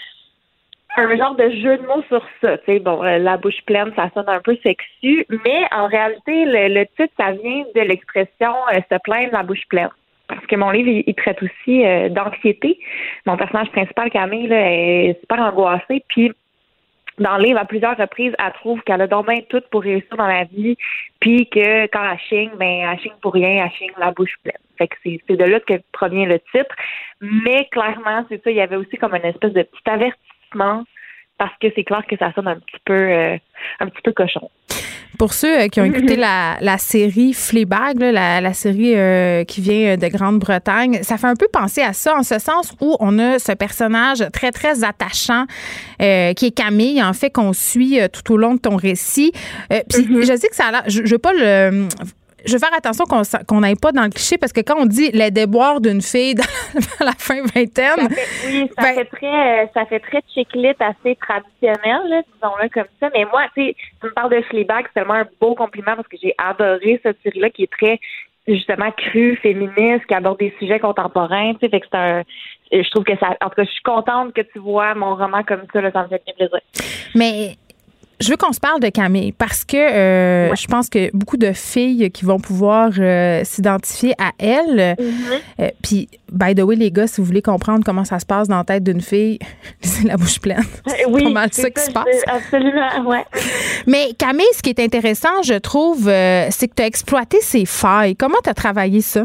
un genre de jeu de mots sur ça. Tu sais, bon, euh, la bouche pleine, ça sonne un peu sexu, mais en réalité, le, le titre, ça vient de l'expression euh, se plaindre la bouche pleine. Parce que mon livre, il, il traite aussi euh, d'anxiété. Mon personnage principal, Camille, là, est super angoissée, puis dans le livre, à plusieurs reprises, elle trouve qu'elle a donc bien tout pour réussir dans la vie, puis que quand elle chigne, ben elle chigne pour rien, elle chigne la bouche pleine. Fait que c'est, c'est de là que provient le titre. Mais clairement, c'est ça, il y avait aussi comme une espèce de petit avertissement, parce que c'est clair que ça sonne un petit peu euh, un petit peu cochon. Pour ceux qui ont écouté la, la série Fleabag, là, la, la série euh, qui vient de Grande-Bretagne, ça fait un peu penser à ça, en ce sens où on a ce personnage très, très attachant euh, qui est Camille, en fait, qu'on suit euh, tout au long de ton récit. Euh, Puis mm-hmm. je sais que ça a l'air... Je, je veux pas le... Je veux faire attention qu'on qu'on n'aille pas dans le cliché, parce que quand on dit les déboires d'une fille dans la fin vingtaine... Ça fait, oui, ça, ben, fait très, ça fait très chick-lit, assez traditionnel, là, disons-le comme ça. Mais moi, tu sais, tu me parles de Fleabag, c'est tellement un beau compliment, parce que j'ai adoré cette série-là qui est très, justement, crue, féministe, qui aborde des sujets contemporains. Tu sais, fait que c'est un... Je trouve que ça... En tout cas, je suis contente que tu vois mon roman comme ça, là, ça me fait bien plaisir. Mais... Je veux qu'on se parle de Camille parce que euh, ouais. je pense que beaucoup de filles qui vont pouvoir euh, s'identifier à elle. Mm-hmm. Euh, puis, by the way, les gars, si vous voulez comprendre comment ça se passe dans la tête d'une fille, c'est la bouche pleine. Oui, c'est pas mal c'est ça qui ça, se passe. Absolument, ouais. Mais Camille, ce qui est intéressant, je trouve, euh, c'est que tu as exploité ses failles. Comment tu as travaillé ça?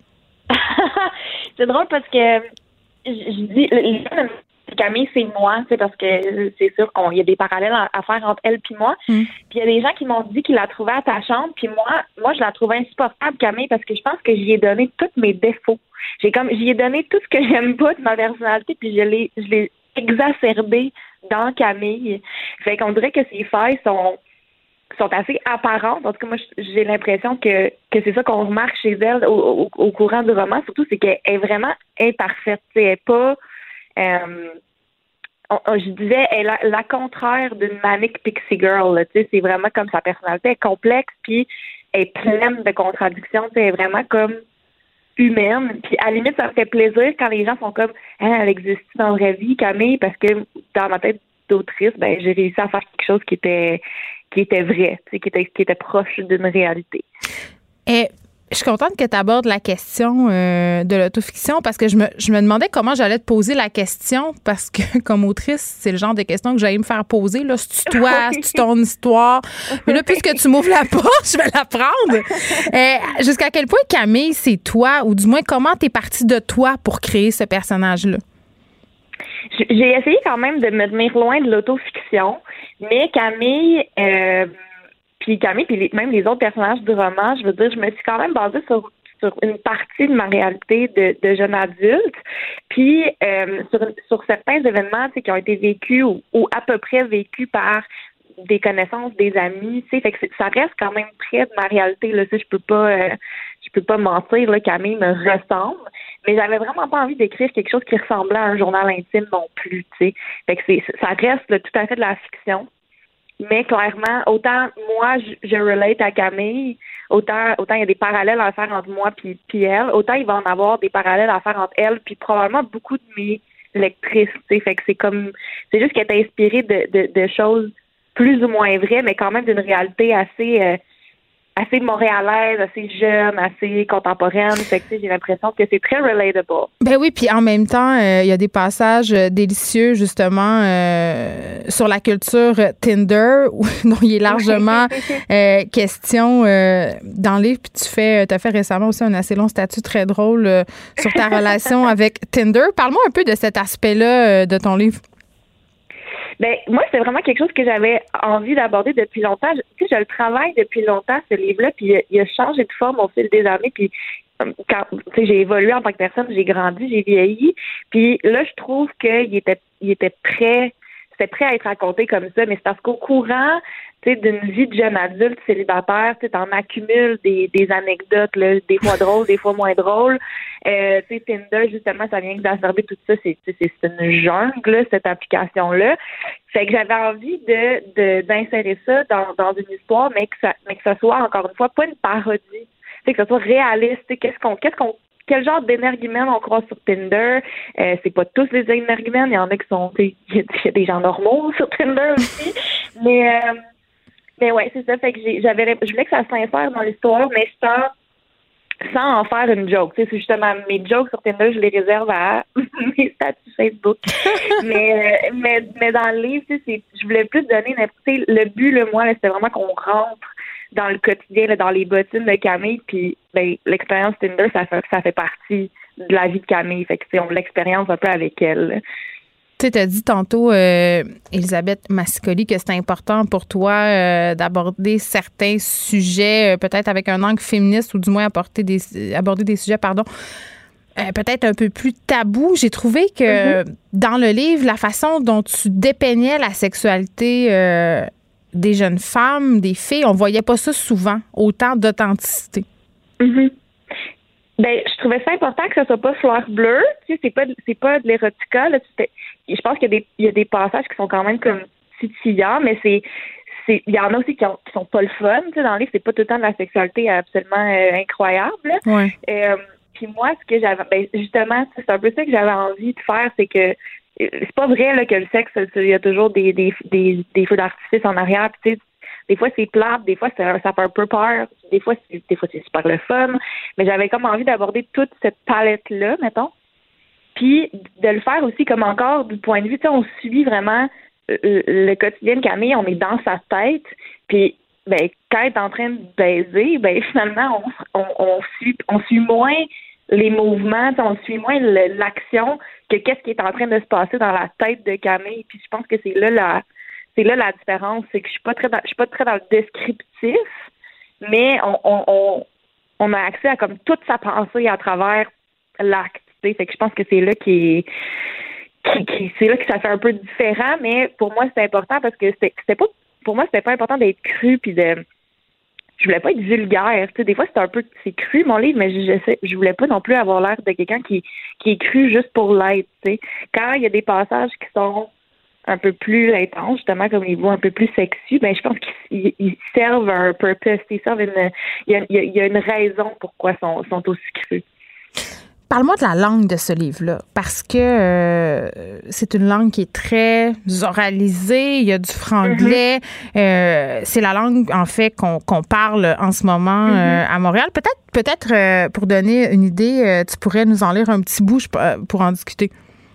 C'est drôle parce que je, je dis... Le, Camille, c'est moi, c'est parce que c'est sûr qu'il y a des parallèles à faire entre elle puis moi. Mm. Puis il y a des gens qui m'ont dit qu'ils la trouvaient attachante, puis moi, moi je la trouvais insupportable, Camille, parce que je pense que j'y ai donné tous mes défauts. J'ai comme j'y ai donné tout ce que j'aime pas de ma personnalité, puis je l'ai je l'ai exacerbé dans Camille. Fait qu'on dirait que ses failles sont sont assez apparentes. En tout cas, moi, j'ai l'impression que, que c'est ça qu'on remarque chez elle au, au, au courant du roman, surtout, c'est qu'elle est vraiment imparfaite. Elle n'est pas... Euh, on, on, je disais, elle a la contraire d'une manic pixie girl. Là, c'est vraiment comme sa personnalité est complexe, puis elle est pleine de contradictions. Elle est vraiment comme humaine. Puis à la limite, ça me fait plaisir quand les gens sont comme hein, elle existe dans la vraie vie, Camille, parce que dans ma tête d'autrice, ben j'ai réussi à faire quelque chose qui était qui était vrai, qui était qui était proche d'une réalité. Et Je suis contente que tu abordes la question euh, de l'autofiction parce que je me, je me demandais comment j'allais te poser la question parce que, comme autrice, c'est le genre de question que j'allais me faire poser. Là, c'est-tu toi, c'est-tu ton histoire? Mais là, puisque tu m'ouvres la porte, je vais la prendre. Euh, jusqu'à quel point, Camille, c'est toi, ou du moins, comment t'es partie de toi pour créer ce personnage-là? J'ai essayé quand même de me tenir loin de l'autofiction, mais Camille... Euh, Puis Camille, puis les, même les autres personnages du roman, je veux dire, je me suis quand même basée sur, sur une partie de ma réalité de, de jeune adulte, puis euh, sur, sur certains événements qui ont été vécus ou, ou à peu près vécus par des connaissances, des amis, tu sais, fait que ça reste quand même près de ma réalité. Là, ça, je peux pas, euh, je peux pas mentir. Là, Camille me ressemble, mais j'avais vraiment pas envie d'écrire quelque chose qui ressemblait à un journal intime non plus. Tu sais, fait que c'est, ça reste là, tout à fait de la fiction. Mais clairement, autant moi, je, je relate à Camille, autant autant il y a des parallèles à faire entre moi puis, puis elle, autant il va en avoir des parallèles à faire entre elle puis probablement beaucoup de mes lectrices. T'sais. Fait que c'est comme, c'est juste qu'elle est inspirée de, de, de choses plus ou moins vraies, mais quand même d'une réalité assez... Euh, assez montréalaise, assez jeune, assez contemporaine. Fait que, j'ai l'impression que c'est très relatable. Ben oui, puis en même temps, il euh, y a des passages euh, délicieux, justement, euh, sur la culture Tinder, où, dont il est largement euh, question euh, dans le livre. Puis tu fais, t'as fait récemment aussi un assez long statut très drôle euh, sur ta relation avec Tinder. Parle-moi un peu de cet aspect-là euh, de ton livre. Ben moi, c'est vraiment quelque chose que j'avais envie d'aborder depuis longtemps. Je, tu sais, je le travaille depuis longtemps, ce livre-là, puis il a, il a changé de forme au fil des années. Puis quand tu sais, j'ai évolué en tant que personne, j'ai grandi, j'ai vieilli. Puis là, je trouve qu'il était, il était prêt, c'était prêt à être raconté comme ça. Mais c'est parce qu'au courant, tu sais, d'une vie de jeune adulte célibataire, tu sais, t'en accumules des, des anecdotes, là, des fois drôles, des fois moins drôles. Euh, tu sais, Tinder, justement, ça vient exacerber tout ça. C'est, c'est, c'est une jungle, là, cette application-là. Fait que j'avais envie de, de d'insérer ça dans, dans une histoire, mais que ça, mais que ça soit, encore une fois, pas une parodie. Tu sais, que ça soit réaliste. Tu sais, qu'est-ce qu'on, qu'est-ce qu'on, quel genre d'énergumène on croise sur Tinder? Euh, c'est pas tous les énergumènes. Il y en a qui sont, tu sais, il y a des gens normaux sur Tinder aussi. mais, euh, mais ouais, c'est ça. Fait que j'ai, j'avais, je voulais que ça s'insère dans l'histoire, mais sans, sans en faire une joke. Tu sais, c'est justement mes jokes sur Tinder, je les réserve à mes statuts Facebook. mais, euh, mais, mais dans le livre, tu sais, c'est, je voulais plus donner, tu sais, le but, le moi, là, c'était vraiment qu'on rentre dans le quotidien, là, dans les bottines de Camille, puis ben, l'expérience Tinder, ça fait, ça fait partie de la vie de Camille. Fait que, tu sais, on l'expérience un peu avec elle. Là. Tu sais, tu as dit tantôt, euh, Elisabeth Mascoli, que c'était important pour toi euh, d'aborder certains sujets, euh, peut-être avec un angle féministe, ou du moins apporter des, aborder des sujets, pardon, euh, peut-être un peu plus tabous. J'ai trouvé que mm-hmm. dans le livre, la façon dont tu dépeignais la sexualité euh, des jeunes femmes, des filles, on voyait pas ça souvent, autant d'authenticité. Mm-hmm. Ben, je trouvais ça important que ça soit pas fleur bleue. Tu sais, c'est pas, c'est pas de l'érotica. Là. Je pense qu'il y a des, il y a des passages qui sont quand même comme titillants, mais c'est, c'est, il y en a aussi qui, ont, qui sont pas le fun. Tu sais, dans le livre, c'est pas tout le temps de la sexualité absolument euh, incroyable. Ouais. Euh, puis moi, ce que j'avais, ben, justement, c'est un peu ça que j'avais envie de faire, c'est que c'est pas vrai là que le sexe, il y a toujours des, des, des, des feux d'artifice en arrière. Puis tu sais, des fois, c'est plate, des fois, c'est, ça fait un peu peur, des fois, c'est, des fois, c'est super le fun. Mais j'avais comme envie d'aborder toute cette palette-là, mettons. Puis de le faire aussi comme encore du point de vue, tu sais, on suit vraiment le, le quotidien de Camille, on est dans sa tête. Puis, ben, quand elle est en train de baiser, ben, finalement, on, on, on, suit, on suit moins les mouvements, on suit moins le, l'action que qu'est-ce qui est en train de se passer dans la tête de Camille. Puis je pense que c'est là la... C'est là la différence, c'est que je suis pas très dans, je suis pas très dans le descriptif, mais on, on, on, on a accès à comme toute sa pensée à travers l'acte. Fait que je pense que c'est là qui, qui, qui c'est là que ça fait un peu différent, mais pour moi c'est important parce que c'était, c'était pas pour moi c'était pas important d'être cru puis de je voulais pas être vulgaire. Tu sais, des fois c'est un peu c'est cru mon livre, mais je je, je voulais pas non plus avoir l'air de quelqu'un qui qui est cru juste pour l'être. Tu sais, quand il y a des passages qui sont un peu plus intense, justement, comme les voix un peu plus sexy, ben je pense qu'ils ils servent un purpose, ils servent une, il y a, il y a une raison pourquoi ils sont, sont aussi crus. Parle-moi de la langue de ce livre-là, parce que euh, c'est une langue qui est très oralisée, il y a du franglais, mm-hmm. euh, c'est la langue, en fait, qu'on, qu'on parle en ce moment mm-hmm. euh, à Montréal. Peut-être peut-être euh, pour donner une idée, euh, tu pourrais nous en lire un petit bout pour en discuter.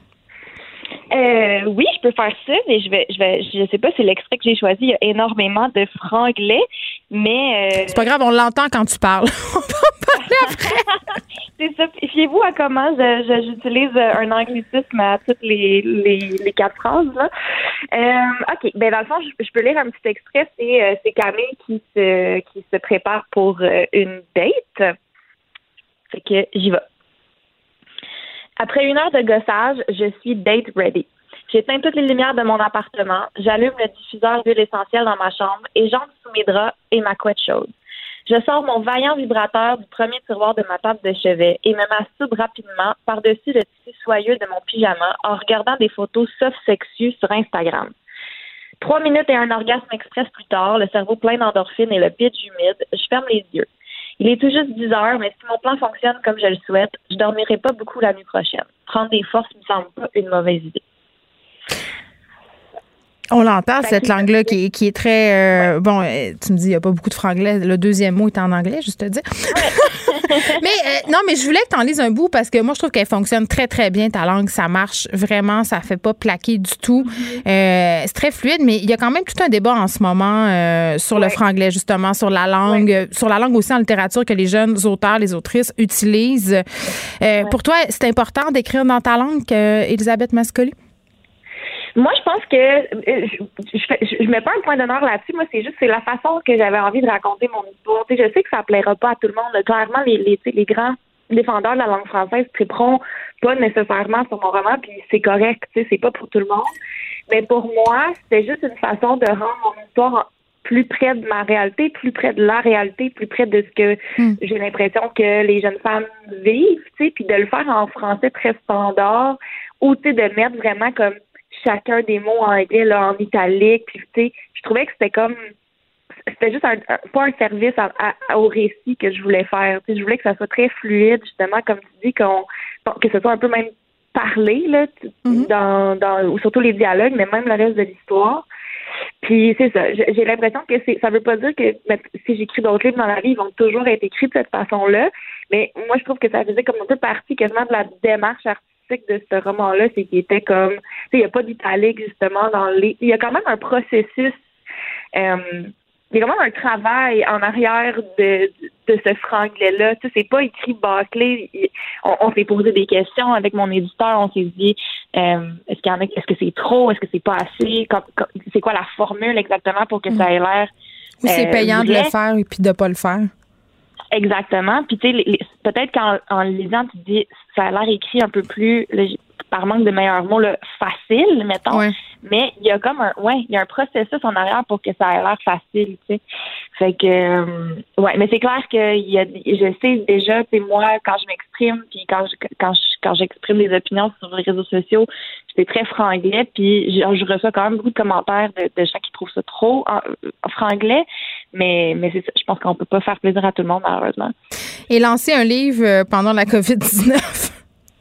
Euh, oui, je peux faire ça, mais je vais, je vais, je sais pas, c'est l'extrait que j'ai choisi. Il y a énormément de franglais, mais euh... c'est pas grave, on l'entend quand tu parles. On va en parler après. C'est ça. Fiez-vous à comment je, je, j'utilise un anglicisme à toutes les, les, les quatre phrases là. Euh, ok, ben dans le fond, je, je peux lire un petit extrait. C'est, euh, c'est Camille qui se, qui se prépare pour euh, une date. Fait que j'y vais. Après une heure de gossage, je suis date ready. J'éteins toutes les lumières de mon appartement, j'allume le diffuseur d'huile essentielle dans ma chambre et j'entre sous mes draps et ma couette chaude. Je sors mon vaillant vibrateur du premier tiroir de ma table de chevet et me masturbe rapidement par-dessus le tissu soyeux de mon pyjama en regardant des photos soft sexues sur Instagram. Trois minutes et un orgasme express plus tard, le cerveau plein d'endorphines et le pitch humide, je ferme les yeux. Il est tout juste dix heures, mais si mon plan fonctionne comme je le souhaite, je dormirai pas beaucoup la nuit prochaine. Prendre des forces me semble pas une mauvaise idée. On l'entend, cette langue-là qui est, qui est très... Euh, ouais. Bon, tu me dis, il n'y a pas beaucoup de franglais. Le deuxième mot est en anglais, juste te dire. Ouais. mais euh, non, mais je voulais que tu en lises un bout parce que moi, je trouve qu'elle fonctionne très, très bien, ta langue. Ça marche vraiment, ça ne fait pas plaquer du tout. Mm-hmm. Euh, c'est très fluide, mais il y a quand même tout un débat en ce moment euh, sur ouais. le franglais, justement, sur la langue, ouais. sur la langue aussi en littérature que les jeunes auteurs, les autrices utilisent. Euh, ouais. Pour toi, c'est important d'écrire dans ta langue, euh, Elisabeth Mascoli? Moi, je pense que je, je, je, je mets pas un point d'honneur là-dessus. Moi, c'est juste c'est la façon que j'avais envie de raconter mon histoire. Tu sais, je sais que ça plaira pas à tout le monde. Clairement, les, les, les grands défendeurs de la langue française triperont pas nécessairement sur mon roman, puis c'est correct. Tu sais, c'est pas pour tout le monde. Mais pour moi, c'était juste une façon de rendre mon histoire plus près de ma réalité, plus près de la réalité, plus près de ce que mm. j'ai l'impression que les jeunes femmes vivent. Tu sais, puis de le faire en français très standard, ou tu sais, de mettre vraiment comme chacun des mots en anglais, là, en italique, puis tu sais, je trouvais que c'était comme, c'était juste un, un, pas un service à, à, au récit que je voulais faire, tu sais, je voulais que ça soit très fluide, justement, comme tu dis, qu'on, que ce soit un peu même parlé, là, mm-hmm. dans, dans, ou surtout les dialogues, mais même le reste de l'histoire. Puis c'est ça, j'ai, j'ai l'impression que c'est, ça veut pas dire que ben, si j'écris d'autres livres dans la vie, ils vont toujours être écrits de cette façon-là, mais moi, je trouve que ça faisait comme un peu partie quasiment de la démarche artistique de ce roman-là, c'est qu'il était comme, tu sais, il n'y a pas d'italique, justement, dans les... Il y a quand même un processus, euh, il y a quand même un travail en arrière de, de ce franglais-là. Tu sais, c'est pas écrit bâclé. On, on s'est posé des questions avec mon éditeur, on s'est dit, euh, est-ce qu'il y en a, est-ce que c'est trop, est-ce que c'est pas assez, comme, comme, c'est quoi la formule exactement pour que ça ait l'air... Ou euh, c'est payant vrai. de le faire et puis de pas le faire. Exactement. Puis tu sais, peut-être qu'en en le lisant, tu te dis, ça a l'air écrit un peu plus, là, par manque de meilleurs mots, là, facile, mettons. Ouais. Mais il y a comme un, ouais, il y a un processus en arrière pour que ça ait l'air facile, tu sais. Fait que, euh, ouais, mais c'est clair que il y a, je sais déjà, tu sais, moi, quand je m'exprime, puis quand je, quand je, quand j'exprime des opinions sur les réseaux sociaux, j'étais très franglais, puis je, je reçois quand même beaucoup de commentaires de, de gens qui trouvent ça trop en, en franglais. Mais, mais c'est ça, je pense qu'on peut pas faire plaisir à tout le monde, malheureusement. Et lancer un livre pendant la covid dix-neuf.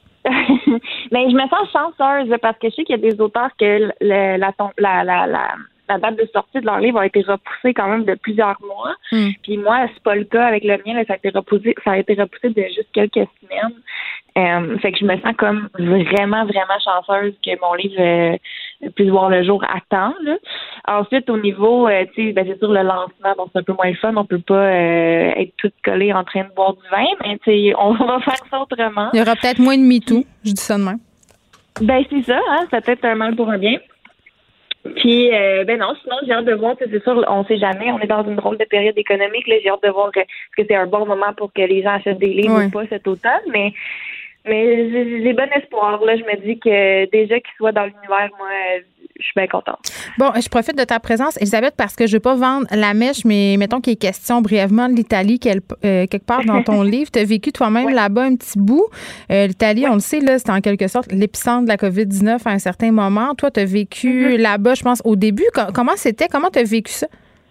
Mais je me sens chanceuse parce que je sais qu'il y a des auteurs que le, la, la, la, la, la date de sortie de leur livre a été repoussée quand même de plusieurs mois. Mm. Puis moi, c'est pas le cas avec le mien. Là, ça a été repoussé, ça a été repoussé de juste quelques semaines. Euh, fait que je me sens comme vraiment, vraiment chanceuse que mon livre euh, puisse voir le jour à temps. Là. Ensuite, au niveau, euh, tu sais, ben, c'est sûr, le lancement, bon, c'est un peu moins le fun. On peut pas euh, être toutes collées en train de boire du vin, mais tu sais, on va faire ça autrement. Il y aura peut-être moins de MeToo, je dis ça de même. Ben, c'est ça, hein, ça peut être un mal pour un bien. Puis, euh, ben non, sinon, j'ai hâte de voir, c'est sûr, on sait jamais, on est dans une drôle de période économique, là, j'ai hâte de voir que, est-ce que c'est un bon moment pour que les gens achètent des livres oui. ou pas cet automne, mais mais j'ai, j'ai bon espoir, là, je me dis que déjà qu'ils soient dans l'univers, moi, je suis bien contente. Bon, je profite de ta présence, Elisabeth, parce que je ne veux pas vendre la mèche, mais mettons qu'il y ait question brièvement de l'Italie quel, euh, quelque part dans ton livre. Tu as vécu toi-même ouais. là-bas un petit bout. Euh, L'Italie, ouais. on le sait, là, c'est en quelque sorte l'épicentre de la covid dix-neuf à un certain moment. Toi, tu as vécu mm-hmm. là-bas, je pense, au début. Comment c'était? Comment tu as vécu ça?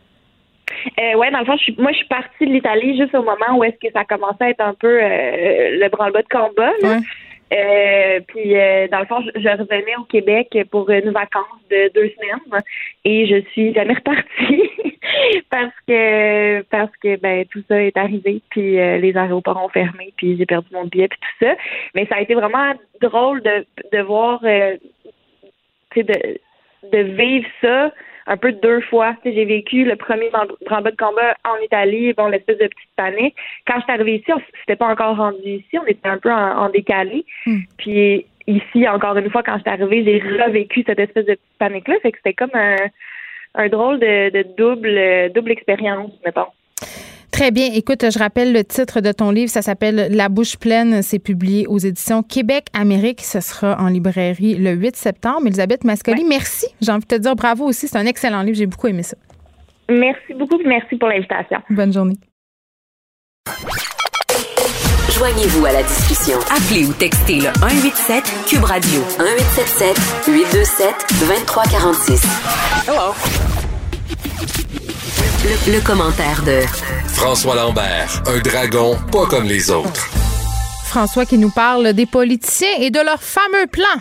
Euh, ouais, dans le fond, je suis, moi, je suis partie de l'Italie juste au moment où est-ce que ça commençait à être un peu euh, le branle-bas de combat. Là. Ouais. Euh, puis, euh, dans le fond, je, je revenais au Québec pour une vacance de deux semaines et je suis jamais repartie. parce que parce que ben tout ça est arrivé, puis euh, les aéroports ont fermé, puis j'ai perdu mon billet, puis tout ça. Mais ça a été vraiment drôle de de voir, euh, tu sais, de de vivre ça un peu deux fois. Tu sais, j'ai vécu le premier branle-bas de combat en Italie, bon, l'espèce de petite panique. Quand je suis arrivée ici, on s'était pas encore rendu ici, on était un peu en, en décalé. Mm. Puis ici, encore une fois, quand je suis arrivée, j'ai revécu cette espèce de petite panique-là. Fait que c'était comme un, un drôle de, de double, double expérience, mettons. Très bien. Écoute, je rappelle le titre de ton livre. Ça s'appelle La bouche pleine. C'est publié aux éditions Québec-Amérique. Ce sera en librairie le huit septembre. Elisabeth Mascoli, ouais. Merci. J'ai envie de te dire bravo aussi. C'est un excellent livre. J'ai beaucoup aimé ça. Merci beaucoup. Merci pour l'invitation. Bonne journée. Joignez-vous à la discussion. Appelez ou textez le un huit sept Cube Radio. un huit sept sept huit deux sept deux trois quatre six. Hello. Le, le commentaire de François Lambert, un dragon pas comme les autres. François qui nous parle des politiciens et de leur fameux plan.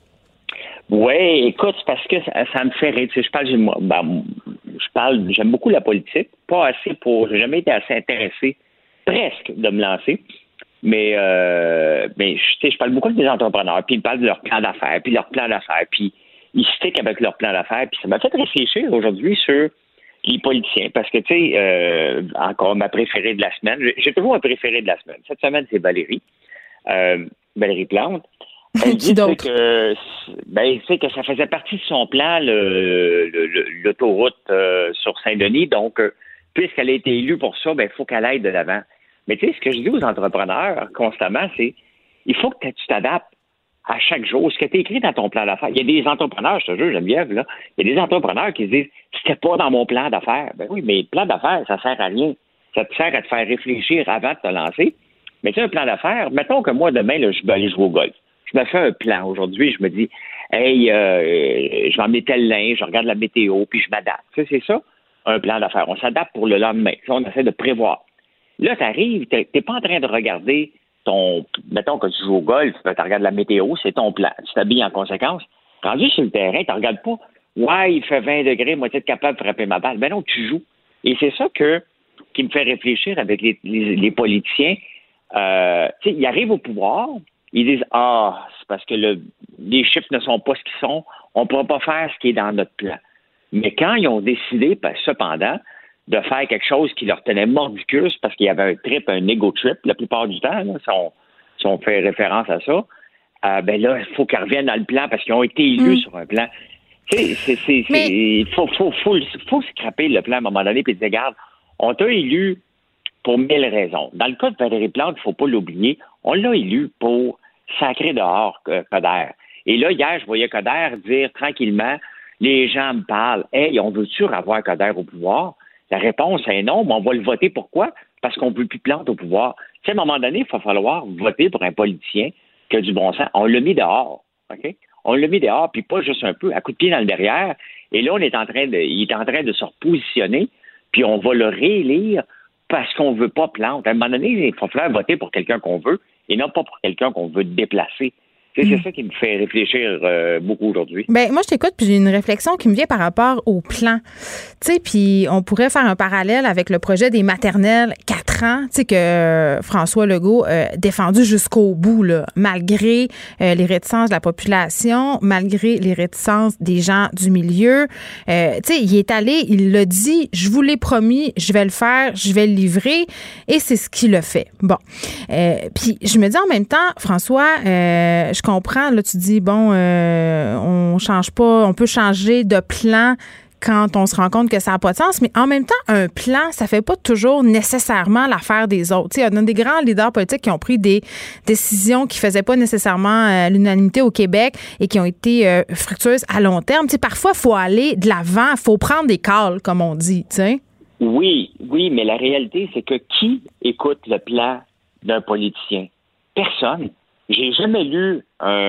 Oui, écoute, c'est parce que ça, ça me fait rire. Tu sais, je parle, ben, je parle, j'aime beaucoup la politique, pas assez pour, j'ai jamais été assez intéressé, presque, de me lancer. Mais, euh, mais tu sais, je parle beaucoup des entrepreneurs, puis ils parlent de leur plan d'affaires, puis leur plan d'affaires, puis ils stickent avec leur plan d'affaires, puis ça m'a fait réfléchir aujourd'hui sur les politiciens, parce que, tu sais, euh, encore ma préférée de la semaine, j'ai toujours un préféré de la semaine. Cette semaine, c'est Valérie, euh, Valérie Plante. Elle dit que, ben, que ça faisait partie de son plan, le, le, le, l'autoroute euh, sur Saint-Denis, donc, euh, puisqu'elle a été élue pour ça, ben, il faut qu'elle aille de l'avant. Mais tu sais, ce que je dis aux entrepreneurs constamment, c'est il faut que tu t'adaptes à chaque jour. Ce que tu as écrit dans ton plan d'affaires. Il y a des entrepreneurs, je te jure, Geneviève, là, il y a des entrepreneurs qui se disent c'était pas dans mon plan d'affaires. Ben oui, mais le plan d'affaires, ça sert à rien. Ça te sert à te faire réfléchir avant de te lancer. Mais tu sais, un plan d'affaires, mettons que moi, demain, là, je vais aller jouer au golf. Je me fais un plan aujourd'hui, je me dis hey, euh, je vais emmener tel linge, je regarde la météo, puis je m'adapte. Tu sais, c'est ça, un plan d'affaires. On s'adapte pour le lendemain. Ça, on essaie de prévoir. Là, tu arrives, tu n'es pas en train de regarder ton. Mettons que tu joues au golf, tu regardes la météo, c'est ton plan. Tu t'habilles en conséquence. Rendu sur le terrain, tu ne regardes pas. Ouais, il fait vingt degrés, moi, tu es capable de frapper ma balle. Ben non, tu joues. Et c'est ça que qui me fait réfléchir avec les, les, les politiciens. Euh, tu sais, ils arrivent au pouvoir, ils disent ah, c'est parce que le, les chiffres ne sont pas ce qu'ils sont, on ne pourra pas faire ce qui est dans notre plan. Mais quand ils ont décidé, ben, cependant, de faire quelque chose qui leur tenait mordicus parce qu'il y avait un trip, un ego trip, la plupart du temps, là, si, on, si on fait référence à ça, euh, ben là, il faut qu'ils reviennent dans le plan parce qu'ils ont été élus mmh. sur un plan. Tu sais, c'est, c'est, c'est, il faut, faut, faut, faut scraper le plan à un moment donné et dire, regarde, on t'a élu pour mille raisons. Dans le cas de Valérie Plante, il ne faut pas l'oublier, on l'a élu pour sacrer dehors Coder. Et là, hier, je voyais Coder dire tranquillement, les gens me parlent, hey, on veut-tu avoir Coder au pouvoir? La réponse est non, mais on va le voter. Pourquoi? Parce qu'on ne veut plus Plante au pouvoir. Tu sais, à un moment donné, il va falloir voter pour un politicien qui a du bon sens. On l'a mis dehors, OK? On l'a mis dehors, puis pas juste un peu, à coup de pied dans le derrière. Et là, on est en train de, il est en train de se repositionner, puis on va le réélire parce qu'on ne veut pas Plante. À un moment donné, il va falloir voter pour quelqu'un qu'on veut et non pas pour quelqu'un qu'on veut déplacer. C'est, c'est ça qui me fait réfléchir euh, beaucoup aujourd'hui. Ben moi, je t'écoute, puis j'ai une réflexion qui me vient par rapport au plan. Tu sais, puis on pourrait faire un parallèle avec le projet des maternelles quatre ans, tu sais, que euh, François Legault a euh, défendu jusqu'au bout, là, malgré euh, les réticences de la population, malgré les réticences des gens du milieu. Euh, tu sais, il est allé, il l'a dit, je vous l'ai promis, je vais le faire, je vais le livrer, et c'est ce qu'il a fait. Bon. Euh, puis je me dis en même temps, François, euh, je comprends, là, tu dis, bon, euh, on change pas, on peut changer de plan quand on se rend compte que ça n'a pas de sens, mais en même temps, un plan, ça fait pas toujours nécessairement l'affaire des autres. Tu sais, il y a des grands leaders politiques qui ont pris des décisions qui faisaient pas nécessairement euh, l'unanimité au Québec et qui ont été euh, fructueuses à long terme. Tu sais, parfois, il faut aller de l'avant, il faut prendre des calls, comme on dit, tu sais. Oui, oui, mais la réalité, c'est que qui écoute le plan d'un politicien? Personne. J'ai jamais lu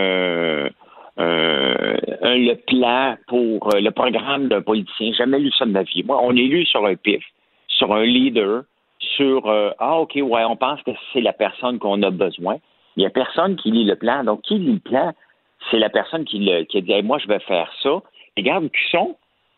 un, un, un, le plan pour euh, le programme d'un politicien. Jamais lu ça de ma vie. Moi, on est lu sur un pif, sur un leader, sur euh, ah, OK, ouais, on pense que c'est la personne qu'on a besoin. Il n'y a personne qui lit le plan. Donc, qui lit le plan? C'est la personne qui, le, qui a dit hey, moi, je vais faire ça. Regarde, qui sont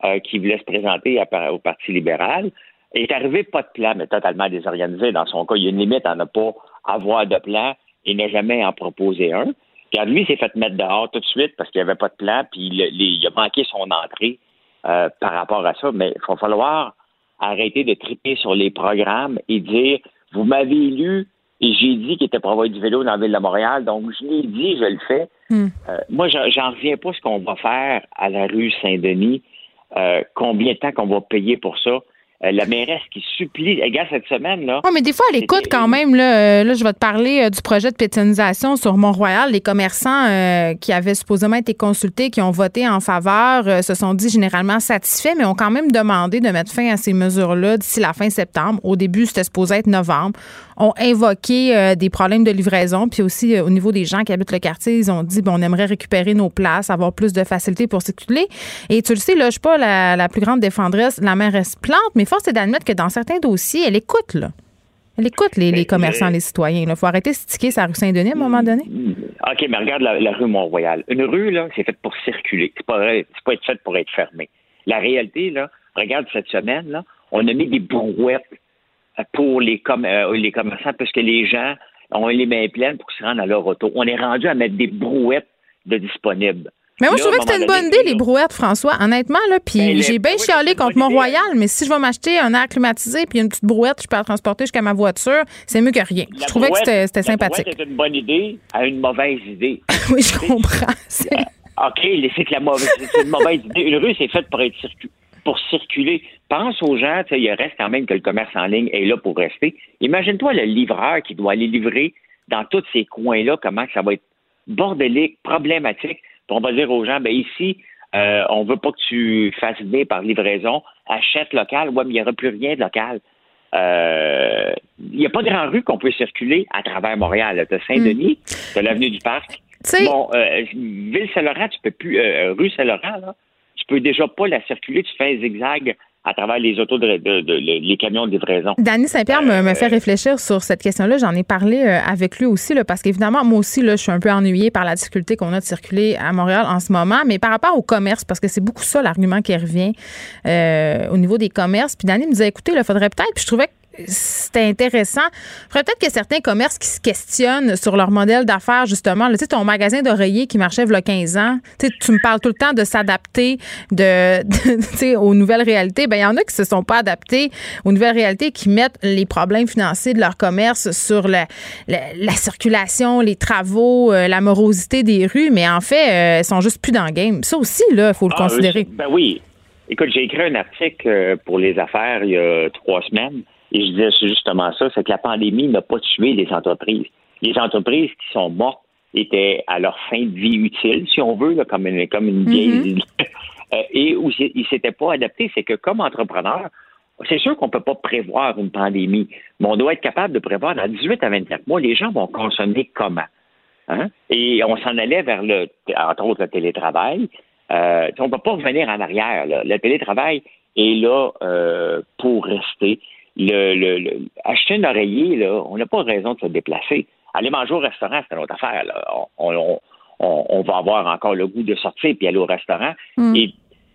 euh, qui voulait se présenter à, au Parti libéral. Il est arrivé pas de plan, mais totalement désorganisé. Dans son cas, il y a une limite à ne pas avoir de plan et ne jamais en proposer un. Puis lui, il s'est fait mettre dehors tout de suite parce qu'il n'y avait pas de plan, puis il, il a manqué son entrée euh, par rapport à ça. Mais il va falloir arrêter de triper sur les programmes et dire « Vous m'avez élu et j'ai dit qu'il était pour avoir du vélo dans la ville de Montréal, donc je l'ai dit, je le fais. Mm. Euh, » Moi, j'en, j'en reviens pas ce qu'on va faire à la rue Saint-Denis. Euh, combien de temps qu'on va payer pour ça? Euh, la mairesse qui supplie, regarde cette semaine, là. Oui, mais des fois, elle écoute quand même, là, euh, là je vais te parler euh, du projet de pérennisation sur Mont-Royal. Les commerçants euh, qui avaient supposément été consultés, qui ont voté en faveur, euh, se sont dit généralement satisfaits, mais ont quand même demandé de mettre fin à ces mesures-là d'ici la fin septembre. Au début, c'était supposé être novembre. Ont invoqué euh, des problèmes de livraison, puis aussi euh, au niveau des gens qui habitent le quartier, ils ont dit, bon, on aimerait récupérer nos places, avoir plus de facilité pour circuler. Et tu le sais, là, je suis pas la, la plus grande défendresse, la mairesse Plante, mais force est d'admettre que dans certains dossiers, elle écoute, là. Elle écoute les, les commerçants, les citoyens. Il faut arrêter de sticker sa rue Saint-Denis à un moment donné. OK, mais regarde la, la rue Mont-Royal. Une rue, là, c'est faite pour circuler. C'est pas vrai, c'est pas fait pour être fermé. La réalité, là, regarde cette semaine, là, on a mis des brouettes pour les, com- euh, les commerçants parce que les gens ont les mains pleines pour se rendre à leur auto. On est rendu à mettre des brouettes de disponibles. Mais moi, là, je trouvais que c'était une bonne idée, les brouettes, François, honnêtement, là. Puis ben, j'ai bien chialé contre Mont-Royal, mais si je vais m'acheter un air climatisé puis une petite brouette, je peux la transporter jusqu'à ma voiture, c'est mieux que rien. La je trouvais brouette, que c'était, c'était sympathique. La brouette est une bonne idée à une mauvaise idée. Oui, je comprends. C'est... OK, c'est que la mauvaise, c'est une mauvaise idée. Une rue, c'est faite pour être circu- pour circuler. Pense aux gens, il reste quand même que le commerce en ligne est là pour rester. Imagine-toi le livreur qui doit aller livrer dans tous ces coins-là, comment ça va être bordélique, problématique. On va dire aux gens, ben ici, euh, on veut pas que tu fasses venir par livraison, achète local. Ouais, mais il n'y aura plus rien de local. Il euh, n'y a pas de grande rue qu'on peut circuler à travers Montréal. Tu as Saint-Denis, mm. tu as l'avenue du Parc. T'sais... Bon, euh, Ville-Saint-Laurent, tu peux plus, euh, rue Saint-Laurent, là, tu peux déjà pas la circuler, tu fais un zigzag à travers les autos, de, de, de, de les camions de livraison. Danny Saint-Pierre euh, me, me fait réfléchir sur cette question-là. J'en ai parlé euh, avec lui aussi, là, parce qu'évidemment, moi aussi, là, je suis un peu ennuyée par la difficulté qu'on a de circuler à Montréal en ce moment, mais par rapport au commerce, parce que c'est beaucoup ça l'argument qui revient euh, au niveau des commerces. Puis Danny me disait, écoutez, il faudrait peut-être, puis je trouvais que c'était intéressant. Il faudrait peut-être que certains commerces qui se questionnent sur leur modèle d'affaires, justement. Tu sais, ton magasin d'oreillers qui marchait il y a quinze ans, tu me parles tout le temps de s'adapter de, de, aux nouvelles réalités. Bien, il y en a qui ne se sont pas adaptés aux nouvelles réalités, qui mettent les problèmes financiers de leur commerce sur la, la, la circulation, les travaux, euh, la morosité des rues, mais en fait, euh, ils sont juste plus dans le game. Ça aussi, là, il faut le ah, considérer. Ben oui. Écoute, j'ai écrit un article pour Les Affaires il y a trois semaines. Et je disais justement ça, c'est que la pandémie n'a pas tué les entreprises. Les entreprises qui sont mortes étaient à leur fin de vie utile, si on veut, là, comme une, comme une vieille... Mm-hmm. euh, et où ils ne s'étaient pas adaptés. C'est que comme entrepreneur, c'est sûr qu'on ne peut pas prévoir une pandémie, mais on doit être capable de prévoir dans dix-huit à vingt-quatre mois, les gens vont consommer comment? Hein? Et on s'en allait vers, le, entre autres, le télétravail. Euh, on ne peut pas revenir en arrière. Là. Le télétravail est là euh, pour rester. Le, le, le, acheter un oreiller, là, on n'a pas raison de se déplacer. Aller manger au restaurant, c'est une autre affaire. Là. On, on, on, on va avoir encore le goût de sortir puis aller au restaurant. Mm. Et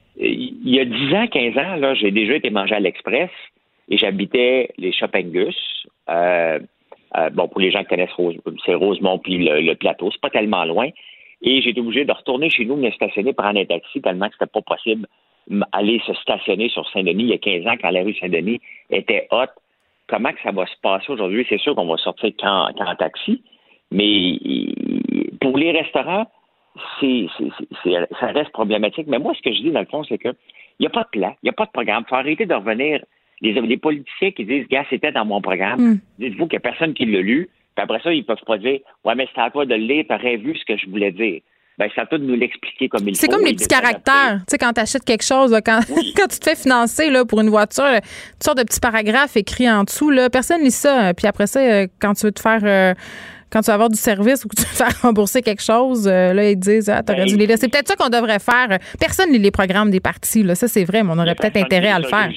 il y a dix ans, quinze ans, là, j'ai déjà été manger à l'Express et j'habitais les Chopingus. Euh, euh, bon, pour les gens qui connaissent Rose, c'est Rosemont puis le, le plateau, c'est pas tellement loin. Et j'ai été obligé de retourner chez nous, me stationner, prendre un taxi tellement que c'était pas possible aller se stationner sur Saint-Denis il y a quinze ans quand la rue Saint-Denis était haute. Comment que ça va se passer aujourd'hui? C'est sûr qu'on va sortir qu'en, qu'en taxi, mais pour les restaurants, c'est, c'est, c'est, ça reste problématique. Mais moi, ce que je dis dans le fond, c'est que il n'y a pas de plan, il n'y a pas de programme. Il faut arrêter de revenir. Les, les politiciens qui disent « Gars, c'était dans mon programme mm. », dites-vous qu'il n'y a personne qui l'a lu, puis après ça, ils ne peuvent pas dire « Ouais, mais c'est à toi de le lire, tu aurais vu ce que je voulais dire ». Ben, c'est à toi de nous l'expliquer comme il c'est faut. C'est comme les petits caractères. Tu sais, quand tu achètes quelque chose, là, quand, oui. quand tu te fais financer là, pour une voiture, là, tu sors de petits paragraphes écrits en dessous. Là, personne lit ça. Puis après ça, quand tu veux te faire... Euh, quand tu vas avoir du service ou que tu veux faire rembourser quelque chose, euh, là, ils te disent, ah, t'aurais ben, dû les lire. C'est peut-être ça qu'on devrait faire. Personne ne lit les programmes des partis. Là. Ça, c'est vrai, mais on aurait peut-être intérêt à le faire.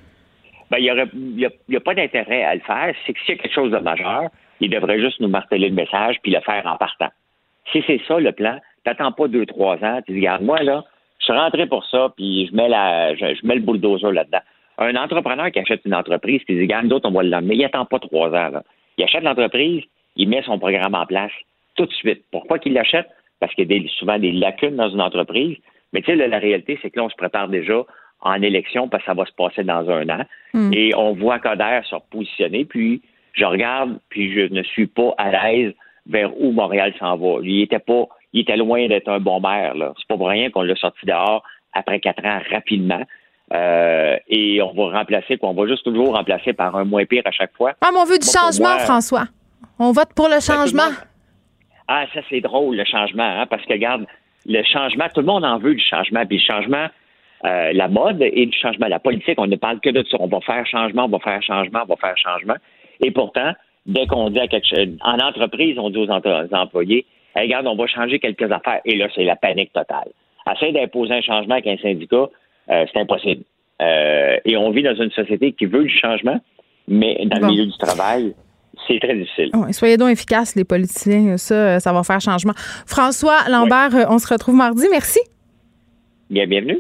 Ben, il n'y a, a, a pas d'intérêt à le faire. C'est que s'il y a quelque chose de majeur, il devrait juste nous marteler le message puis le faire en partant. Si c'est ça, le plan, t'attends pas deux, trois ans, tu dis, regarde, moi, là, je suis rentré pour ça, puis je mets la, je, je mets le bulldozer là-dedans. Un entrepreneur qui achète une entreprise, qui dit, regarde, d'autres, on va l'emmener, il attend pas trois ans, là. Il achète l'entreprise, il met son programme en place tout de suite. Pourquoi qu'il l'achète? Parce qu'il y a des, souvent des lacunes dans une entreprise. Mais tu sais, la réalité, c'est que là, on se prépare déjà en élection parce que ça va se passer dans un an. Mm. Et on voit Coderre se repositionner, puis je regarde, puis je ne suis pas à l'aise vers où Montréal s'en va. Lui, il était pas, il était loin d'être un bon maire, là. C'est pas pour rien qu'on l'a sorti dehors après quatre ans rapidement. Euh, et on va remplacer, qu'on va juste toujours remplacer par un moins pire à chaque fois. Ah, mais on veut du moi, changement, moi, François. On vote pour le changement. Ben, ah, ça, c'est drôle, le changement, hein, parce que, regarde, le changement, tout le monde en veut du changement, puis le changement, euh, la mode et du changement. La politique, on ne parle que de ça. On va faire changement, on va faire changement, on va faire changement. Et pourtant, dès qu'on dit à quelque chose, en entreprise, on dit aux, entre- aux employés, hey, regarde, on va changer quelques affaires. Et là, c'est la panique totale. Essayer d'imposer un changement avec un syndicat, euh, c'est impossible. Euh, et on vit dans une société qui veut du changement, mais dans bon. le milieu du travail, c'est très difficile. Ouais, soyez donc efficaces, les politiciens. Ça, ça va faire changement. François Lambert, ouais. On se retrouve mardi. Merci. Bien, bienvenue.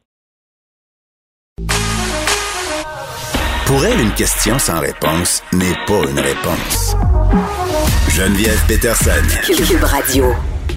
Pour elle, une question sans réponse n'est pas une réponse. Geneviève Peterson. Cube Radio.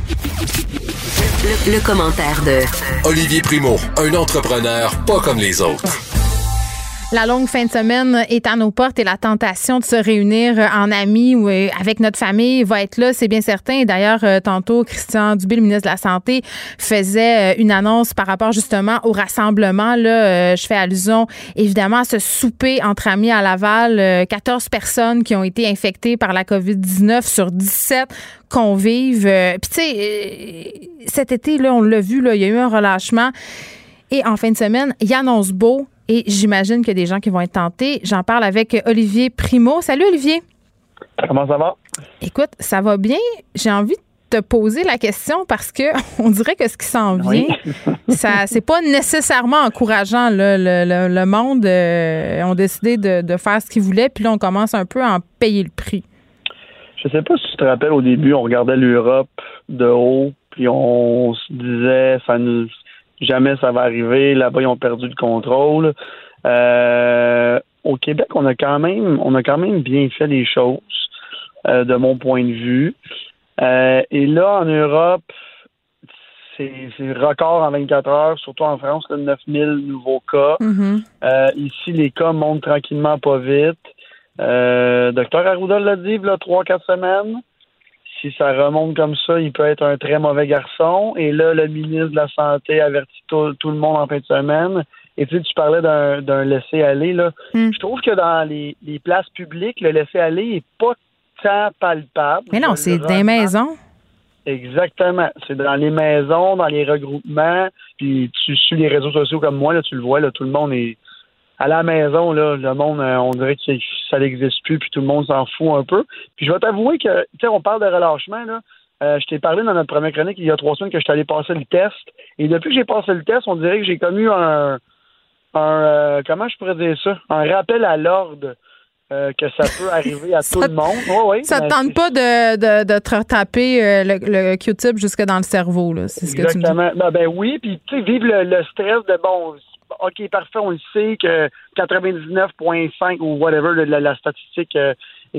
Le, le commentaire de Olivier Primo, un entrepreneur pas comme les autres. La longue fin de semaine est à nos portes et la tentation de se réunir en amis ou avec notre famille va être là, c'est bien certain. D'ailleurs, tantôt, Christian Dubé, le ministre de la Santé, faisait une annonce par rapport justement au rassemblement. Là, je fais allusion évidemment à ce souper entre amis à Laval. quatorze personnes qui ont été infectées par la covid dix-neuf sur dix-sept convives. Puis tu sais, cet été, là, on l'a vu, là, il y a eu un relâchement. Et en fin de semaine, il annonce beau. Et j'imagine qu'il y a des gens qui vont être tentés. J'en parle avec Olivier Primo. Salut, Olivier. Comment ça va? Écoute, ça va bien. J'ai envie de te poser la question parce que on dirait que ce qui s'en vient, oui. ça, c'est pas nécessairement encourageant. Là. Le, le, le monde euh, ont décidé de, de faire ce qu'ils voulaient, puis là, on commence un peu à en payer le prix. Je sais pas si tu te rappelles, au début, on regardait l'Europe de haut, puis on se disait, ça nous... jamais ça va arriver. Là-bas, ils ont perdu le contrôle. Euh, au Québec, on a quand même, on a quand même bien fait les choses, euh, de mon point de vue. Euh, et là, en Europe, c'est, c'est record en vingt-quatre heures, surtout en France, là, neuf mille nouveaux cas. Mm-hmm. Euh, ici, les cas montent tranquillement pas vite. Euh, Docteur Arruda l'a dit, il y a trois quatre semaines. Si ça remonte comme ça, il peut être un très mauvais garçon. Et là, le ministre de la Santé avertit tout, tout le monde en fin de semaine. Et tu sais, tu parlais d'un, d'un laisser-aller, là. Mm. Je trouve que dans les, les places publiques, le laisser-aller n'est pas tant palpable. Mais non, c'est dans les maisons. Exactement. C'est dans les maisons, dans les regroupements. Puis tu suis les réseaux sociaux comme moi, là, tu le vois, là, tout le monde est... À la maison, là, le monde, on dirait que ça n'existe plus, puis tout le monde s'en fout un peu. Puis je vais t'avouer que, tu sais, on parle de relâchement, là. Euh, je t'ai parlé dans notre première chronique il y a trois semaines que je suis allé passer le test. Et depuis que j'ai passé le test, on dirait que j'ai comme eu un, un euh, comment je pourrais dire ça? Un rappel à l'ordre euh, que ça peut arriver à tout le monde. Oh, oui, ça ne te tente pas de, de, de te retaper euh, le, le Q-tip jusque dans le cerveau, là. C'est ce que tu me dis. Exactement. Ben, ben oui, puis tu sais, vivre le, le stress de bon. OK, parfait, on le sait que quatre-vingt-dix-neuf virgule cinq ou whatever, la, la statistique, euh,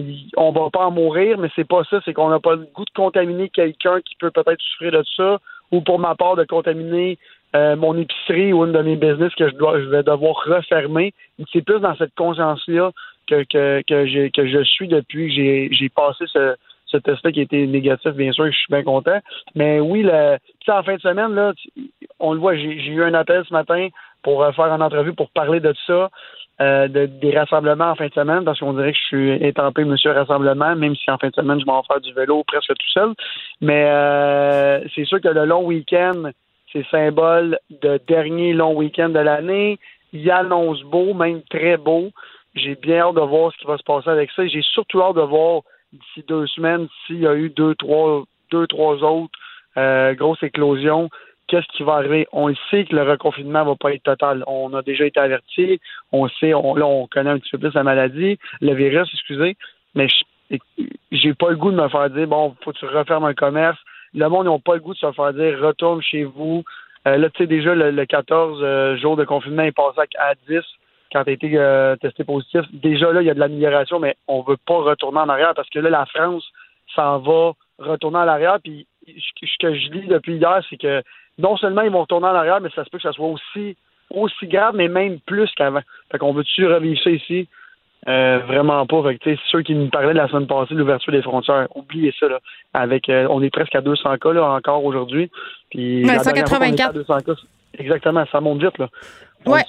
on va pas en mourir, mais c'est pas ça, c'est qu'on n'a pas le goût de contaminer quelqu'un qui peut peut-être souffrir de ça, ou pour ma part, de contaminer euh, mon épicerie ou une de mes business que je dois je vais devoir refermer. C'est plus dans cette conscience-là que, que, que, j'ai, que je suis depuis que j'ai, j'ai passé ce, ce test-là qui a été négatif, bien sûr, je suis bien content. Mais oui, le, en fin de semaine, là, on le voit, j'ai, j'ai eu un appel ce matin pour faire une entrevue, pour parler de ça, euh, de, des rassemblements en fin de semaine, parce qu'on dirait que je suis étampé monsieur rassemblement, même si en fin de semaine, je m'en vais faire du vélo presque tout seul. Mais euh, c'est sûr que le long week-end, c'est symbole de dernier long week-end de l'année. Il annonce beau, même très beau. J'ai bien hâte de voir ce qui va se passer avec ça. J'ai surtout hâte de voir d'ici deux semaines s'il y a eu deux, trois, deux, trois autres euh, grosses éclosions. Qu'est-ce qui va arriver? On le sait que le reconfinement va pas être total. On a déjà été averti. On sait, on, là, on connaît un petit peu plus la maladie, le virus, excusez. Mais je, j'ai pas le goût de me faire dire, bon, faut que tu refermes un commerce. Le monde n'a pas le goût de se faire dire, retourne chez vous, Euh, là, tu sais, déjà, le, le quatorze euh, jours de confinement est passé à dix quand tu as été euh, testé positif. Déjà, là, il y a de l'amélioration, mais on veut pas retourner en arrière parce que là, la France s'en va retourner en arrière. Puis, ce que je lis depuis hier, c'est que non seulement ils vont retourner en arrière, mais ça se peut que ça soit aussi, aussi grave, mais même plus qu'avant. Fait qu'on veut-tu revivre ça ici? Euh, vraiment pas. Fait que, tu sais, ceux qui nous parlaient de la semaine passée de l'ouverture des frontières, oubliez ça, là. Avec, euh, on est presque à deux cents cas, là, encore aujourd'hui. Puis, ouais, la cent quatre-vingt-quatre. à deux cents cas, exactement, ça monte vite, là. Ouais.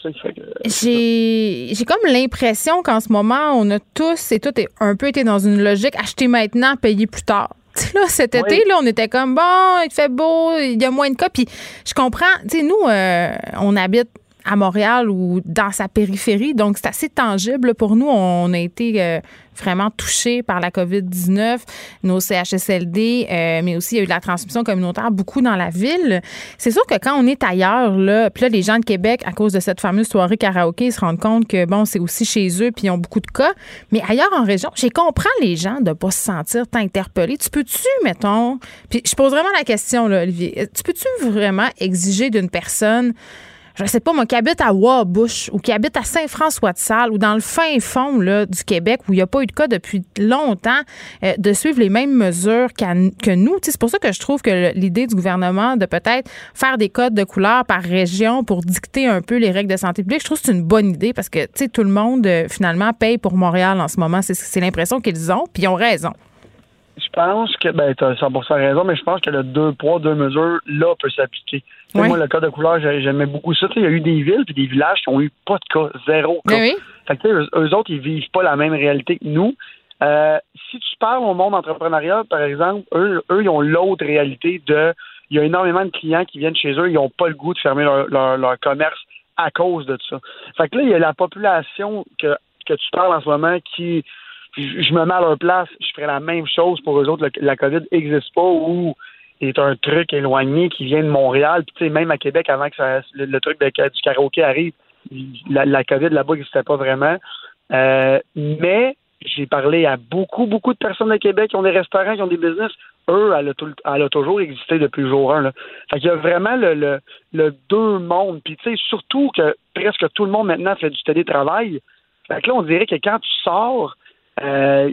J'ai j'ai comme l'impression qu'en ce moment, on a tous et toutes un peu été dans une logique acheter maintenant, payer plus tard. T'sais, là, cet été, oui. là, on était comme bon, il fait beau, il y a moins de cas. Puis je comprends, tu sais, nous, euh, on habite à Montréal ou dans sa périphérie, donc c'est assez tangible pour nous. On a été euh, vraiment touchés par la covid dix-neuf, nos C H S L D, euh, mais aussi il y a eu de la transmission communautaire beaucoup dans la ville. C'est sûr que quand on est ailleurs, là, puis là, les gens de Québec, à cause de cette fameuse soirée karaoké, ils se rendent compte que, bon, c'est aussi chez eux, puis ils ont beaucoup de cas. Mais ailleurs en région, j'ai comprends les gens de ne pas se sentir tant interpellés. Tu peux-tu, mettons, puis je pose vraiment la question, là, Olivier, tu peux-tu vraiment exiger d'une personne, je sais pas, moi, qui habite à Wabush ou qui habite à Saint-François-de-Salle ou dans le fin fond là, du Québec où il n'y a pas eu de cas depuis longtemps, euh, de suivre les mêmes mesures qu'à, que nous. T'sais, c'est pour ça que je trouve que l'idée du gouvernement de peut-être faire des codes de couleur par région pour dicter un peu les règles de santé publique, je trouve que c'est une bonne idée parce que tout le monde, euh, finalement, paye pour Montréal en ce moment. C'est, c'est l'impression qu'ils ont, puis ils ont raison. Je pense que, ben, tu as cent pour cent raison, mais je pense que le deux poids, deux mesures, là, peut s'appliquer. Oui. Moi, le cas de couleur, j'aimais beaucoup ça. Il y a eu des villes puis des villages qui ont eu pas de cas, zéro cas. Oui. Fait que, eux, eux autres, ils vivent pas la même réalité que nous. Euh, si tu parles au monde entrepreneurial, par exemple, eux, eux, ils ont l'autre réalité de, il y a énormément de clients qui viennent chez eux, ils n'ont pas le goût de fermer leur, leur, leur commerce à cause de ça. Fait que là, il y a la population que, que tu parles en ce moment qui, je me mets à leur place, je ferais la même chose pour eux autres. Le, la COVID n'existe pas ou est un truc éloigné qui vient de Montréal. Puis tu sais, même à Québec, avant que ça, le, le truc de, du karaoké arrive, la, la COVID là-bas n'existait pas vraiment. Euh, mais j'ai parlé à beaucoup, beaucoup de personnes de Québec qui ont des restaurants, qui ont des business. Eux, elle a, tout, elle a toujours existé depuis le jour un. Là. Fait qu'il y a vraiment le, le, le deux mondes. Puis tu sais, surtout que presque tout le monde maintenant fait du télétravail. Fait que là, on dirait que quand tu sors, Euh,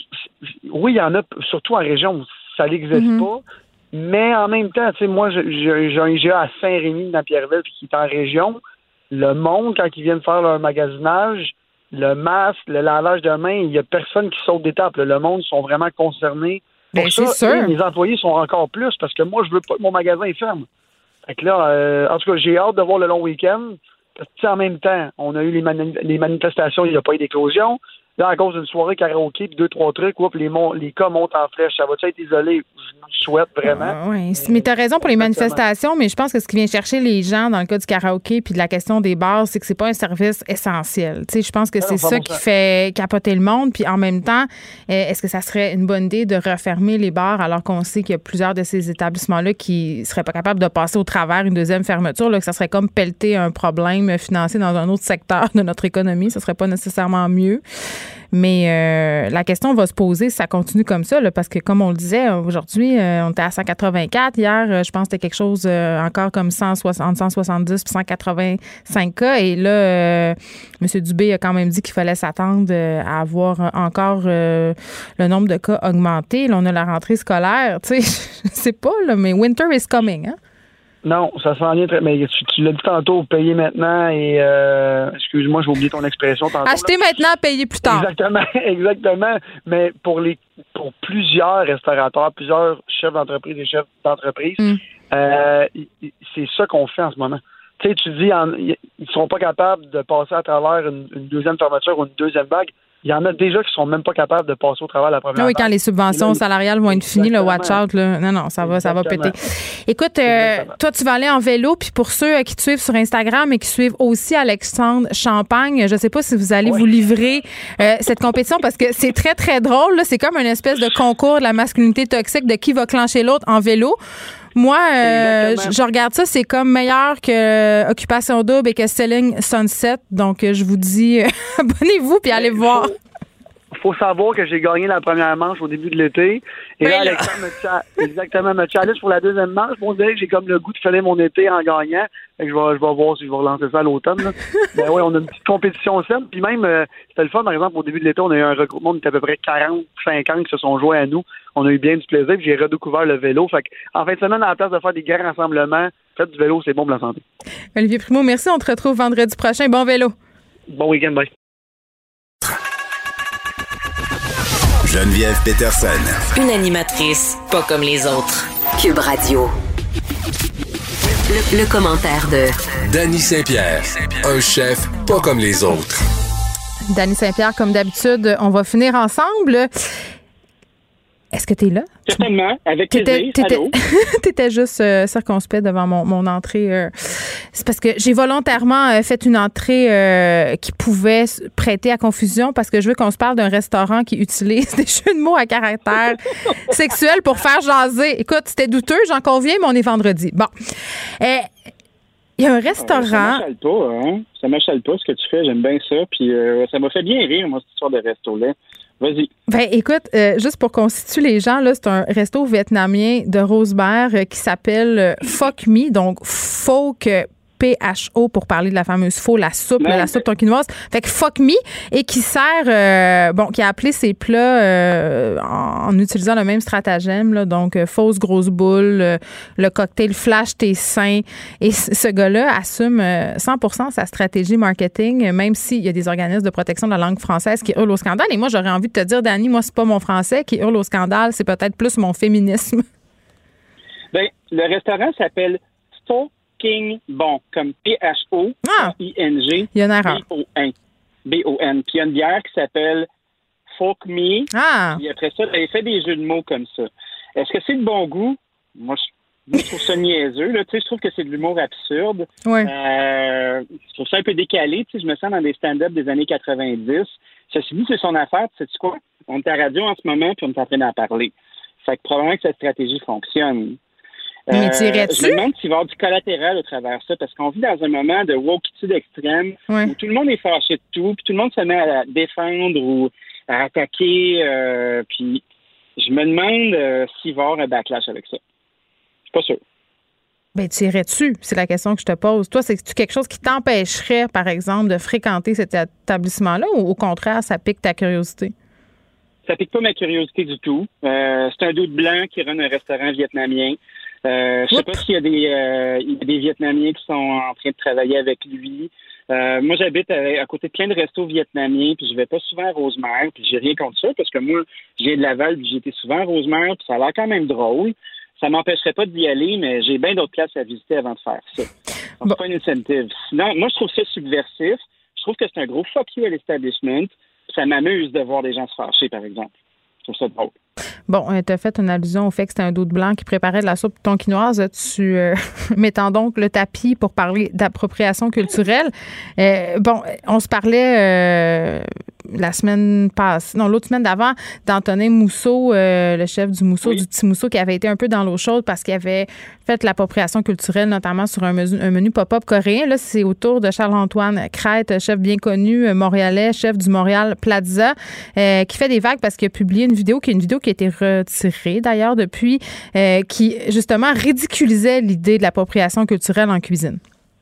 oui, il y en a, surtout en région où ça n'existe mm-hmm. pas, mais en même temps, tu sais, moi, j'ai un I G A à Saint-Rémy, dans Pierreville, qui est en région. Le monde, quand ils viennent faire leur magasinage, le masque, le lavage de main, il n'y a personne qui saute d'étape. Le monde sont vraiment concernés. Pour ben, ça, c'est sûr. Les employés sont encore plus, parce que moi, je veux pas que mon magasin ferme. Fait que là, euh, en tout cas, j'ai hâte de voir le long week-end. Parce que, en même temps, on a eu les, mani- les manifestations, il n'y a pas eu d'éclosion. Là, à cause d'une soirée karaoké, puis deux, trois trucs, oups, les, mon- les cas montent en flèche. Ça va-tu être isolé? Je vous souhaite vraiment. Ah, oui, mais tu as raison pour les manifestations, mais je pense que ce qui vient chercher les gens dans le cas du karaoké puis de la question des bars, c'est que c'est pas un service essentiel. Tu sais, je pense que c'est ça qui fait capoter le monde. Puis en même temps, est-ce que ça serait une bonne idée de refermer les bars alors qu'on sait qu'il y a plusieurs de ces établissements-là qui seraient pas capables de passer au travers une deuxième fermeture, là, que ça serait comme pelleter un problème financier dans un autre secteur de notre économie. Ce serait pas nécessairement mieux. Mais euh, la question va se poser si ça continue comme ça, là, parce que comme on le disait, aujourd'hui, euh, on était à cent quatre-vingt-quatre. Hier, euh, je pense que c'était quelque chose euh, encore comme cent soixante, cent soixante-dix puis cent quatre-vingt-cinq cas. Et là, euh, M. Dubé a quand même dit qu'il fallait s'attendre euh, à avoir encore euh, le nombre de cas augmenté. Là, on a la rentrée scolaire. Tu sais, je sais pas, là, mais winter is coming, hein? Non, ça s'en vient très... Mais tu, tu l'as dit tantôt, payer maintenant et... Euh, excuse-moi, j'ai oublié ton expression tantôt. Acheter là. maintenant, payer plus tard. Exactement, exactement. Mais pour les pour plusieurs restaurateurs, plusieurs chefs d'entreprise et chefs d'entreprise, mm. euh, c'est ça qu'on fait en ce moment. Tu sais, tu dis, en, ils ne seront pas capables de passer à travers une, une deuxième fermeture ou une deuxième vague. Il y en a déjà qui sont même pas capables de passer au travers de la première. Ah oui, vague. Quand les subventions là, salariales vont être finies, le watch out, là. Non, non, ça va, ça va péter. Écoute, euh, toi, tu vas aller en vélo, puis pour ceux qui te suivent sur Instagram et qui suivent aussi Alexandre Champagne, je sais pas si vous allez oui. vous livrer euh, cette compétition parce que c'est très, très drôle, là. C'est comme une espèce de concours de la masculinité toxique de qui va clencher l'autre en vélo. Moi, euh, je, je regarde ça, c'est comme meilleur que Occupation Double et que Selling Sunset. Donc, je vous dis, euh, abonnez-vous puis allez voir. Faut, faut savoir que j'ai gagné la première manche au début de l'été. Et là, Alexandre me, cha- exactement, me challenge pour la deuxième manche. Bon, on dirait que j'ai comme le goût de finir mon été en gagnant. Fait que je vais, je vais voir si je vais relancer ça à l'automne. Là. Ben oui, on a une petite compétition saine. Puis même, euh, c'était le fun, par exemple, au début de l'été, on a eu un regroupement, on était à peu près quarante, cinquante qui se sont joints à nous. On a eu bien du plaisir, puis j'ai redécouvert le vélo. Fait en fin de semaine, à la place de faire des grands rassemblements, faites du vélo, c'est bon pour la santé. Olivier Primo, merci. On te retrouve vendredi prochain. Bon vélo. Bon week-end, bye. Geneviève Peterson. Une animatrice pas comme les autres. Cube Radio. Le, le commentaire de Dany Saint-Pierre. Un chef pas comme les autres. Dany Saint-Pierre, comme d'habitude, on va finir ensemble. Est-ce que tu es là? Certainement, avec plaisir. T'étais, t'étais juste euh, circonspect devant mon, mon entrée. Euh. C'est parce que j'ai volontairement euh, fait une entrée euh, qui pouvait prêter à confusion parce que je veux qu'on se parle d'un restaurant qui utilise des jeux de mots à caractère sexuel pour faire jaser. Écoute, c'était douteux, j'en conviens, mais on est vendredi. Bon. Euh, Il y a un restaurant. Ça m'achale pas, hein? Ça m'achale pas ce que tu fais, j'aime bien ça. Puis euh, ça m'a fait bien rire, moi, cette histoire de resto-là. Vas-y. Ben, écoute, euh, juste pour qu'on situe les gens, là, c'est un resto vietnamien de Rosemère euh, qui s'appelle euh, Phoc Me, donc Phoc P H O pour parler de la fameuse faux, la soupe, là, la soupe tonkinoise. Fait que Phoc Me et qui sert, euh, bon, qui a appelé ses plats euh, en, en utilisant le même stratagème, là, donc euh, fausse grosse boule, euh, le cocktail flash tes seins. Et c- ce gars-là assume euh, cent pour cent sa stratégie marketing, même s'il y a des organismes de protection de la langue française qui hurlent au scandale. Et moi, j'aurais envie de te dire, Dany, moi, c'est pas mon français qui hurle au scandale, c'est peut-être plus mon féminisme. Ben, le restaurant s'appelle Pho King Bon, comme P H O I N G Il y a une erreur. B O N B O N Puis il y a une bière qui s'appelle Phoc Me. Ah. Puis après ça, il fait des jeux de mots comme ça. Est-ce que c'est de bon goût? Moi, je, moi, je trouve ça niaiseux. Là. Tu sais, je trouve que c'est de l'humour absurde. Ouais. Euh, je trouve ça un peu décalé. Tu sais, je me sens dans des stand-up des années quatre-vingt-dix. Ceci dit, c'est son affaire. Tu sais quoi? On est à la radio en ce moment, puis on est en train d'en parler. Fait que probablement que cette stratégie fonctionne. Mais tu irais-tu? Je me demande s'il va y avoir du collatéral au travers de ça, parce qu'on vit dans un moment de wokitude extrême ouais. où tout le monde est fâché de tout, puis tout le monde se met à défendre ou à attaquer. Euh, puis je me demande euh, s'il va y avoir un backlash avec ça. Je suis pas sûr. Ben, tu irais-tu? C'est la question que je te pose. Toi, c'est-tu quelque chose qui t'empêcherait, par exemple, de fréquenter cet établissement-là ou au contraire, ça pique ta curiosité? Ça pique pas ma curiosité du tout. Euh, c'est un doute blanc qui run un restaurant vietnamien. Euh, je sais pas s'il y a des euh, il y a des Vietnamiens qui sont en train de travailler avec lui. Euh, moi, j'habite à, à côté de plein de restos vietnamiens, puis je vais pas souvent à Rosemère, puis j'ai rien contre ça, parce que moi, j'ai de Laval, puis j'ai été souvent à Rosemère, puis ça a l'air quand même drôle. Ça m'empêcherait pas d'y aller, mais j'ai bien d'autres places à visiter avant de faire ça. Donc, c'est pas une incentive. Sinon, moi, je trouve ça subversif. Je trouve que c'est un gros fuck you à l'establishment. Ça m'amuse de voir des gens se fâcher, par exemple. Je trouve ça drôle. Bon, tu as fait une allusion au fait que c'était un doute blanc qui préparait de la soupe tonkinoise. Tu euh, m'étends donc le tapis pour parler d'appropriation culturelle. Euh, bon, on se parlait euh, la semaine passée, non, l'autre semaine d'avant, d'Antonin Mousseau, euh, le chef du Mousseau, oui. du Petit Mousseau, qui avait été un peu dans l'eau chaude parce qu'il avait fait l'appropriation culturelle, notamment sur un menu, un menu pop-up coréen. Là, c'est au tour de Charles-Antoine Crête, chef bien connu, montréalais, chef du Montréal Plaza, euh, qui fait des vagues parce qu'il a publié une vidéo qui est une vidéo qui a été retirée d'ailleurs depuis, euh, qui justement ridiculisait l'idée de l'appropriation culturelle en cuisine.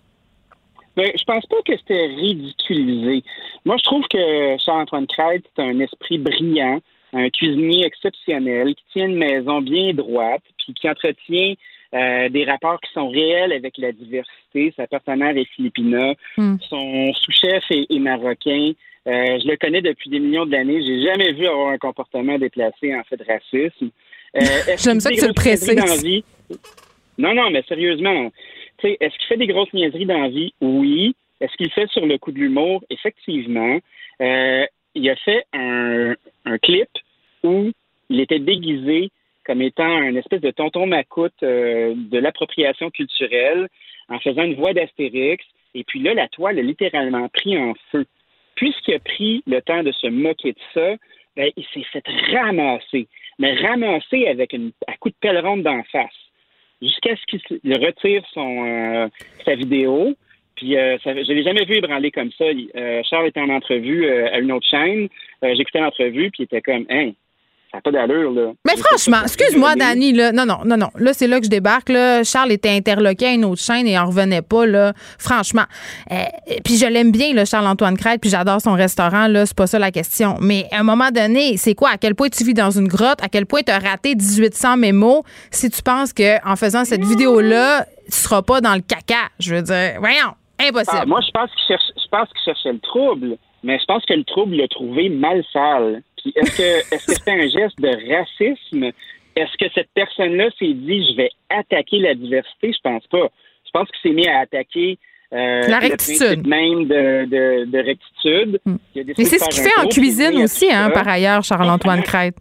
Mais je pense pas que c'était ridiculisé. Moi, je trouve que Charles-Antoine Crête, c'est un esprit brillant, un cuisinier exceptionnel, qui tient une maison bien droite, puis qui entretient euh, des rapports qui sont réels avec la diversité. Sa partenaire est philippina, mm. son sous-chef est, est marocain. Euh, je le connais depuis des millions d'années. J'ai jamais vu avoir un comportement déplacé en fait de racisme. Euh, J'aime ça que tu le précises. Non, non, mais sérieusement, tu sais, est-ce qu'il fait des grosses niaiseries dans la vie? Oui. Est-ce qu'il le fait sur le coup de l'humour? Effectivement. Euh, il a fait un, un clip où il était déguisé comme étant un espèce de tonton macoute euh, de l'appropriation culturelle en faisant une voix d'Astérix. Et puis là, la toile a littéralement pris en feu. Puisqu'il a pris le temps de se moquer de ça, ben, il s'est fait ramasser. Mais ramasser avec une, à coup de pelle ronde d'en face. Jusqu'à ce qu'il retire son, euh, sa vidéo. Puis euh, ça, je l'ai jamais vu ébranler comme ça. Euh, Charles était en entrevue euh, à une autre chaîne. Euh, j'écoutais l'entrevue, puis il était comme, hein, ça n'a pas d'allure, là. Mais franchement, excuse-moi, Dani, là. Non, non, non, non. Là, c'est là que je débarque, là. Charles était interloqué à une autre chaîne et il en revenait pas, là. Franchement. Euh, puis je l'aime bien, là, Charles-Antoine Crête, puis j'adore son restaurant, là. C'est pas ça la question. Mais à un moment donné, c'est quoi? À quel point tu vis dans une grotte? À quel point tu as raté dix-huit cents mémos si tu penses qu'en faisant cette vidéo-là, tu seras pas dans le caca? Je veux dire, voyons, impossible. Ah, moi, je pense qu'il cherche, je pense qu'il cherchait le trouble, mais je pense que le trouble l'a trouvé mal sale. Puis est-ce que est-ce que c'était un geste de racisme? Est-ce que cette personne-là s'est dit je vais attaquer la diversité? Je pense pas. Je pense qu'il s'est mis à attaquer euh, la rectitude. Le principe même de, de, de rectitude. Mm. Mais c'est ce qu'il fait en cuisine aussi, hein, par ailleurs, Charles-Antoine Crête.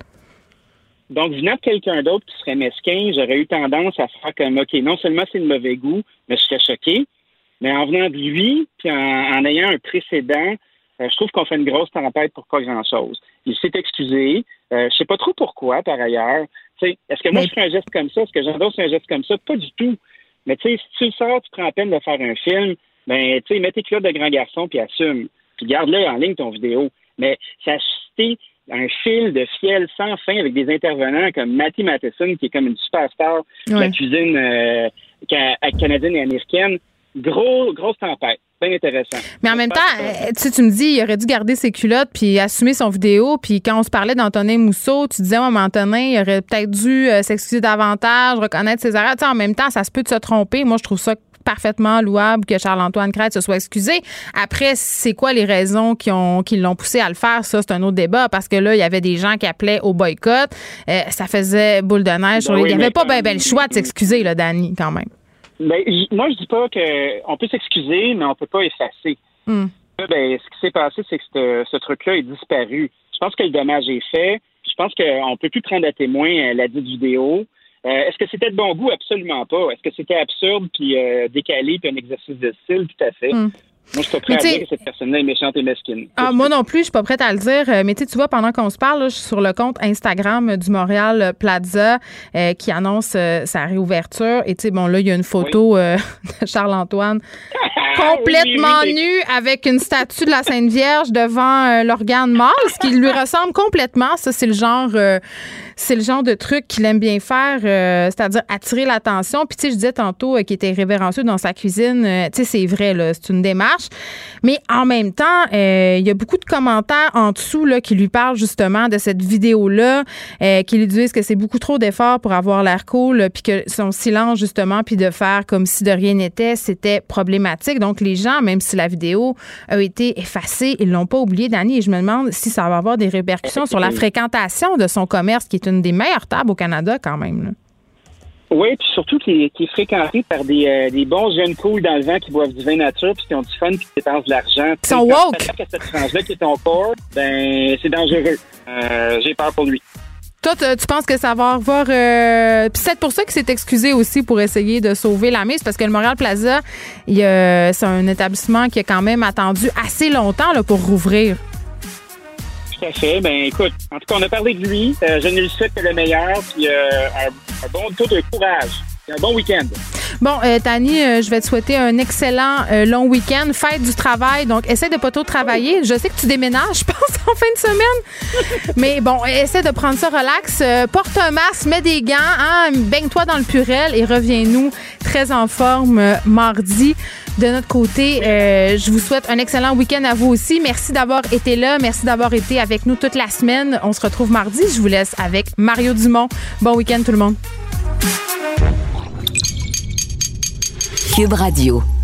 Donc, venant de quelqu'un d'autre qui serait mesquin, j'aurais eu tendance à faire comme OK, non seulement c'est de mauvais goût, mais je serais choqué, mais en venant de lui, puis en, en ayant un précédent, euh, je trouve qu'on fait une grosse tempête pour pas grand-chose. Il s'est excusé. Euh, je sais pas trop pourquoi, par ailleurs. T'sais, est-ce que moi, mais... je fais un geste comme ça? Est-ce que j'endose un geste comme ça? Pas du tout. Mais tu sais, si tu le sors, tu prends la peine de faire un film, ben, tu sais, mets tes culottes de grand garçon puis assume. Puis garde-le en ligne, ton vidéo. Mais ça a suscité un fil de fiel sans fin avec des intervenants comme Matty Matheson, qui est comme une superstar de la cuisine euh, canadienne et américaine. Gros, grosse tempête. Bien intéressant. Mais en même temps, que... tu sais, tu me dis, il aurait dû garder ses culottes puis assumer son vidéo. Puis quand on se parlait d'Antonin Mousseau, tu disais, ouais, mais Antonin, il aurait peut-être dû euh, s'excuser davantage, reconnaître ses erreurs. Tu sais, en même temps, ça se peut de se tromper. Moi, je trouve ça parfaitement louable que Charles-Antoine Crête se soit excusé. Après, c'est quoi les raisons qui ont qui l'ont poussé à le faire? Ça, c'est un autre débat parce que là, il y avait des gens qui appelaient au boycott. Euh, ça faisait boule de neige. Ben oui, il n'y avait pas bien ben le choix de s'excuser, là, Dani, quand même. Ben, moi, je dis pas qu'on peut s'excuser, mais on peut pas effacer. Mm. Là, ben, ce qui s'est passé, c'est que ce, ce truc-là est disparu. Je pense que le dommage est fait. Je pense qu'on peut plus prendre à témoin la dite vidéo. Euh, est-ce que c'était de bon goût? Absolument pas. Est-ce que c'était absurde puis euh, décalé puis un exercice de style? Tout à fait. Mm. Moi, je suis pas prête à dire que cette personne-là est méchante et mesquine. Ah, moi non plus, je suis pas prête à le dire. Mais tu vois, pendant qu'on se parle, là, je suis sur le compte Instagram du Montréal Plaza euh, qui annonce euh, sa réouverture. Et tu sais, bon, là, il y a une photo oui. euh, de Charles-Antoine complètement oui, oui, oui. nu avec une statue de la Sainte Vierge devant euh, l'organe mâle, ce qui lui ressemble complètement. Ça, c'est le genre... Euh, c'est le genre de truc qu'il aime bien faire, euh, c'est-à-dire attirer l'attention. Puis, tu sais, je disais tantôt euh, qu'il était révérencieux dans sa cuisine. Euh, tu sais, c'est vrai, là, c'est une démarche. Mais en même temps, euh, il y a beaucoup de commentaires en dessous là, qui lui parlent justement de cette vidéo-là, euh, qui lui disent que c'est beaucoup trop d'efforts pour avoir l'air cool, puis que son silence, justement, puis de faire comme si de rien n'était, c'était problématique. Donc, les gens, même si la vidéo a été effacée, ils l'ont pas oublié, Dani, et je me demande si ça va avoir des répercussions sur la fréquentation de son commerce, qui est une des meilleures tables au Canada quand même. Là. Oui, puis surtout qui est, qui est fréquenté par des, euh, des bons jeunes cool dans le vent qui boivent du vin nature puis qui ont du fun puis qui dépensent de l'argent. Ils sont woke! Quand tu cette tranche-là qui est ton corps, ben c'est dangereux. Euh, j'ai peur pour lui. Toi, tu penses que ça va avoir... Euh... Puis c'est pour ça qu'il s'est excusé aussi pour essayer de sauver la mise, parce que le Montréal Plaza, il y a, c'est un établissement qui a quand même attendu assez longtemps là, pour rouvrir. Tout à fait. Ben écoute, en tout cas, on a parlé de lui. Euh, je ne lui souhaite que le meilleur, puis euh, un, un bon taux de courage. Un bon week-end. Bon, euh, Tani, euh, je vais te souhaiter un excellent euh, long week-end. Fête du travail, donc essaie de pas trop travailler. Je sais que tu déménages, je pense, en fin de semaine. Mais bon, essaie de prendre ça relax. Euh, porte un masque, mets des gants, hein, baigne-toi dans le Purel et reviens-nous très en forme euh, mardi. De notre côté, euh, je vous souhaite un excellent week-end à vous aussi. Merci d'avoir été là. Merci d'avoir été avec nous toute la semaine. On se retrouve mardi. Je vous laisse avec Mario Dumont. Bon week-end tout le monde. Cube Radio.